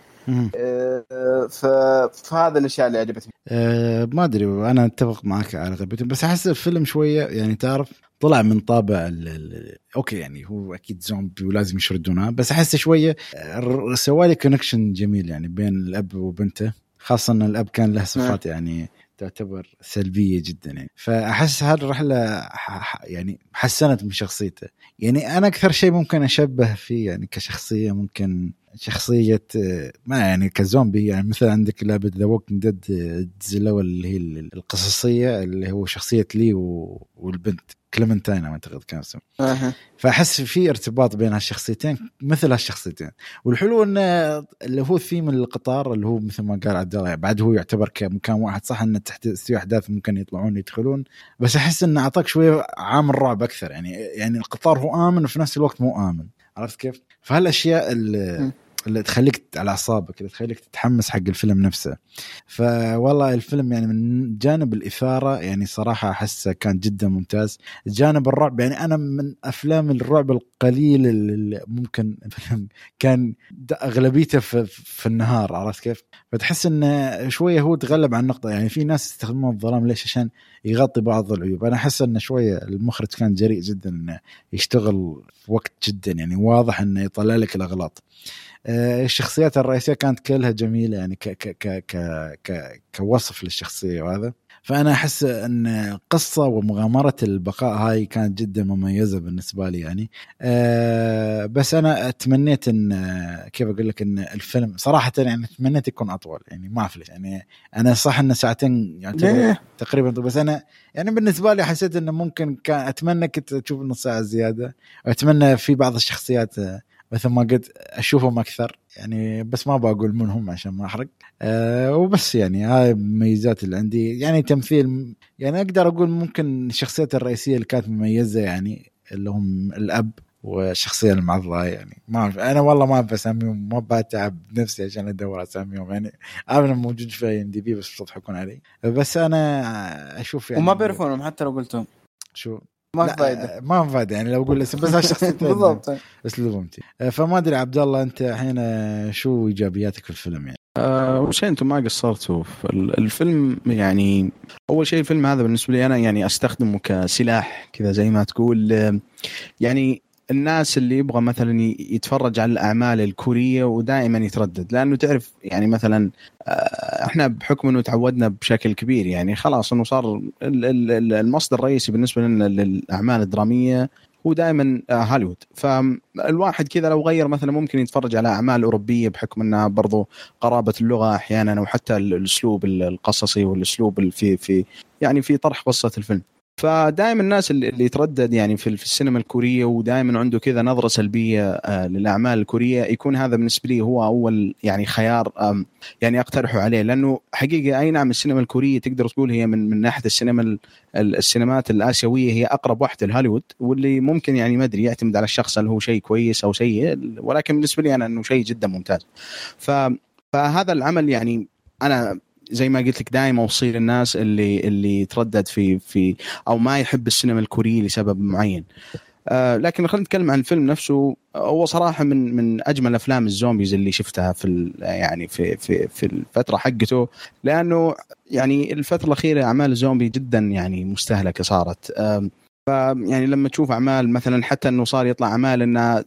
فهذا الاشياء اللي عجبتني. أه ما ادري انا اتفق معك على غبيته، بس احس الفيلم شويه يعني تعرف طلع من طابع ال ال اوكي يعني هو اكيد زومبي ولازم يشردونها، بس احس شويه سوالي كونكشن جميل يعني بين الاب وبنته، خاصه ان الاب كان له صفات يعني تعتبر سلبية جدا يعني. فأحس هذه الرحلة يعني حسنت من شخصيته. يعني أنا أكثر شيء ممكن أشبه فيه يعني كشخصية ممكن شخصية ما يعني كزومبي يعني مثل عندك لعبة ذا ووكينج ديد الجزء اللي هي القصصية اللي هو شخصية لي والبنت كليمنتاين ما أعتقد كان اسمه. أه. فأحس في ارتباط بين هالشخصيتين مثل هالشخصيتين. والحلو إن اللي هو ثيم القطار اللي هو مثل ما قال عبد الله بعد هو يعتبر كمكان واحد صح إنه تحت سوي أحداث ممكن يطلعون يدخلون بس أحس إنه أعطاك شوية عامل رعب أكثر يعني يعني القطار هو آمن وفي نفس الوقت مو آمن عرفت كيف؟ فهالأشياء اللي اللي تخليك على أعصابك اللي تخليك تتحمس حق الفيلم نفسه. فوالله الفيلم يعني من جانب الإثارة يعني صراحة أحسه كان جدا ممتاز. جانب الرعب يعني أنا من أفلام الرعب القليل اللي ممكن كان أغلبيته في, في النهار عرفت كيف. فتحس إنه شوية هو تغلب عن النقطة يعني في ناس يستخدمون الظلام ليش عشان يغطي بعض العيوب. أنا أحس إنه شوية المخرج كان جريء جدا إنه يشتغل في وقت جدا يعني واضح إنه يطلع لك الأغلاط. الشخصيات الرئيسية كانت كلها جميلة يعني ك ك ك ك ك كوصف للشخصية وهذا. فأنا أحس أن قصة ومغامرة البقاء هاي كانت جدا مميزة بالنسبة لي يعني. أه بس أنا تمنيت أن كيف أقول لك أن الفيلم صراحة يعني تمنيت يكون أطول يعني ما أعرف ليش يعني أنا صح أن ساعتين يعني تقريبا بس أنا يعني بالنسبة لي حسيت أنه ممكن كان أتمنى كنت تشوف نص ساعة زيادة. أتمنى في بعض الشخصيات مثل ما قلت أشوفهم أكثر يعني بس ما بقول منهم عشان ما أحرق. أه وبس يعني هاي ميزات اللي عندي يعني تمثيل يعني أقدر أقول ممكن الشخصيات الرئيسية اللي كانت مميزة يعني اللي هم الأب والشخصية المعضلة يعني ما أعرف أنا والله ما بسميهم ما بتعب نفسي عشان أدور أسميهم يعني أنا موجود في إم دي بي بس تضحكون علي بس أنا أشوف يعني وما بيعرفونهم حتى لو قلتهم شو ما فايدة ما فايدة يعني لو أقول اسم بس هالشخصيتين بالضبط أسلوبهمتي. فما أدري عبد الله أنت الحين شو إيجابياتك في الفيلم يعني؟ أه وشيء أنتم ما قصرتوا في الفيلم يعني. أول شيء الفيلم هذا بالنسبة لي أنا يعني أستخدمه كسلاح كذا زي ما تقول يعني الناس اللي يبغى مثلا يتفرج على الأعمال الكورية ودائما يتردد لأنه تعرف يعني مثلا احنا بحكم انه تعودنا بشكل كبير يعني خلاص انه صار المصدر الرئيسي بالنسبة لنا للأعمال الدرامية هو دائما هوليوود. فالواحد كذا لو غير مثلا ممكن يتفرج على أعمال أوروبية بحكم أنها برضو قرابة اللغة أحيانا وحتى الأسلوب القصصي والأسلوب في في يعني في طرح قصة الفيلم. فدائما الناس اللي يتردد يعني في السينما الكورية ودائما عنده كذا نظرة سلبية للأعمال الكورية يكون هذا بالنسبة لي هو أول يعني خيار يعني أقترحه عليه. لأنه حقيقة أي نعم السينما الكورية تقدر تقول هي من من ناحية السينما السينمات الآسيوية هي أقرب واحدة لهوليوود واللي ممكن يعني ما أدري يعتمد على الشخص هل هو شيء كويس أو سيء ولكن بالنسبة لي أنا أنه شيء جدا ممتاز. فهذا العمل يعني أنا زي ما قلت لك دائما أوصي للناس اللي اللي يتردد في في أو ما يحب السينما الكورية لسبب معين. آه لكن خلينا نتكلم عن الفيلم نفسه. هو صراحة من من أجمل أفلام الزومبيز اللي شفتها في يعني في في في الفترة حقته لأنه يعني الفترة الأخيرة أعمال الزومبي جدا يعني مستهلكة صارت. آه فيعني لما تشوف أعمال مثلا حتى أنه صار يطلع أعمال أنها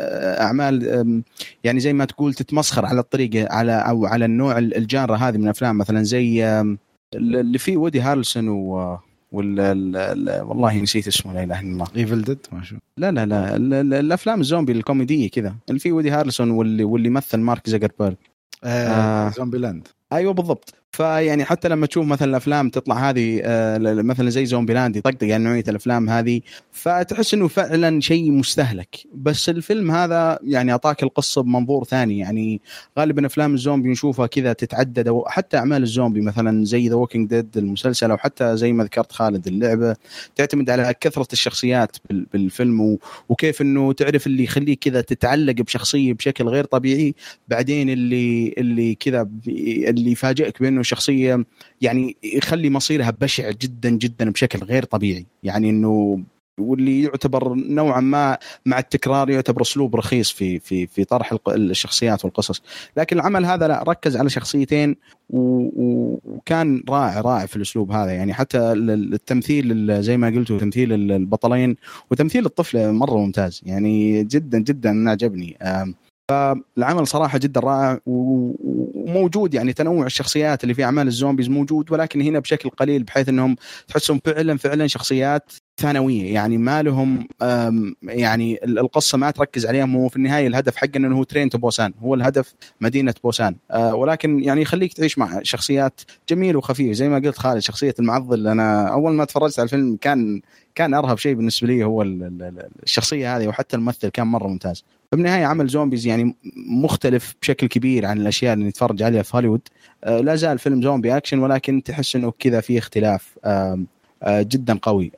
أعمال يعني زي ما تقول تتمسخر على الطريقة على أو على النوع الجانرا هذه من الأفلام مثلا زي اللي فيه وودي هارلسون و ولا والله نسيت اسمه لا إله إلا الله إيفل ديد ما شو لا لا لا الأفلام الزومبي الكوميدية كذا اللي فيه وودي هارلسون واللي واللي مثل مارك زوكربيرج آه زومبي لاند. أيوة بالضبط. فيعني حتى لما تشوف مثلا الأفلام تطلع هذه مثلا زي زومبي لاند يطقطق يعني نوعية الأفلام هذه فتحس إنه فعلا شيء مستهلك. بس الفيلم هذا يعني أعطاك القصة بمنظور ثاني. يعني غالبا أفلام الزومبي نشوفها كذا تتعدد أو حتى أعمال الزومبي مثلا زي The Walking Dead المسلسل أو حتى زي ما ذكرت خالد اللعبة تعتمد على كثرة الشخصيات بالفيلم وكيف إنه تعرف اللي يخليك كذا تتعلق بشخصية بشكل غير طبيعي بعدين اللي اللي كذا اللي يفاجئك بأنه شخصية يعني يخلي مصيرها بشع جدا جدا بشكل غير طبيعي. يعني انه واللي يعتبر نوعا ما مع التكرار يعتبر اسلوب رخيص في في في طرح الشخصيات والقصص. لكن العمل هذا لا ركز على شخصيتين وكان رائع رائع في الاسلوب هذا. يعني حتى التمثيل زي ما قلت تمثيل البطلين وتمثيل الطفل مره ممتاز يعني جدا جدا عجبني. فالعمل صراحة جدا رائع وموجود، يعني تنوع الشخصيات اللي في أعمال الزومبيز موجود، ولكن هنا بشكل قليل بحيث أنهم تحسهم فعلا فعلا شخصيات ثانوية، يعني ما لهم يعني القصة ما تركز عليهم. هو في النهاية الهدف حقنا أنه هو ترين تو بوسان، هو الهدف مدينة بوسان، ولكن يعني يخليك تعيش مع شخصيات جميل وخفيف. زي ما قلت خالد، شخصية المعضل أنا أول ما تفرجت على الفيلم كان كان أرهب شيء بالنسبة لي هو الشخصية هذه، وحتى الممثل كان مرة ممتاز. في النهاية عمل زومبيز يعني مختلف بشكل كبير عن الأشياء اللي نتفرج عليها في هوليوود. لا زال فيلم زومبي أكشن، ولكن تحس أنه كذا فيه اختلاف جدا قوي.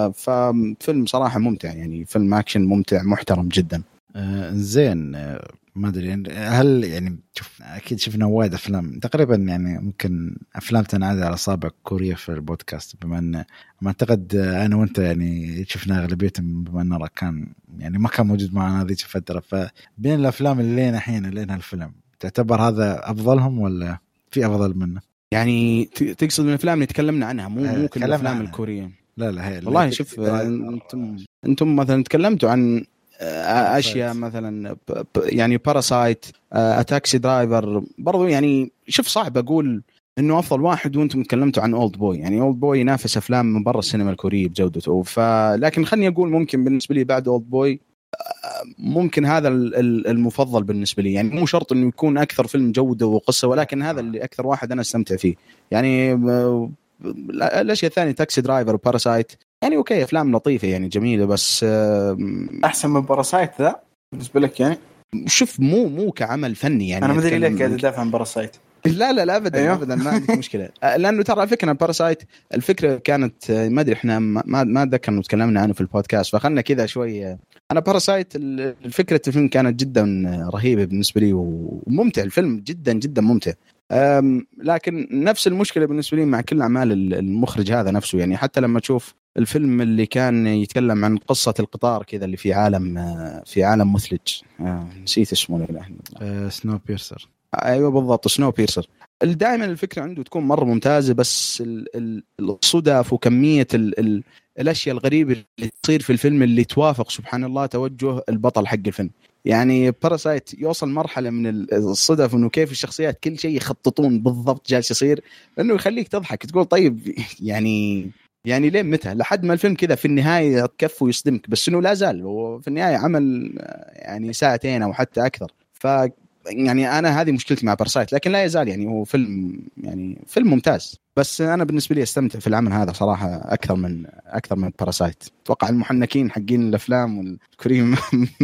ففيلم صراحة ممتع، يعني فيلم أكشن ممتع محترم جدا. زين، ما أدري هل يعني شوف أكيد شفنا وايد أفلام تقريبا، يعني ممكن أفلام تنعاد على أصابع كوريا في البودكاست، بما أن ما أعتقد أنا وأنت يعني شفنا أغلبيتهم، بما أن كان يعني ما كان موجود معنا هذه الفترة. فبين الأفلام اللي لنا الحين لنا الفيلم، تعتبر هذا أفضلهم ولا في أفضل منه؟ يعني تقصد من الأفلام اللي تكلمنا عنها، مو مو كل الأفلام الكورية؟ لا لا هي والله شوف، أنتم أنتم مثلا تكلمتوا عن أشياء مثلا يعني باراسايت، أتاكسي درايفر برضو، يعني شوف صعب أقول إنه أفضل واحد وأنتم تكلمتوا عن أولد بوي. يعني أولد بوي ينافس أفلام من برا السينما الكورية بجودته، فلكن خلني أقول ممكن بالنسبة لي بعد أولد بوي ممكن هذا المفضل بالنسبة لي. يعني مو شرط إنه يكون أكثر فيلم جودة وقصة، ولكن هذا اللي أكثر واحد أنا استمتع فيه. يعني الأشياء الثانية تاكسي درايفر وباراسايت يعني أوكي أفلام لطيفة يعني جميلة، بس أحسن من باراسايت ذا بالنسبة لك يعني؟ شوف مو مو كعمل فني يعني. أنا ما أدري ليك قاعد أدافع عن باراسايت. لا لا لا أبدا أيوه؟ أبدا ما عندك مشكلة. لأنه ترى فكرة باراسايت الفكرة كانت ما أدري إحنا ما ما أتذكر إنه تكلمنا عنه في البودكاست، فخلنا كذا شوي. أنا باراسايت الفكرة الفيلم كانت جدا رهيبة بالنسبة لي وممتع، الفيلم جدا جدا ممتع. لكن نفس المشكلة بالنسبة لي مع كل أعمال المخرج هذا نفسه. يعني حتى لما تشوف الفيلم اللي كان يتكلم عن قصة القطار كذا اللي في عالم في عالم مثلج، آه نسيت اسمه آه سنو بيرسر. أيوة بالضبط سنو بيرسر. دائما الفكرة عنده تكون مرة ممتازة، بس الصدف وكمية ال ال الأشياء الغريبة اللي تصير في الفيلم اللي توافق سبحان الله توجه البطل حق الفيلم. يعني باراسايت يوصل مرحلة من الصدف إنه كيف الشخصيات كل شيء يخططون بالضبط جالس يصير، إنه يخليك تضحك تقول طيب يعني يعني لين متى، لحد ما الفيلم كذا في النهاية تكف ويصدمك، بس إنه لا زال وفي النهاية عمل يعني ساعتين أو حتى أكثر. ف يعني أنا هذه مشكلتي مع باراسايت، لكن لا يزال يعني هو فيلم يعني فيلم ممتاز. بس أنا بالنسبة لي أستمتع في العمل هذا صراحة أكثر من أكثر من باراسايت. أتوقع المحنكين حقين الأفلام والكوريين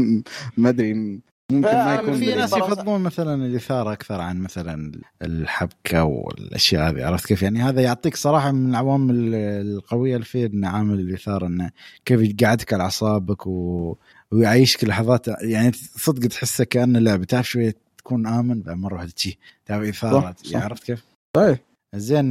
ما أدري ممكن ما يكون. في ناس يفضلون مثلا الإثارة أكثر عن مثلا الحبكة والأشياء هذه، عرفت كيف؟ يعني هذا يعطيك صراحة من العوامل القوية اللي فيه إن عامل الإثارة إنه كيف يقعدك على أعصابك و... ويعيشك لحظات يعني صدق تحسه كأنه لعبة، تعرف شوية تكون آمن بعد مرة واحدة شيء تعرف إثارة، يعني عرفت كيف؟ طيب زين،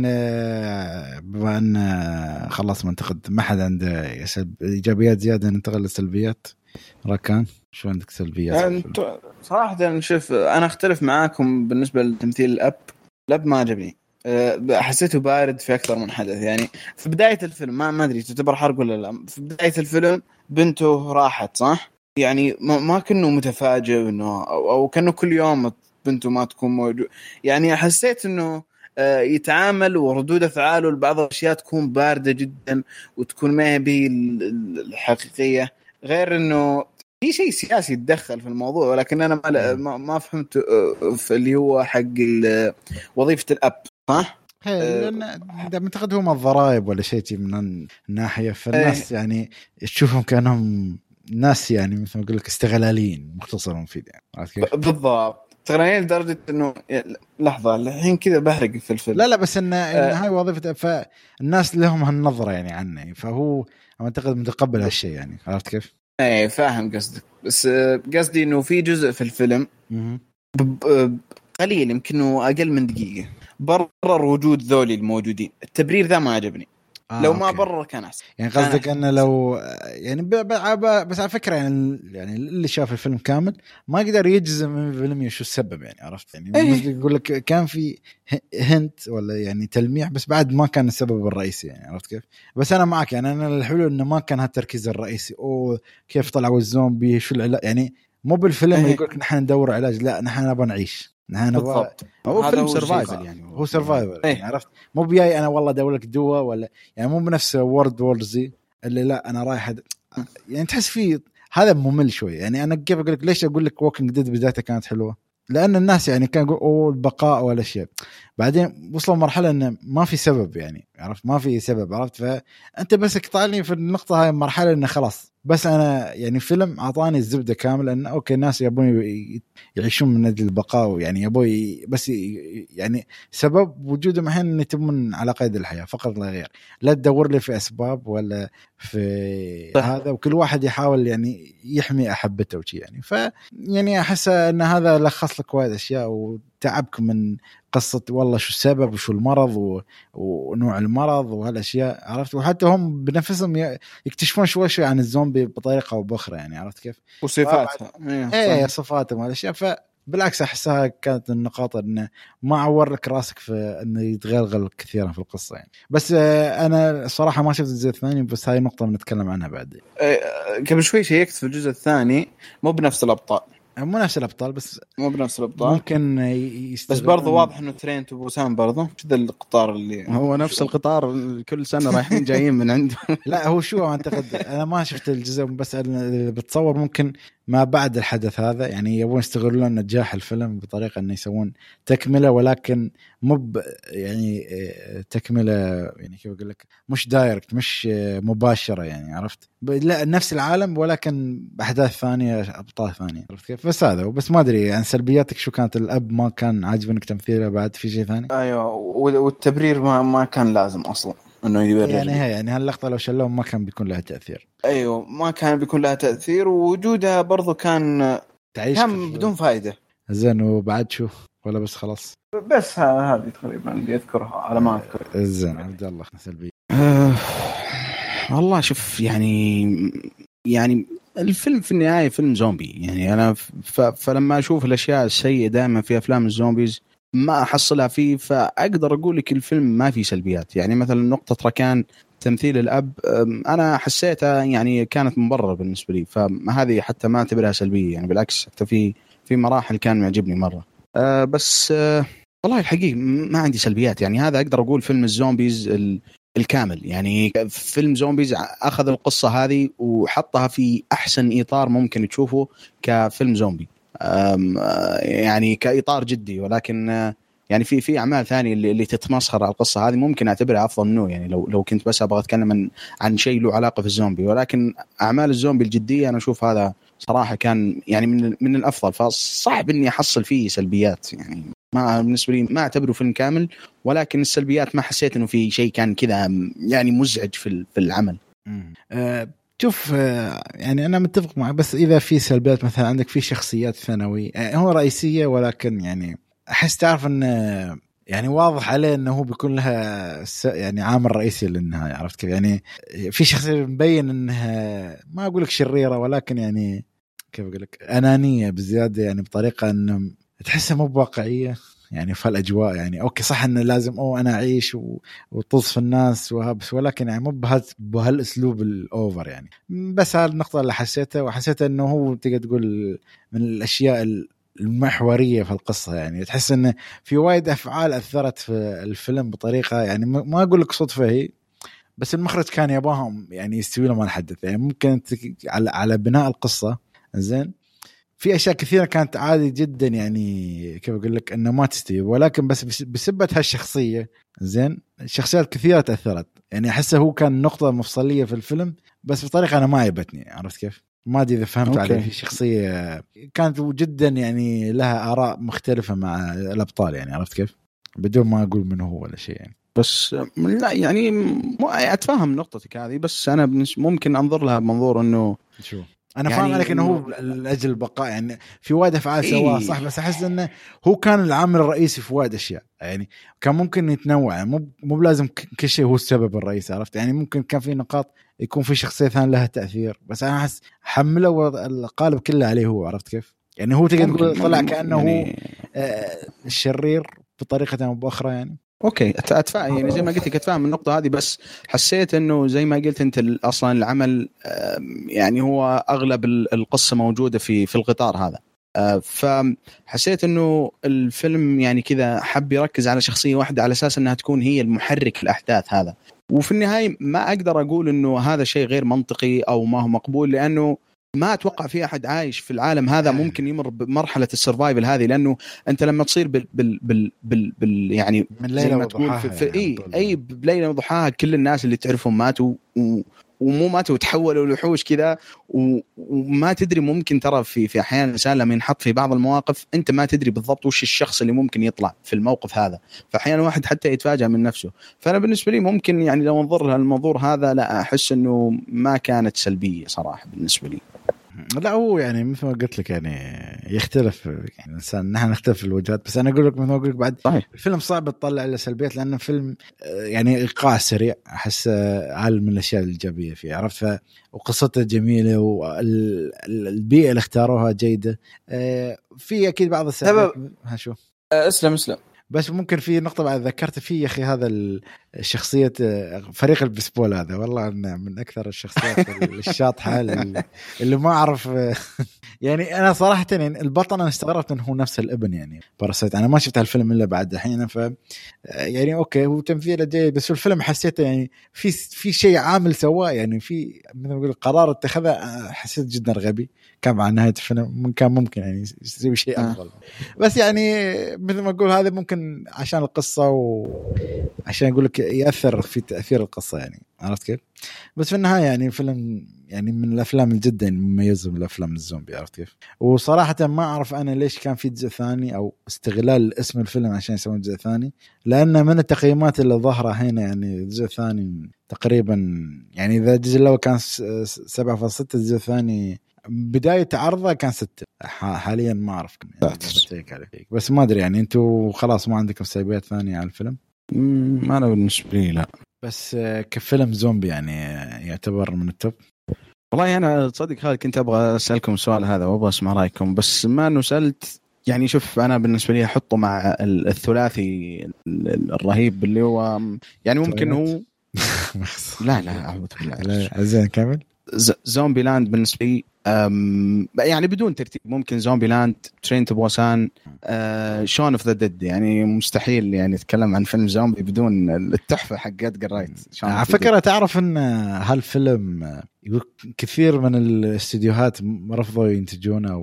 بما أن خلاص منتقد ما حد عنده إيجابيات زيادة ننتقل للسلبيات. راكان شو عندك سلبيات؟ يعني صراحة نشوف أنا أختلف معاكم بالنسبة لتمثيل الأب. الأب ما عجبني، حسيته بارد في أكثر من حدث. يعني في بداية الفيلم ما ما أدري تعتبر حرق ولا لا، في بداية الفيلم بنته راحت صح، يعني ما, ما كأنه متفاجئ إنه أو, أو كأنه كل يوم بنته ما تكون موجود. يعني حسيت إنه يتعامل وردود أفعاله لبعض الأشياء تكون باردة جدا وتكون ما هي الحقيقية، غير إنه في شيء سياسي يتدخل في الموضوع. ولكن أنا ما ما فهمت في اللي هو حق وظيفة الأب صح؟ لأن ده منتقد هم الضرائب ولا شيء من الناحية، فالناس يعني تشوفهم كأنهم ناس يعني مثل ما أقول لك استغلاليين مختصرون فيه يعني. بالضبط تغنيين لدرجة إنه لحظة الحين كذا بحرق في الفيلم. لا لا بس إن, إن هاي وظيفة، فالناس لهم هالنظرة يعني عنه، فهو أعتقد متقبل هالشيء يعني. عرفت كيف؟ ايه فاهم قصدك، بس قصدي إنه في جزء في الفيلم قليل يمكنه أقل من دقيقة برر وجود ذولي الموجودين. التبرير ذا ما عجبني. آه لو ما برر كان أحسن. يعني قصدك أنه لو يعني ب... ب... ب... بس على فكرة يعني يعني اللي شاف الفيلم كامل ما يقدر يجزم من الفيلم شو السبب يعني. عرفت يعني إيه؟ يقول لك كان في هنت ولا يعني تلميح، بس بعد ما كان السبب الرئيسي يعني. عرفت كيف؟ بس أنا معك يعني أنا الحلو إنه ما كان هالتركيز الرئيسي أو كيف طلعوا الزومبي شو العلاقة يعني. مو بالفيلم يقولك نحن ندور علاج، لا نحن نبغى نعيش، نحن نبغى. هو فيلم سرفايفل يعني، هو سرفايفل يعني عرفت، مو بياي انا والله ادور لك دواء ولا يعني، مو بنفس وورد وور زي اللي لا انا رايح هد... يعني تحس فيه هذا ممل شوي يعني. انا كيف اقول لك ليش اقول لك ووكينج ديد بدايته كانت حلوه، لان الناس يعني كان يقول اوه البقاء ولا شيء، بعدين وصلوا مرحله انه ما في سبب يعني عرفت، ما في سبب عرفت، فانت بس اقطعني في النقطه هاي المرحله انه خلاص بس انا يعني فيلم اعطاني الزبده كامل ان اوكي الناس يبون يعيشون من اجل البقاء يعني يبون بس يعني سبب وجودهم الحين ان تبون على قيد الحياه فقط لا غير، لا تدور لي في اسباب ولا في طيب. هذا وكل واحد يحاول يعني يحمي احبته وشي يعني. ف يعني احس ان هذا لخص لك وايد اشياء وتعبك من قصة والله شو السبب وشو المرض و... ونوع المرض وهالأشياء عرفت، وحتى هم بنفسهم يكتشفون شوي شوي عن الزومبي بطريقة أو بأخرى يعني عرفت كيف، وصفاتها ايه صفاتهم وهالأشياء. فبالعكس أحسها كانت النقاط إنه ما عور لك راسك في إنه يتغلغل كثيرا في القصة يعني. بس أنا صراحة ما شفت الجزء الثاني، بس هاي نقطة بنتكلم عنها بعد. قبل شوي شيكت في الجزء الثاني مو بنفس الأبطال، مو نفس الابطال بس مو بنفس الابطال ممكن بس برضو واضح انه ترينت وبوسام برضو كذا القطار اللي هو نفس القطار كل سنه رايحين جايين من عنده. لا هو شو اعتقد انا ما شفت الجزء بس اللي بتصور ممكن ما بعد الحدث هذا يعني يبون يستغلون نجاح الفيلم بطريقه انه يسوون تكمله، ولكن مو يعني تكمله يعني كيف اقول لك مش دايركت مش مباشره يعني عرفت، لا نفس العالم ولكن باحداث ثانيه ابطال ثانيه عرفت كيف. بس هذا بس ما ادري عن سلبياتك شو كانت. الاب ما كان عاجبنك تمثيله بعد في شيء ثاني؟ ايوه والتبرير ما ما كان لازم اصلا انه يبرر يعني هي يعني هاللقطه لو شلوه ما كان بيكون لها تاثير. ايوه ما كان بيكون لها تاثير ووجودها برضو كان تعيش كان بدون فائده. زين وبعد شو ولا بس خلاص بس هذه تقريبا اللي اذكرها على ما اذكر. زين عبد الله سلبي. أه والله شوف يعني يعني الفيلم في النهايه فيلم زومبي يعني انا ف... فلما اشوف الاشياء السيئه دائما في افلام الزومبيز ما احصلها فيه، فاقدر اقول لك الفيلم ما فيه سلبيات. يعني مثلا نقطه ركان تمثيل الاب انا حسيتها يعني كانت مبرره بالنسبه لي، فهذه حتى ما اعتبرها سلبيه يعني بالعكس حتى في في مراحل كان معجبني مره. أه بس أه والله الحقيقه ما عندي سلبيات يعني. هذا اقدر اقول فيلم الزومبيز ال... الكامل يعني. فيلم زومبيز أخذ القصة هذه وحطها في أحسن إطار ممكن تشوفه كفيلم زومبي يعني كإطار جدي، ولكن يعني في في أعمال ثانية اللي, اللي تتمسخر على القصة هذه ممكن أعتبرها أفضل منه يعني لو لو كنت بس أبغى أتكلم عن عن شيء له علاقة في الزومبي. ولكن أعمال الزومبي الجدية أنا أشوف هذا صراحة كان يعني من من الأفضل، فصعب إني أحصل فيه سلبيات يعني. ما بالنسبة لي ما أعتبره فيلم كامل، ولكن السلبيات ما حسيت إنه في شيء كان كذا يعني مزعج في في العمل. أه شوف أه يعني أنا متفق معك، بس إذا في سلبيات مثلا عندك في شخصيات ثانوية أه هو رئيسية ولكن يعني أحس تعرف إن يعني واضح عليه إنه هو بيكون لها يعني عامل رئيسي للنهاية عرفت كيف يعني. في شخصية مبين إنها ما أقول لك شريرة ولكن يعني كيف أقول لك أنانية بزيادة يعني بطريقة إنه تحسها مو واقعية يعني في الأجواء يعني. أوكي صح إنه لازم أو أنا أعيش وطز في الناس وهبس، ولكن يعني مو بهال بهالأسلوب الأوفر يعني. بس هالنقطة اللي حسيتها وحسيتها إنه هو تقدر تقول من الأشياء المحورية في القصة يعني. تحس إنه في وايد أفعال أثرت في الفيلم بطريقة يعني ما أقول لك صدفة هي، بس المخرج كان يباهم يعني يستوي لهم الحدث يعني. ممكن على على بناء القصة زين في أشياء كثيرة كانت عادي جدا يعني كيف أقول لك إنه ما تستوي، ولكن بس بسبة هالشخصية زين الشخصيات كثيرة تأثرت يعني. أحسه هو كان نقطة مفصلية في الفيلم بس بطريقة أنا ما عجبتني عرفت كيف. ما أدري إذا فهمت عليه. في شخصية كانت جدا يعني لها آراء مختلفة مع الأبطال يعني عرفت كيف، بدون ما أقول منه هو ولا شيء يعني. بس لا يعني أتفهم نقطتك هذه، بس أنا ممكن أنظر لها بمنظور إنه شو أنا يعني فاهم عليك إنه هو لأجل البقاء يعني في وايد أفعال إيه سواها صح، بس أحس إنه هو كان العامل الرئيسي في وايد أشياء يعني. كان ممكن يتنوع مو مو لازم كل شيء هو السبب الرئيسي عرفت يعني. ممكن كان في نقاط يكون في شخصية ثانية لها تأثير، بس أنا أحس حمله القالب كله عليه هو عرفت كيف يعني. هو تقدر تقول طلع كأنه يعني هو آه الشرير بطريقة أو بأخرى يعني. اوكي اتفاهم يعني زي ما قلت لك اتفاهم النقطه هذه، بس حسيت انه زي ما قلت انت اصلا العمل يعني هو اغلب القصه موجوده في في القطار هذا، فحسيت انه الفيلم يعني كذا حب يركز على شخصيه واحده على اساس انها تكون هي المحرك الاحداث هذا، وفي النهايه ما اقدر اقول انه هذا شيء غير منطقي او ما هو مقبول، لانه ما اتوقع في احد عايش في العالم هذا ممكن يمر بمرحله السرفايفل هذه، لانه انت لما تصير بال بال بال, بال, بال يعني من ليله وضحاها في, في يعني اي اي بليله وضحاها كل الناس اللي تعرفهم ماتوا و ومو ماتوا وتحولوا لوحوش كذا، وما تدري ممكن ترى في في احيان الانسان لما ينحط في بعض المواقف انت ما تدري بالضبط وش الشخص اللي ممكن يطلع في الموقف هذا، فاحيانا واحد حتى يتفاجأ من نفسه. فانا بالنسبه لي ممكن يعني لو انظر لها المنظور هذا لا احس انه ما كانت سلبيه صراحه بالنسبه لي. لا هو يعني مثل ما قلت لك يعني يختلف يعني الانسان، نحن نختلف في الوجهات، بس انا اقول لك مثل ما اقول لك بعد صحيح. الفيلم صعب تطلع له سلبيات لانه فيلم يعني ايقاع سريع، احس عال من الاشياء الايجابيه فيه، عرفت؟ وقصته جميله والبيئه اللي اختاروها جيده، في اكيد بعض السبب هشو اسلم اسلم بس ممكن في نقطة بعد ذكرت فيه يا أخي، هذا الشخصية فريق البسبول هذا والله من أكثر الشخصيات الشاطحة اللي ما أعرف يعني أنا صراحة يعني البطل أنا استغربت إنه هو نفس الابن يعني باراسايت، أنا ما شفت هالفيلم إلا بعد الحين، ف يعني أوكي هو تمثيله جيد، بس الفيلم حسيته يعني في في شيء عامل سواه يعني في مثل ما نقول قرار اتخذه حسيت جدا غبي، كان مع نهاية الفيلم كان ممكن يعني يسوي شيء أفضل، بس يعني مثل ما أقول هذا ممكن عشان القصة وعشان أقول لك يأثر في تأثير القصة يعني، عرفت كيف؟ بس في النهاية يعني فيلم يعني من الأفلام الجدا مميزة من الأفلام الزومبي، عرفت كيف؟ وصراحة ما أعرف أنا ليش كان في جزء ثاني أو استغلال اسم الفيلم عشان يسوون جزء ثاني، لأن من التقييمات اللي ظهرها هنا يعني الجزء الثاني تقريبا يعني إذا الجزء الأول كان سبعة فاصلة ستة الجزء الثاني بداية عرضه كان ستة، حاليا ما أعرف يعني بس ما أدري يعني أنتوا خلاص ما عندكم سلبيات ثانية على الفيلم؟ ما أنا بالنسبة لي لا، بس كفيلم زومبي يعني يعتبر من التوب. والله أنا صدق خالد كنت أبغى أسألكم السؤال هذا وأبغى أسمع رأيكم، بس ما أنه سألت يعني شوف أنا بالنسبة لي أحطه مع الثلاثي الرهيب اللي هو يعني ممكن هو لا لا أعوذ بالله زين كامل زومبي لاند بالنسبة لي يعني بدون ترتيب ممكن زومبي لاند، ترين تو بوسان، شون اوف ذا ديد، يعني مستحيل يعني نتكلم عن فيلم زومبي بدون التحفة حق إدغار رايت. على فكرة تعرف ان هالفيلم كثير من الاستديوهات رفضوا ينتجونه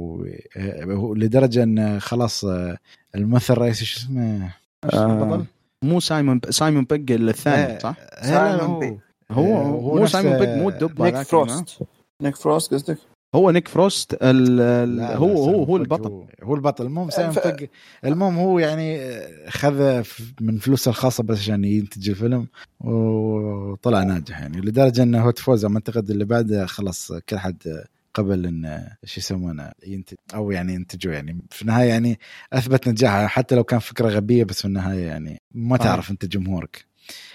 لدرجة ان خلاص الممثل الرئيسي شو اسمه آه مو سايمون سايمون بيج الثاني صح؟ سايمون بيج هو هو مو سايمون بيج مو الدب نيك فروست نيك فروست قصدك؟ هو نيك فروست ال ال هو هو هو البطل هو البطل المهم سايمون ف... بيج المهم هو يعني خذ من فلوسه الخاصة بس عشان ينتج الفيلم وطلع ناجح يعني لدرجة انه هو تفوز على المنتقد اللي بعده خلص كل حد قبل ان ايش يسمونه ينتج او يعني ينتجوا يعني في النهايه يعني اثبت نجاحه حتى لو كان فكره غبيه، بس في النهايه يعني ما تعرف انت جمهورك.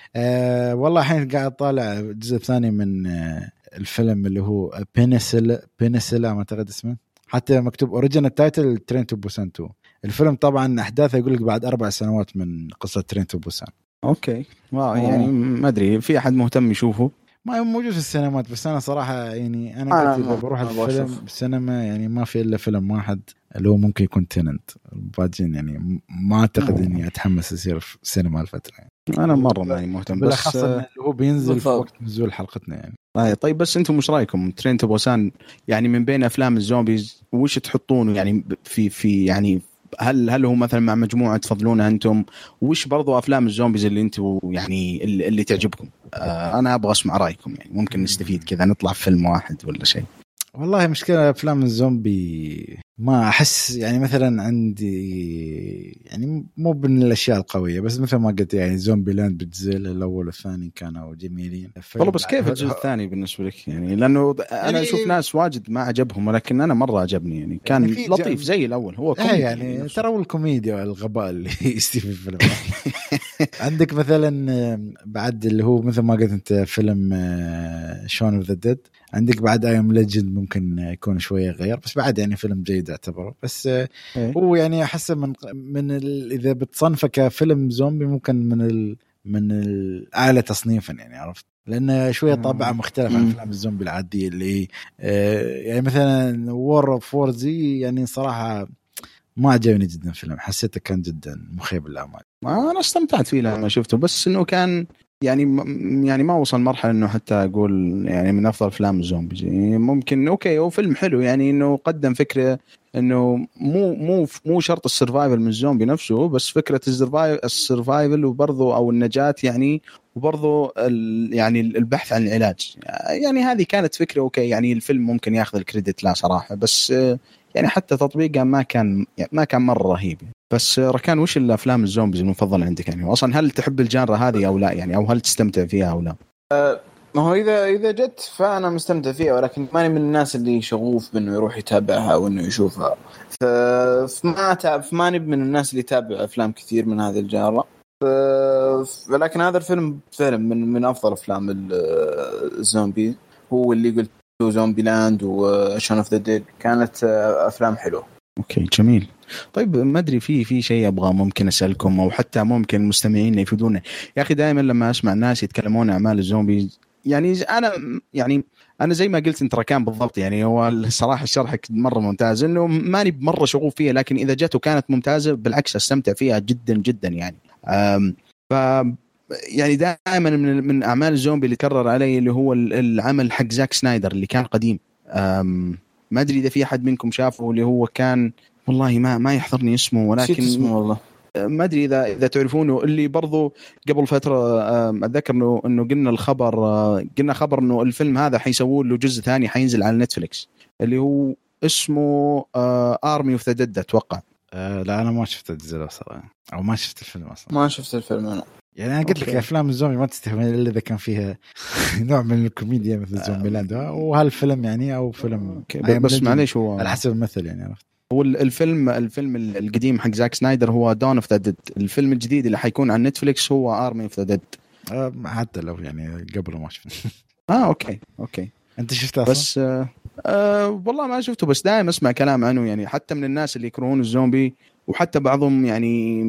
أه والله الحين قاعد طالع الجزء الثاني من أه الفيلم اللي هو بينسل بينسل ما اعتقد اسمه، حتى مكتوب اوريجينال تايتل ترين تو بوسان تو. الفيلم طبعا احداثه يقول لك بعد اربع سنوات من قصه ترين تو بوسان. اوكي واو يعني ما ادري في احد مهتم يشوفه؟ ما موجود في السينمات، بس أنا صراحة يعني أنا قلت إذا بروح الفيلم بالسينما يعني ما في إلا فيلم واحد اللي هو ممكن يكون تيننت، باجين يعني ما أعتقد إني أتحمس أصير في السينما الفترة يعني. أنا مرة ما مهتم، بس خاصة اللي هو بينزل في وقت نزول حلقتنا يعني. آه طيب بس أنتم مش رأيكم ترين تو بوسان يعني من بين أفلام الزومبيز وش تحطونه يعني في في يعني هل هل هو مثلا مع مجموعة تفضلونها أنتم؟ وش برضو أفلام الزومبيز اللي أنتم يعني اللي, اللي تعجبكم؟ آه أنا أبغى أسمع رأيكم يعني ممكن نستفيد كذا نطلع في فيلم واحد ولا شيء. والله مشكلة أفلام الزومبي ما أحس يعني مثلا عندي يعني مو من الأشياء القوية، بس مثل ما قلت يعني زومبي لاند بالجزء الأول والثاني كانوا جميلين. والله بس كيف الجزء الثاني بالنسبة لك يعني؟ لأنه أنا أشوف يعني ناس واجد ما عجبهم، ولكن أنا مرة عجبني يعني كان يعني لطيف زي الأول. هو كوميدي يعني ترى الكوميديا والغباء اللي يستفيد في الفيلم. عندك مثلا بعد اللي هو مثل ما قلت أنت فيلم شون اوف ذا ديد، عندك بعد ايام ليجند ممكن يكون شويه غير، بس بعد يعني فيلم جيد اعتبره. بس إيه. هو يعني احس من من ال... اذا بتصنفه كفيلم زومبي ممكن من ال... من الاعلى تصنيفا يعني، عرفت، لأنه شوية طابع مختلف عن أفلام الزومبي العادية اللي آه يعني مثلا وور اوف وورزي، يعني صراحة ما عجبني جدا الفيلم، حسيته كان جدا مخيب للآمال. ما أنا استمتعت فيه لما شفته، بس إنه كان يعني يعني ما وصل مرحلة إنه حتى أقول يعني من أفضل أفلام الزومبي. يعني ممكن أوكي هو فيلم حلو، يعني إنه قدم فكرة إنه مو مو مو شرط السرفايفل من الزومبي نفسه، بس فكرة السرفايفل وبرضه أو النجاة يعني، وبرضه يعني البحث عن العلاج. يعني هذه كانت فكرة أوكي، يعني الفيلم ممكن يأخذ الكريدت لا صراحة، بس يعني حتى تطبيقه ما كان ما كان مرة رهيب. بس ركان وش الأفلام الزومبيز المفضلة عندك يعني؟ وأصلا هل تحب الجانرا هذه أو لا يعني، أو هل تستمتع فيها أو لا؟ أه ما هو إذا إذا جت فأنا مستمتع فيها، ولكن ماني من الناس اللي شغوف بأنه يروح يتابعها أو إنه يشوفها. فما تعب ماني من الناس اللي يتابع أفلام كثير من هذه الجانرا. ولكن هذا الفيلم فيلم من من أفضل أفلام الزومبي، هو اللي قلت زومبي لاند وشون اوف ذا ديد، كانت أفلام حلوة. اوكي جميل. طيب ما ادري في في شيء ابغى ممكن اسالكم، او حتى ممكن المستمعين يفيدونا. يا اخي دائما لما اسمع الناس يتكلمون عن اعمال الزومبي، يعني انا يعني انا زي ما قلت انت ركان بالضبط، يعني هو الصراحه شرحك مره ممتاز، انه ماني بمره شغوف فيها، لكن اذا جت وكانت ممتازه بالعكس استمتع فيها جدا جدا يعني. ف يعني دائما من من اعمال الزومبي اللي كرر علي اللي هو العمل حق زاك سنايدر اللي كان قديم. ما ادري اذا في احد منكم شافه، اللي هو كان والله ما ما يحضرني اسمه، ولكن اسمه والله ما ادري اذا اذا تعرفونه، اللي برضو قبل فتره اتذكر انه انه قلنا الخبر قلنا خبر انه الفيلم هذا حيسوون له جزء ثاني حينزل على نتفليكس، اللي هو اسمه ارمي اوف ذا ديد اتوقع. أه لا انا ما شفت الجزء صراحه، او ما شفت الفيلم اصلا. ما شفت الفيلم انا. يعني انا قلت لك افلام الزومبي ما تستهون الا اذا كان فيها نوع من الكوميديا مثل زومبي لاند، وهالفيلم يعني او فيلم بس معليش هو على حسب المثل يعني، عرفت. هو الفيلم الفيلم القديم حق زاك سنايدر هو دون اوف ذا ديد، الفيلم الجديد اللي حيكون على نتفليكس هو ارمي اوف ذا ديد. أه حتى لو يعني قبل ما شفت. اه اوكي اوكي انت شفته اصلا؟ بس آه آه والله ما شفته، بس دائما اسمع كلام عنه يعني، حتى من الناس اللي يكرهون الزومبي، وحتى بعضهم يعني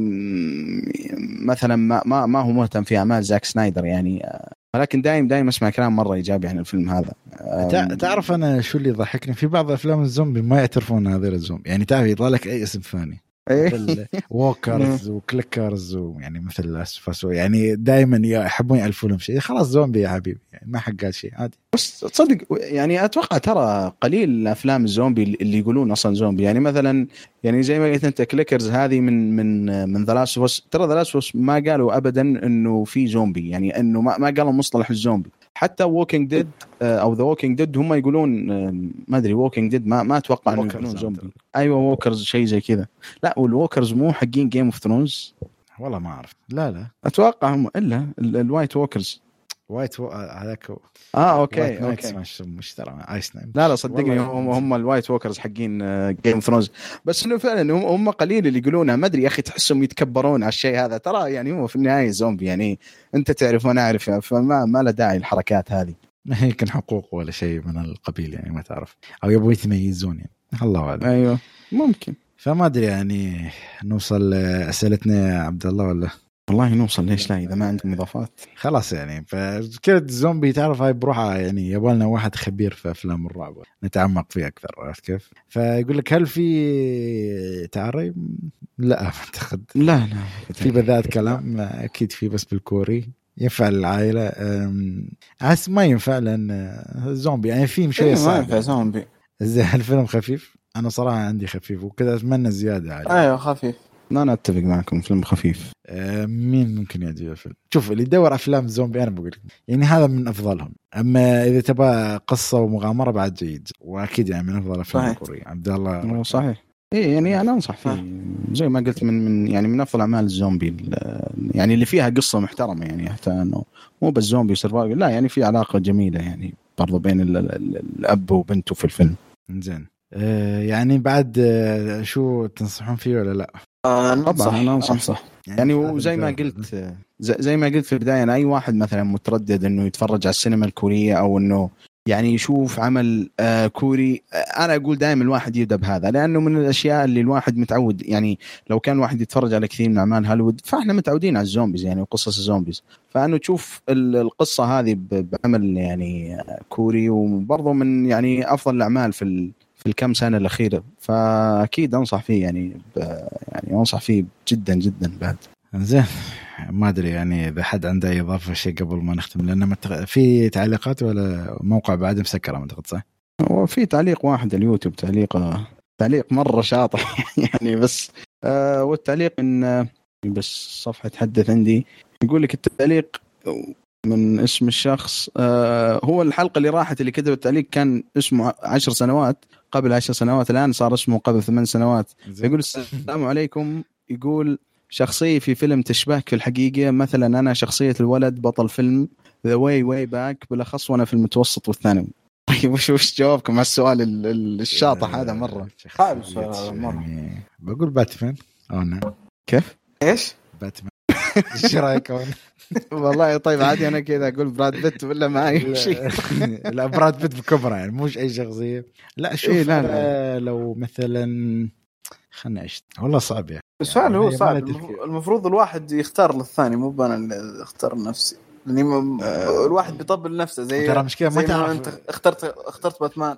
مثلا ما ما ما هو مهتم في اعمال زاك سنايدر يعني، ولكن دائما دائما اسمع كلام مره ايجابي عن الفيلم هذا. تعرف انا شو اللي يضحكني في بعض افلام الزومبي ما يعترفون هذا الزومبي، يعني تعرف يطلع لك اي اسم ثاني مثل ووكرز وكليكرز ويعني مثل اسفاسو، يعني دائما يحبون يالفون لهم شيء، خلاص زومبي يا حبيبي يعني ما حق شيء عادي. بس تصدق يعني اتوقع ترى قليل افلام الزومبي اللي يقولون اصلا زومبي، يعني مثلا يعني زي ما قلت انت كليكرز هذه من من من ذا لاست اوف اس، ترى ذا لاست اوف اس ما قالوا ابدا انه في زومبي، يعني انه ما ما قالوا مصطلح الزومبي. حتى ووكينج ديد او ذا ووكينج ديد هم يقولون ما ادري ووكينج ديد ما ما اتوقع انه يقولون زومبي. ايوه ووكرز شيء زي كذا. لا والووكرز مو حقين جيم اوف ثرونز والله ما اعرف. لا لا اتوقع هم الا الوايت ووكرز. وايت و... هذاك اه اوكي اوكي مش مش ترى ايس نايم. لا لا صدقني هم هم الوايت ووكرز حقين جيم اوف ثرونز، بس انه فعلا هم هم قليل اللي يقولونها، ما ادري يا اخي تحسهم يتكبرون على الشيء هذا، ترى يعني هو في النهايه زومبي يعني انت تعرف وانا اعرف، فما ما له داعي الحركات هذه. ما هي كان حقوق ولا شيء من القبيل يعني ما تعرف، او يبغوا يتميزون يعني الله اعلم. ايوه ممكن. فما ادري يعني نوصل اسئلتنا يا عبد الله ولا؟ والله نوصل ليش لا اذا ما عندكم اضافات خلاص يعني. فكرة الزومبي تعرف هاي بروحها يعني يبغالنا واحد خبير في افلام الرعب نتعمق فيه اكثر، عرفت كيف؟ فيقول لك هل في تعري؟ لا اعتقد لا لا في بذات كلام اكيد في، بس بالكوري ينفع العائله، احس ما ينفع لان زومبي يعني فيلم شويه صعب. ما ينفع زومبي. زين الفيلم خفيف، انا صراحه عندي خفيف وكذا اتمنى زياده عليه. ايوه خفيف. لا انا اتفق معكم فيلم خفيف. أه مين ممكن يعجبه الفيلم؟ شوف اللي يدور افلام زومبي انا بقول يعني هذا من افضلهم، اما اذا تبغى قصه ومغامره بعد جيد، واكيد يعني من افضل افلام الكوريه. عبد الله صحيح ايه يعني انا انصح فيه زي ما قلت من من يعني من افضل اعمال الزومبي يعني اللي فيها قصه محترمه، يعني حتى انه مو بس زومبي سرفايفل، لا يعني في علاقه جميله يعني برضو بين الاب وبنته في الفيلم. زين أه يعني بعد أه شو تنصحون فيه ولا لا؟ آه طبعا انا انصح صح يعني, يعني وزي ما قلت زي, زي ما قلت في البدايه، أنا اي واحد مثلا متردد انه يتفرج على السينما الكوريه او انه يعني يشوف عمل آه كوري. آه انا اقول دائما الواحد يبدا بهذا، لانه من الاشياء اللي الواحد متعود، يعني لو كان واحد يتفرج على كثير من اعمال هوليوود فاحنا متعودين على الزومبيز يعني وقصص الزومبيز، فانه تشوف القصه هذه بعمل يعني كوري، وبرضه من يعني افضل الاعمال في في الكم سنه الاخيره، فاكيد انصح فيه يعني يعني انصح فيه جدا جدا. بعد زين ما ادري يعني اذا حد عنده اي اضافه شيء قبل ما نختم، لان متغ... في تعليقات ولا موقع بعد مسكره ما اعتقد صح؟ هو في تعليق واحد اليوتيوب، تعليق تعليق مره شاطح يعني، بس آه والتعليق من آه بس صفحه تحدث عندي يقول لك التعليق من اسم الشخص. آه هو الحلقه اللي راحت اللي كتب التعليق كان اسمه عشر سنوات قبل عشر سنوات، الان صار اسمه قبل ثمان سنوات. يقول السلام عليكم، يقول شخصية في فيلم تشبهك في الحقيقة، مثلا أنا شخصية الولد بطل فيلم The Way Way Back، بالأخص وأنا في المتوسط والثانوي. وش وش جوابكم على السؤال الشاطح هذا مرة؟ صعب السؤال مرة. يعني بقول باتمان أو نعم. كيف؟ إيش؟ باتمان. إيش رأيك؟ والله طيب عادي أنا كذا أقول براد بيت ولا ما أي شيء. لا براد بيت بكبره يعني مش أي شخصية. لا شوف إيه لا لا. لو مثلا خلنا إيش والله صعب يعني. السؤال يعني هو صعب، المفروض الواحد يختار للثاني مو أنا اللي اختار نفسي، لأني م... أه الواحد بيطبل نفسه زي ترى مشكلة ما تعرف أنت اخترت اخترت باتمان.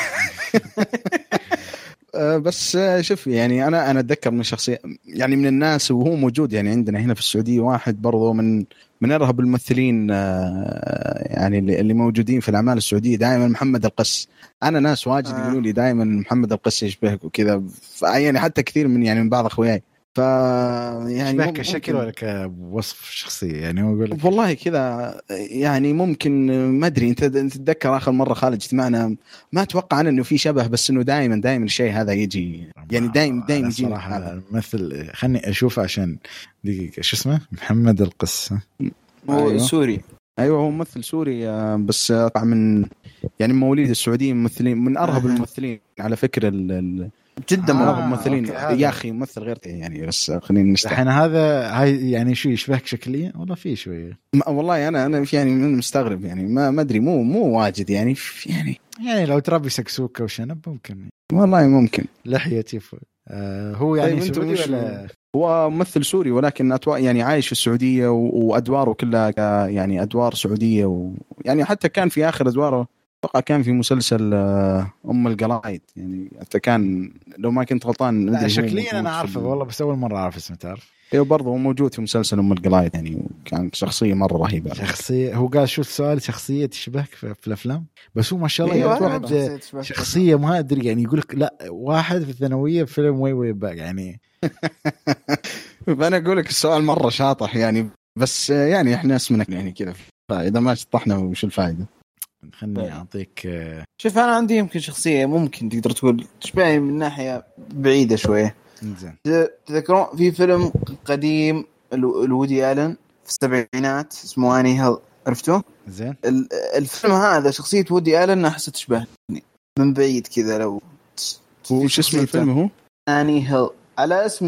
بس شوف يعني أنا أنا أتذكر من شخصية يعني من الناس وهو موجود يعني عندنا هنا في السعودية، واحد برضو من من أرهب الممثلين يعني اللي موجودين في الأعمال السعودية دائما، محمد القس. أنا ناس واجد آه. يقولوا لي دائما محمد القس يشبهك وكذا، يعني حتى كثير من يعني من بعض أخوياي. ف يعني يشبهك كشكل ولا كوصف شخصية يعني؟ هو يقول والله كذا يعني ممكن ما أدري. أنت تتذكر آخر مرة خالد اجتمعنا ما أتوقع أنا إنه في شبه، بس إنه دائما دائما الشيء هذا يجي يعني دائما دائما يجي هذا مثل. خلني أشوف عشان دقيقة شو اسمه محمد القس. هو أيوه. سوري. أيوة هو ممثل سوري بس طبعا من يعني مواليد السعوديين، ممثلين من أرهب الممثلين على فكرة ال جدا من أرهب الممثلين يا أخي، ممثل غير يعني. بس خلينا نستحق الحين هذا هاي يعني شو يشبهك شكليا والله في شوية والله أنا أنا يعني مستغرب يعني ما ما أدري مو مو واجد يعني يعني يعني لو تربي سكسوكة وشنب ممكن والله ممكن لحية تيفو. آه هو يعني طيب سعودي ولا هو ممثل سوري ولكن أتوا يعني عايش في السعودية وأدواره كلها يعني أدوار سعودية، ويعني حتى كان في آخر أدواره أتوقع كان في مسلسل أم القلايد يعني، حتى كان لو ما كنت غلطان شكليا أنا عارفه والله بس أول مرة أعرف اسمه تعرف. ايوه برضه هو موجود في مسلسل أم القلايد يعني، وكان شخصية مرة رهيبة. شخصية هو قال شو السؤال شخصية تشبهك في الأفلام، بس هو ما شاء الله أيوة يعني شخصية, شخصية ما أدري يعني يقولك لا واحد في الثانوية في فيلم وي وي باك يعني. فأنا أقولك السؤال مرة شاطح يعني، بس يعني إحنا اسمنا يعني كذا، فإذا ما شطحنا وش الفائدة؟ خلني أعطيك. شوف أنا عندي يمكن شخصية ممكن تقدر تقول تشبهني من ناحية بعيدة شوية. تذكرون في فيلم قديم الودي آلن في السبعينات اسمه أني هيل، عرفتوه؟ زين. الفيلم هذا شخصية ودي آلن أحس تشبهني من بعيد كذا. لو وش اسم الفيلم هو؟ أني هيل، على اسم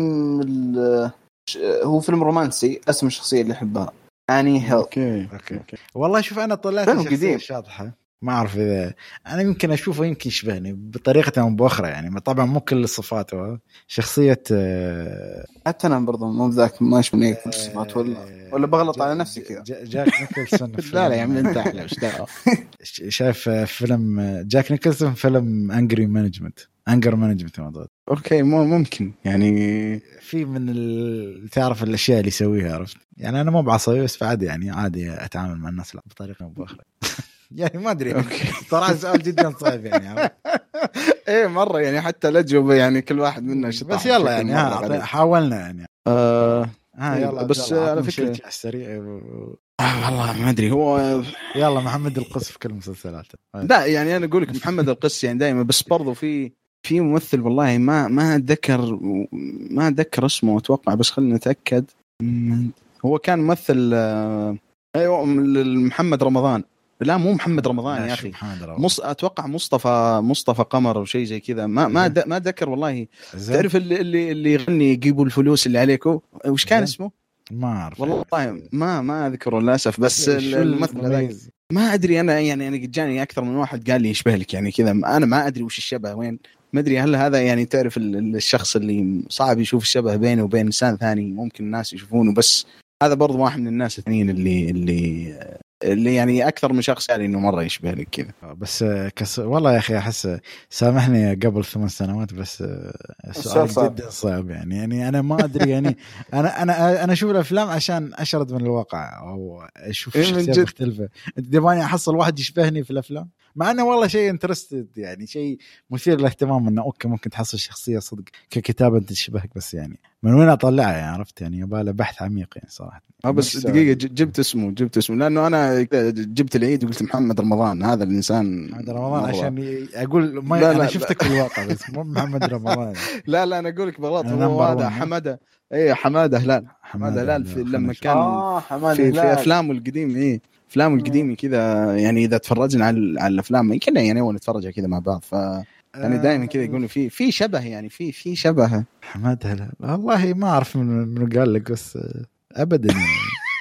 هو فيلم رومانسي، اسم الشخصية اللي أحبها أني هيل. أوكي. أوكي. أوكي. والله شوف أنا طلعت شخصية شاطحة ما أعرف إذا أنا يمكن أشوفه يمكن يشبهني بطريقة أو بأخرى يعني، طبعا مو كل الصفات. شخصية حتى أنا برضو مو ذاك ما يشبهني كل الصفات، ولا ولا بغلط على نفسي كذا. جاك نيكلسون. لا لا يا عم أنت أحلى وش ده. شايف فيلم جاك نيكلسون فيلم أنجري مانجمنت أنجر مانجمنت موضوع. أوكي مو ممكن يعني في من ال... تعرف الأشياء اللي يسويها عرفت يعني. أنا مو بعصبي بس عادي يعني عادي أتعامل مع الناس بطريقة أو بأخرى. يعني ما أدري صراحة سؤال جدا صعب يعني. إيه مرة يعني حتى الأجوبة يعني كل واحد منا شطح، بس يلا يعني ها حاولنا يعني. آه ها يلا بس يلا على فكرة على السريع. آه والله ما أدري هو يلا محمد القس في كل مسلسلاته. لا يعني أنا أقولك محمد القس يعني دائما، بس برضو في في ممثل والله ما ما أتذكر ما أتذكر اسمه أتوقع، بس خلينا نتأكد. هو كان ممثل آه أيوة محمد رمضان. لا مو محمد رمضان يا أخي، مص... أتوقع مصطفى مصطفى قمر أو شيء زي كذا. ما ما د... ما أتذكر والله. زين. تعرف اللي اللي اللي يغني يجيبوا الفلوس اللي عليكم وش كان زين. اسمه؟ ما أعرف والله ما ما أذكره للأسف. بس الممثل هذا ما ادري انا يعني انا جاني اكثر من واحد قال لي يشبه لك يعني كذا انا ما ادري وش الشبه وين ما ادري هل هذا يعني تعرف الشخص اللي صعب يشوف الشبه بينه وبين انسان ثاني ممكن الناس يشوفونه بس هذا برضو واحد من الناس الثانيين اللي اللي اللي يعني اكثر من شخص قال انه مره يشبه لك كذا. بس كس... والله يا اخي احس سامحني قبل ثمان سنوات بس السؤال جدا صعب يعني يعني انا ما ادري يعني انا انا انا اشوف الافلام عشان اشرد من الواقع او اشوف شخصيات مختلفه. انت دباني احصل واحد يشبهني في الافلام مع انه والله شيء انترستد يعني شيء مثير للاهتمام انه اوكي ممكن تحصل شخصيه صدق ككتابه تشبهك بس يعني من وين اطلعها يعني عرفت يعني يبغى له بحث عميق يعني صراحه. اه بس دقيقه جبت اسمه جبت اسمه لانه انا جبت العيد وقلت محمد رمضان هذا الانسان محمد رمضان عشان اقول ما لا انا لا شفتك لا. في الواقع بس مو محمد رمضان. لا لا انا اقول لك بغلط هو هذا حماده اي حماده هلال حماده هلال لما كان آه في, في افلامه القديم ايه افلامه القديمه كذا يعني اذا تفرجنا على على الافلام يمكن يعني هو نتفرجها كذا مع بعض ف يعني دائما كذا يقولوا في في شبه يعني في في شبه حماده هلال والله ما اعرف من قال لك بس ابدا يعني.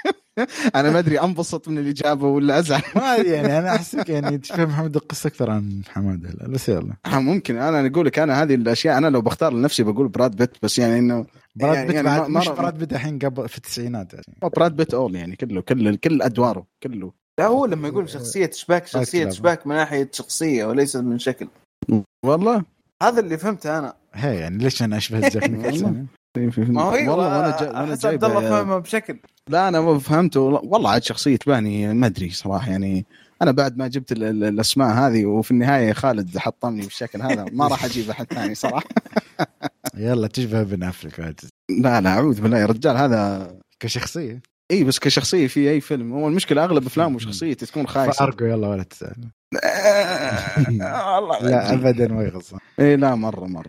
انا ما ادري انبسط من الاجابه ولا ازعل ما يعني انا احسك يعني تفهم محمد القصه اكثر عن حماده هلال بس يلا ممكن انا اقول لك انا هذه الاشياء انا لو بختار لنفسي بقول براد بيت بس يعني انه براد يعني بيت يعني بعد مش براد بيت الحين قبل في التسعينات يعني براد بيت اول يعني كله كل كل ادواره كله. لا هو لما يقول شخصيه تشباك شخصيه تشباك من ناحيه شخصيه وليس من شكل والله هذا اللي فهمته انا هي يعني ليش انا اشبه الزكي ما هو والله وانا جا وانا جاي عبد الله فهمه بشكل لا انا ما فهمته والله عاد شخصيه تباني ما ادري صراحه يعني انا بعد ما جبت الاسماء هذه وفي النهايه خالد حطمني بالشكل هذا ما راح اجيب احد ثاني صراحه. يلا تشبه بن افريكا لا لا اعوذ بالله يا رجال هذا كشخصيه اي بس كشخصيه في اي فيلم هو المشكله اغلب افلام وشخصيتي تكون خايسه فارجو يلا ولا تسال لا ابدا ما يغص اي لا مره مره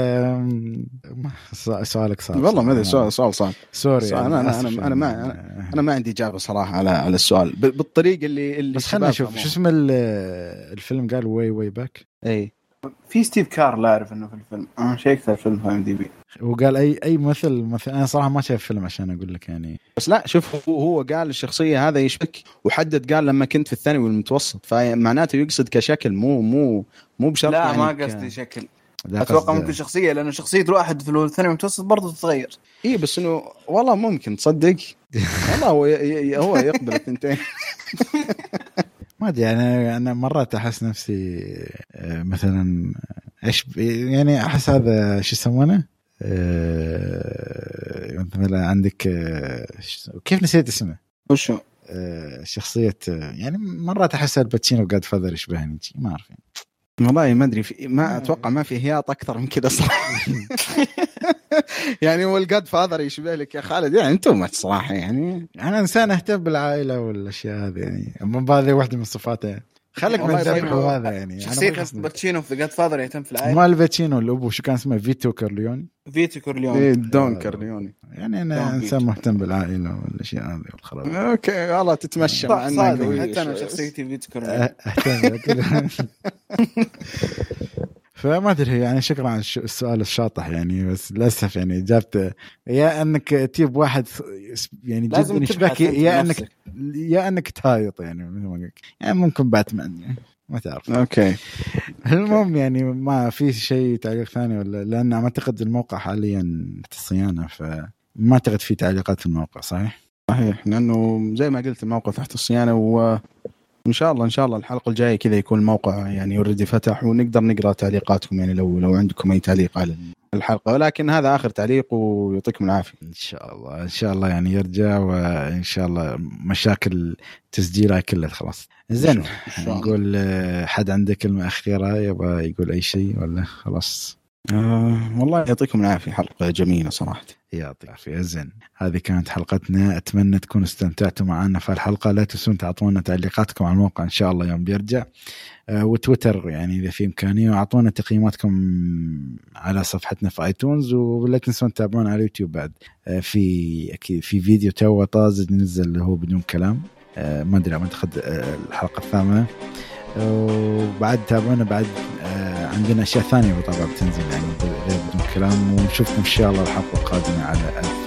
سؤالك صعب والله ما ادري سؤال سؤال صعب سوري انا انا انا انا ما انا, أنا ما عندي اجابه صراحه على على السؤال بالطريقه اللي اللي بس خلينا نشوف شو اسم الفيلم قال واي واي باك اي في ستيف كار لا اعرف انه في الفيلم انا شيكت الفيلم في ام دي بي وقال اي اي مثل مثل انا صراحه ما شايف فيلم عشان اقول لك يعني بس لا شوف هو قال الشخصيه هذا يشبك وحدد قال لما كنت في الثانوي والمتوسط فمعناته يقصد كشكل مو مو مو بشرط لا يعني ما قصدي شكل اتوقع ممكن شخصيه لانه شخصيه الواحد في الثانوي والمتوسط برضه تتغير اي بس انه والله ممكن تصدق والله هو هو يقبل الثنتين ما ادري انا انا مرات احس نفسي مثلا ايش يعني احس هذا شو يسمونه مثلا عندك كيف نسيت اسمه وشو شخصيه يعني مرات احس الباتشينو قاعد فذر يشبهني ما اعرف يعني. والله ما ادري ما اتوقع ما في هياط اكثر من كذا صراحه يعني هو الجاد فاذر يشبه لك يا خالد يعني انتم ما صراحه يعني انا انسان اهتم بالعائله والاشياء هذه يعني اما هذه واحده من صفاته يعني. خليك من ذبح هذا يعني شخصية باتشينو في جاد فاذر يهتم في العائله ما الباتشينو الابو شو كان اسمه فيتو كورليوني فيتو كورليوني إيه دون كورليوني يعني انا انسان مهتم بالعائله والاشياء هذه والخراب اوكي والله تتمشى مع انك حتى انا شخصيتي فيتو كورليوني اهتم فما ادري يعني شكرا على السؤال الشاطح يعني بس للاسف يعني اجابته يا انك تجيب واحد يعني جدا يشبهك يا انك يا انك تهايط يعني مثل ما قلت يعني ممكن باتمان يعني ما تعرف. اوكي المهم يعني ما في شيء تعليق ثاني ولا لان اعتقد الموقع حاليا الصيانه فما اعتقد في تعليقات في الموقع صحيح صحيح لانه زي ما قلت الموقع تحت الصيانه و ان شاء الله ان شاء الله الحلقه الجايه كذا يكون الموقع يعني اوريدي فتح ونقدر نقرا تعليقاتكم يعني لو لو عندكم اي تعليق على الحلقه ولكن هذا اخر تعليق ويعطيكم العافيه ان شاء الله ان شاء الله يعني يرجع وان شاء الله مشاكل تسجيلها كلها خلاص زين نقول حد عنده كلمه اخيره يبغى يقول اي شيء ولا خلاص آه والله يعطيكم العافيه حلقه جميله صراحه يعطيك العافيه زين هذه كانت حلقتنا اتمنى تكونوا استمتعتوا معنا في الحلقه لا تنسون تعطونا تعليقاتكم على الموقع ان شاء الله يوم بيرجع أه وتويتر يعني اذا في امكانيه واعطونا تقييماتكم على صفحتنا في ايتونز ولا تنسون تتابعونا على اليوتيوب بعد أه في اكيد في فيديو تو طازج نزل اللي هو بدون كلام أه ما ادري اعتقد الحلقه الثامنه وبعد تابعونا بعد آه عندنا أشياء ثانية بطبعا بتنزل يعني غير بدون كلام ونشوفكم إن شاء الله الحلقة القادمة على ألف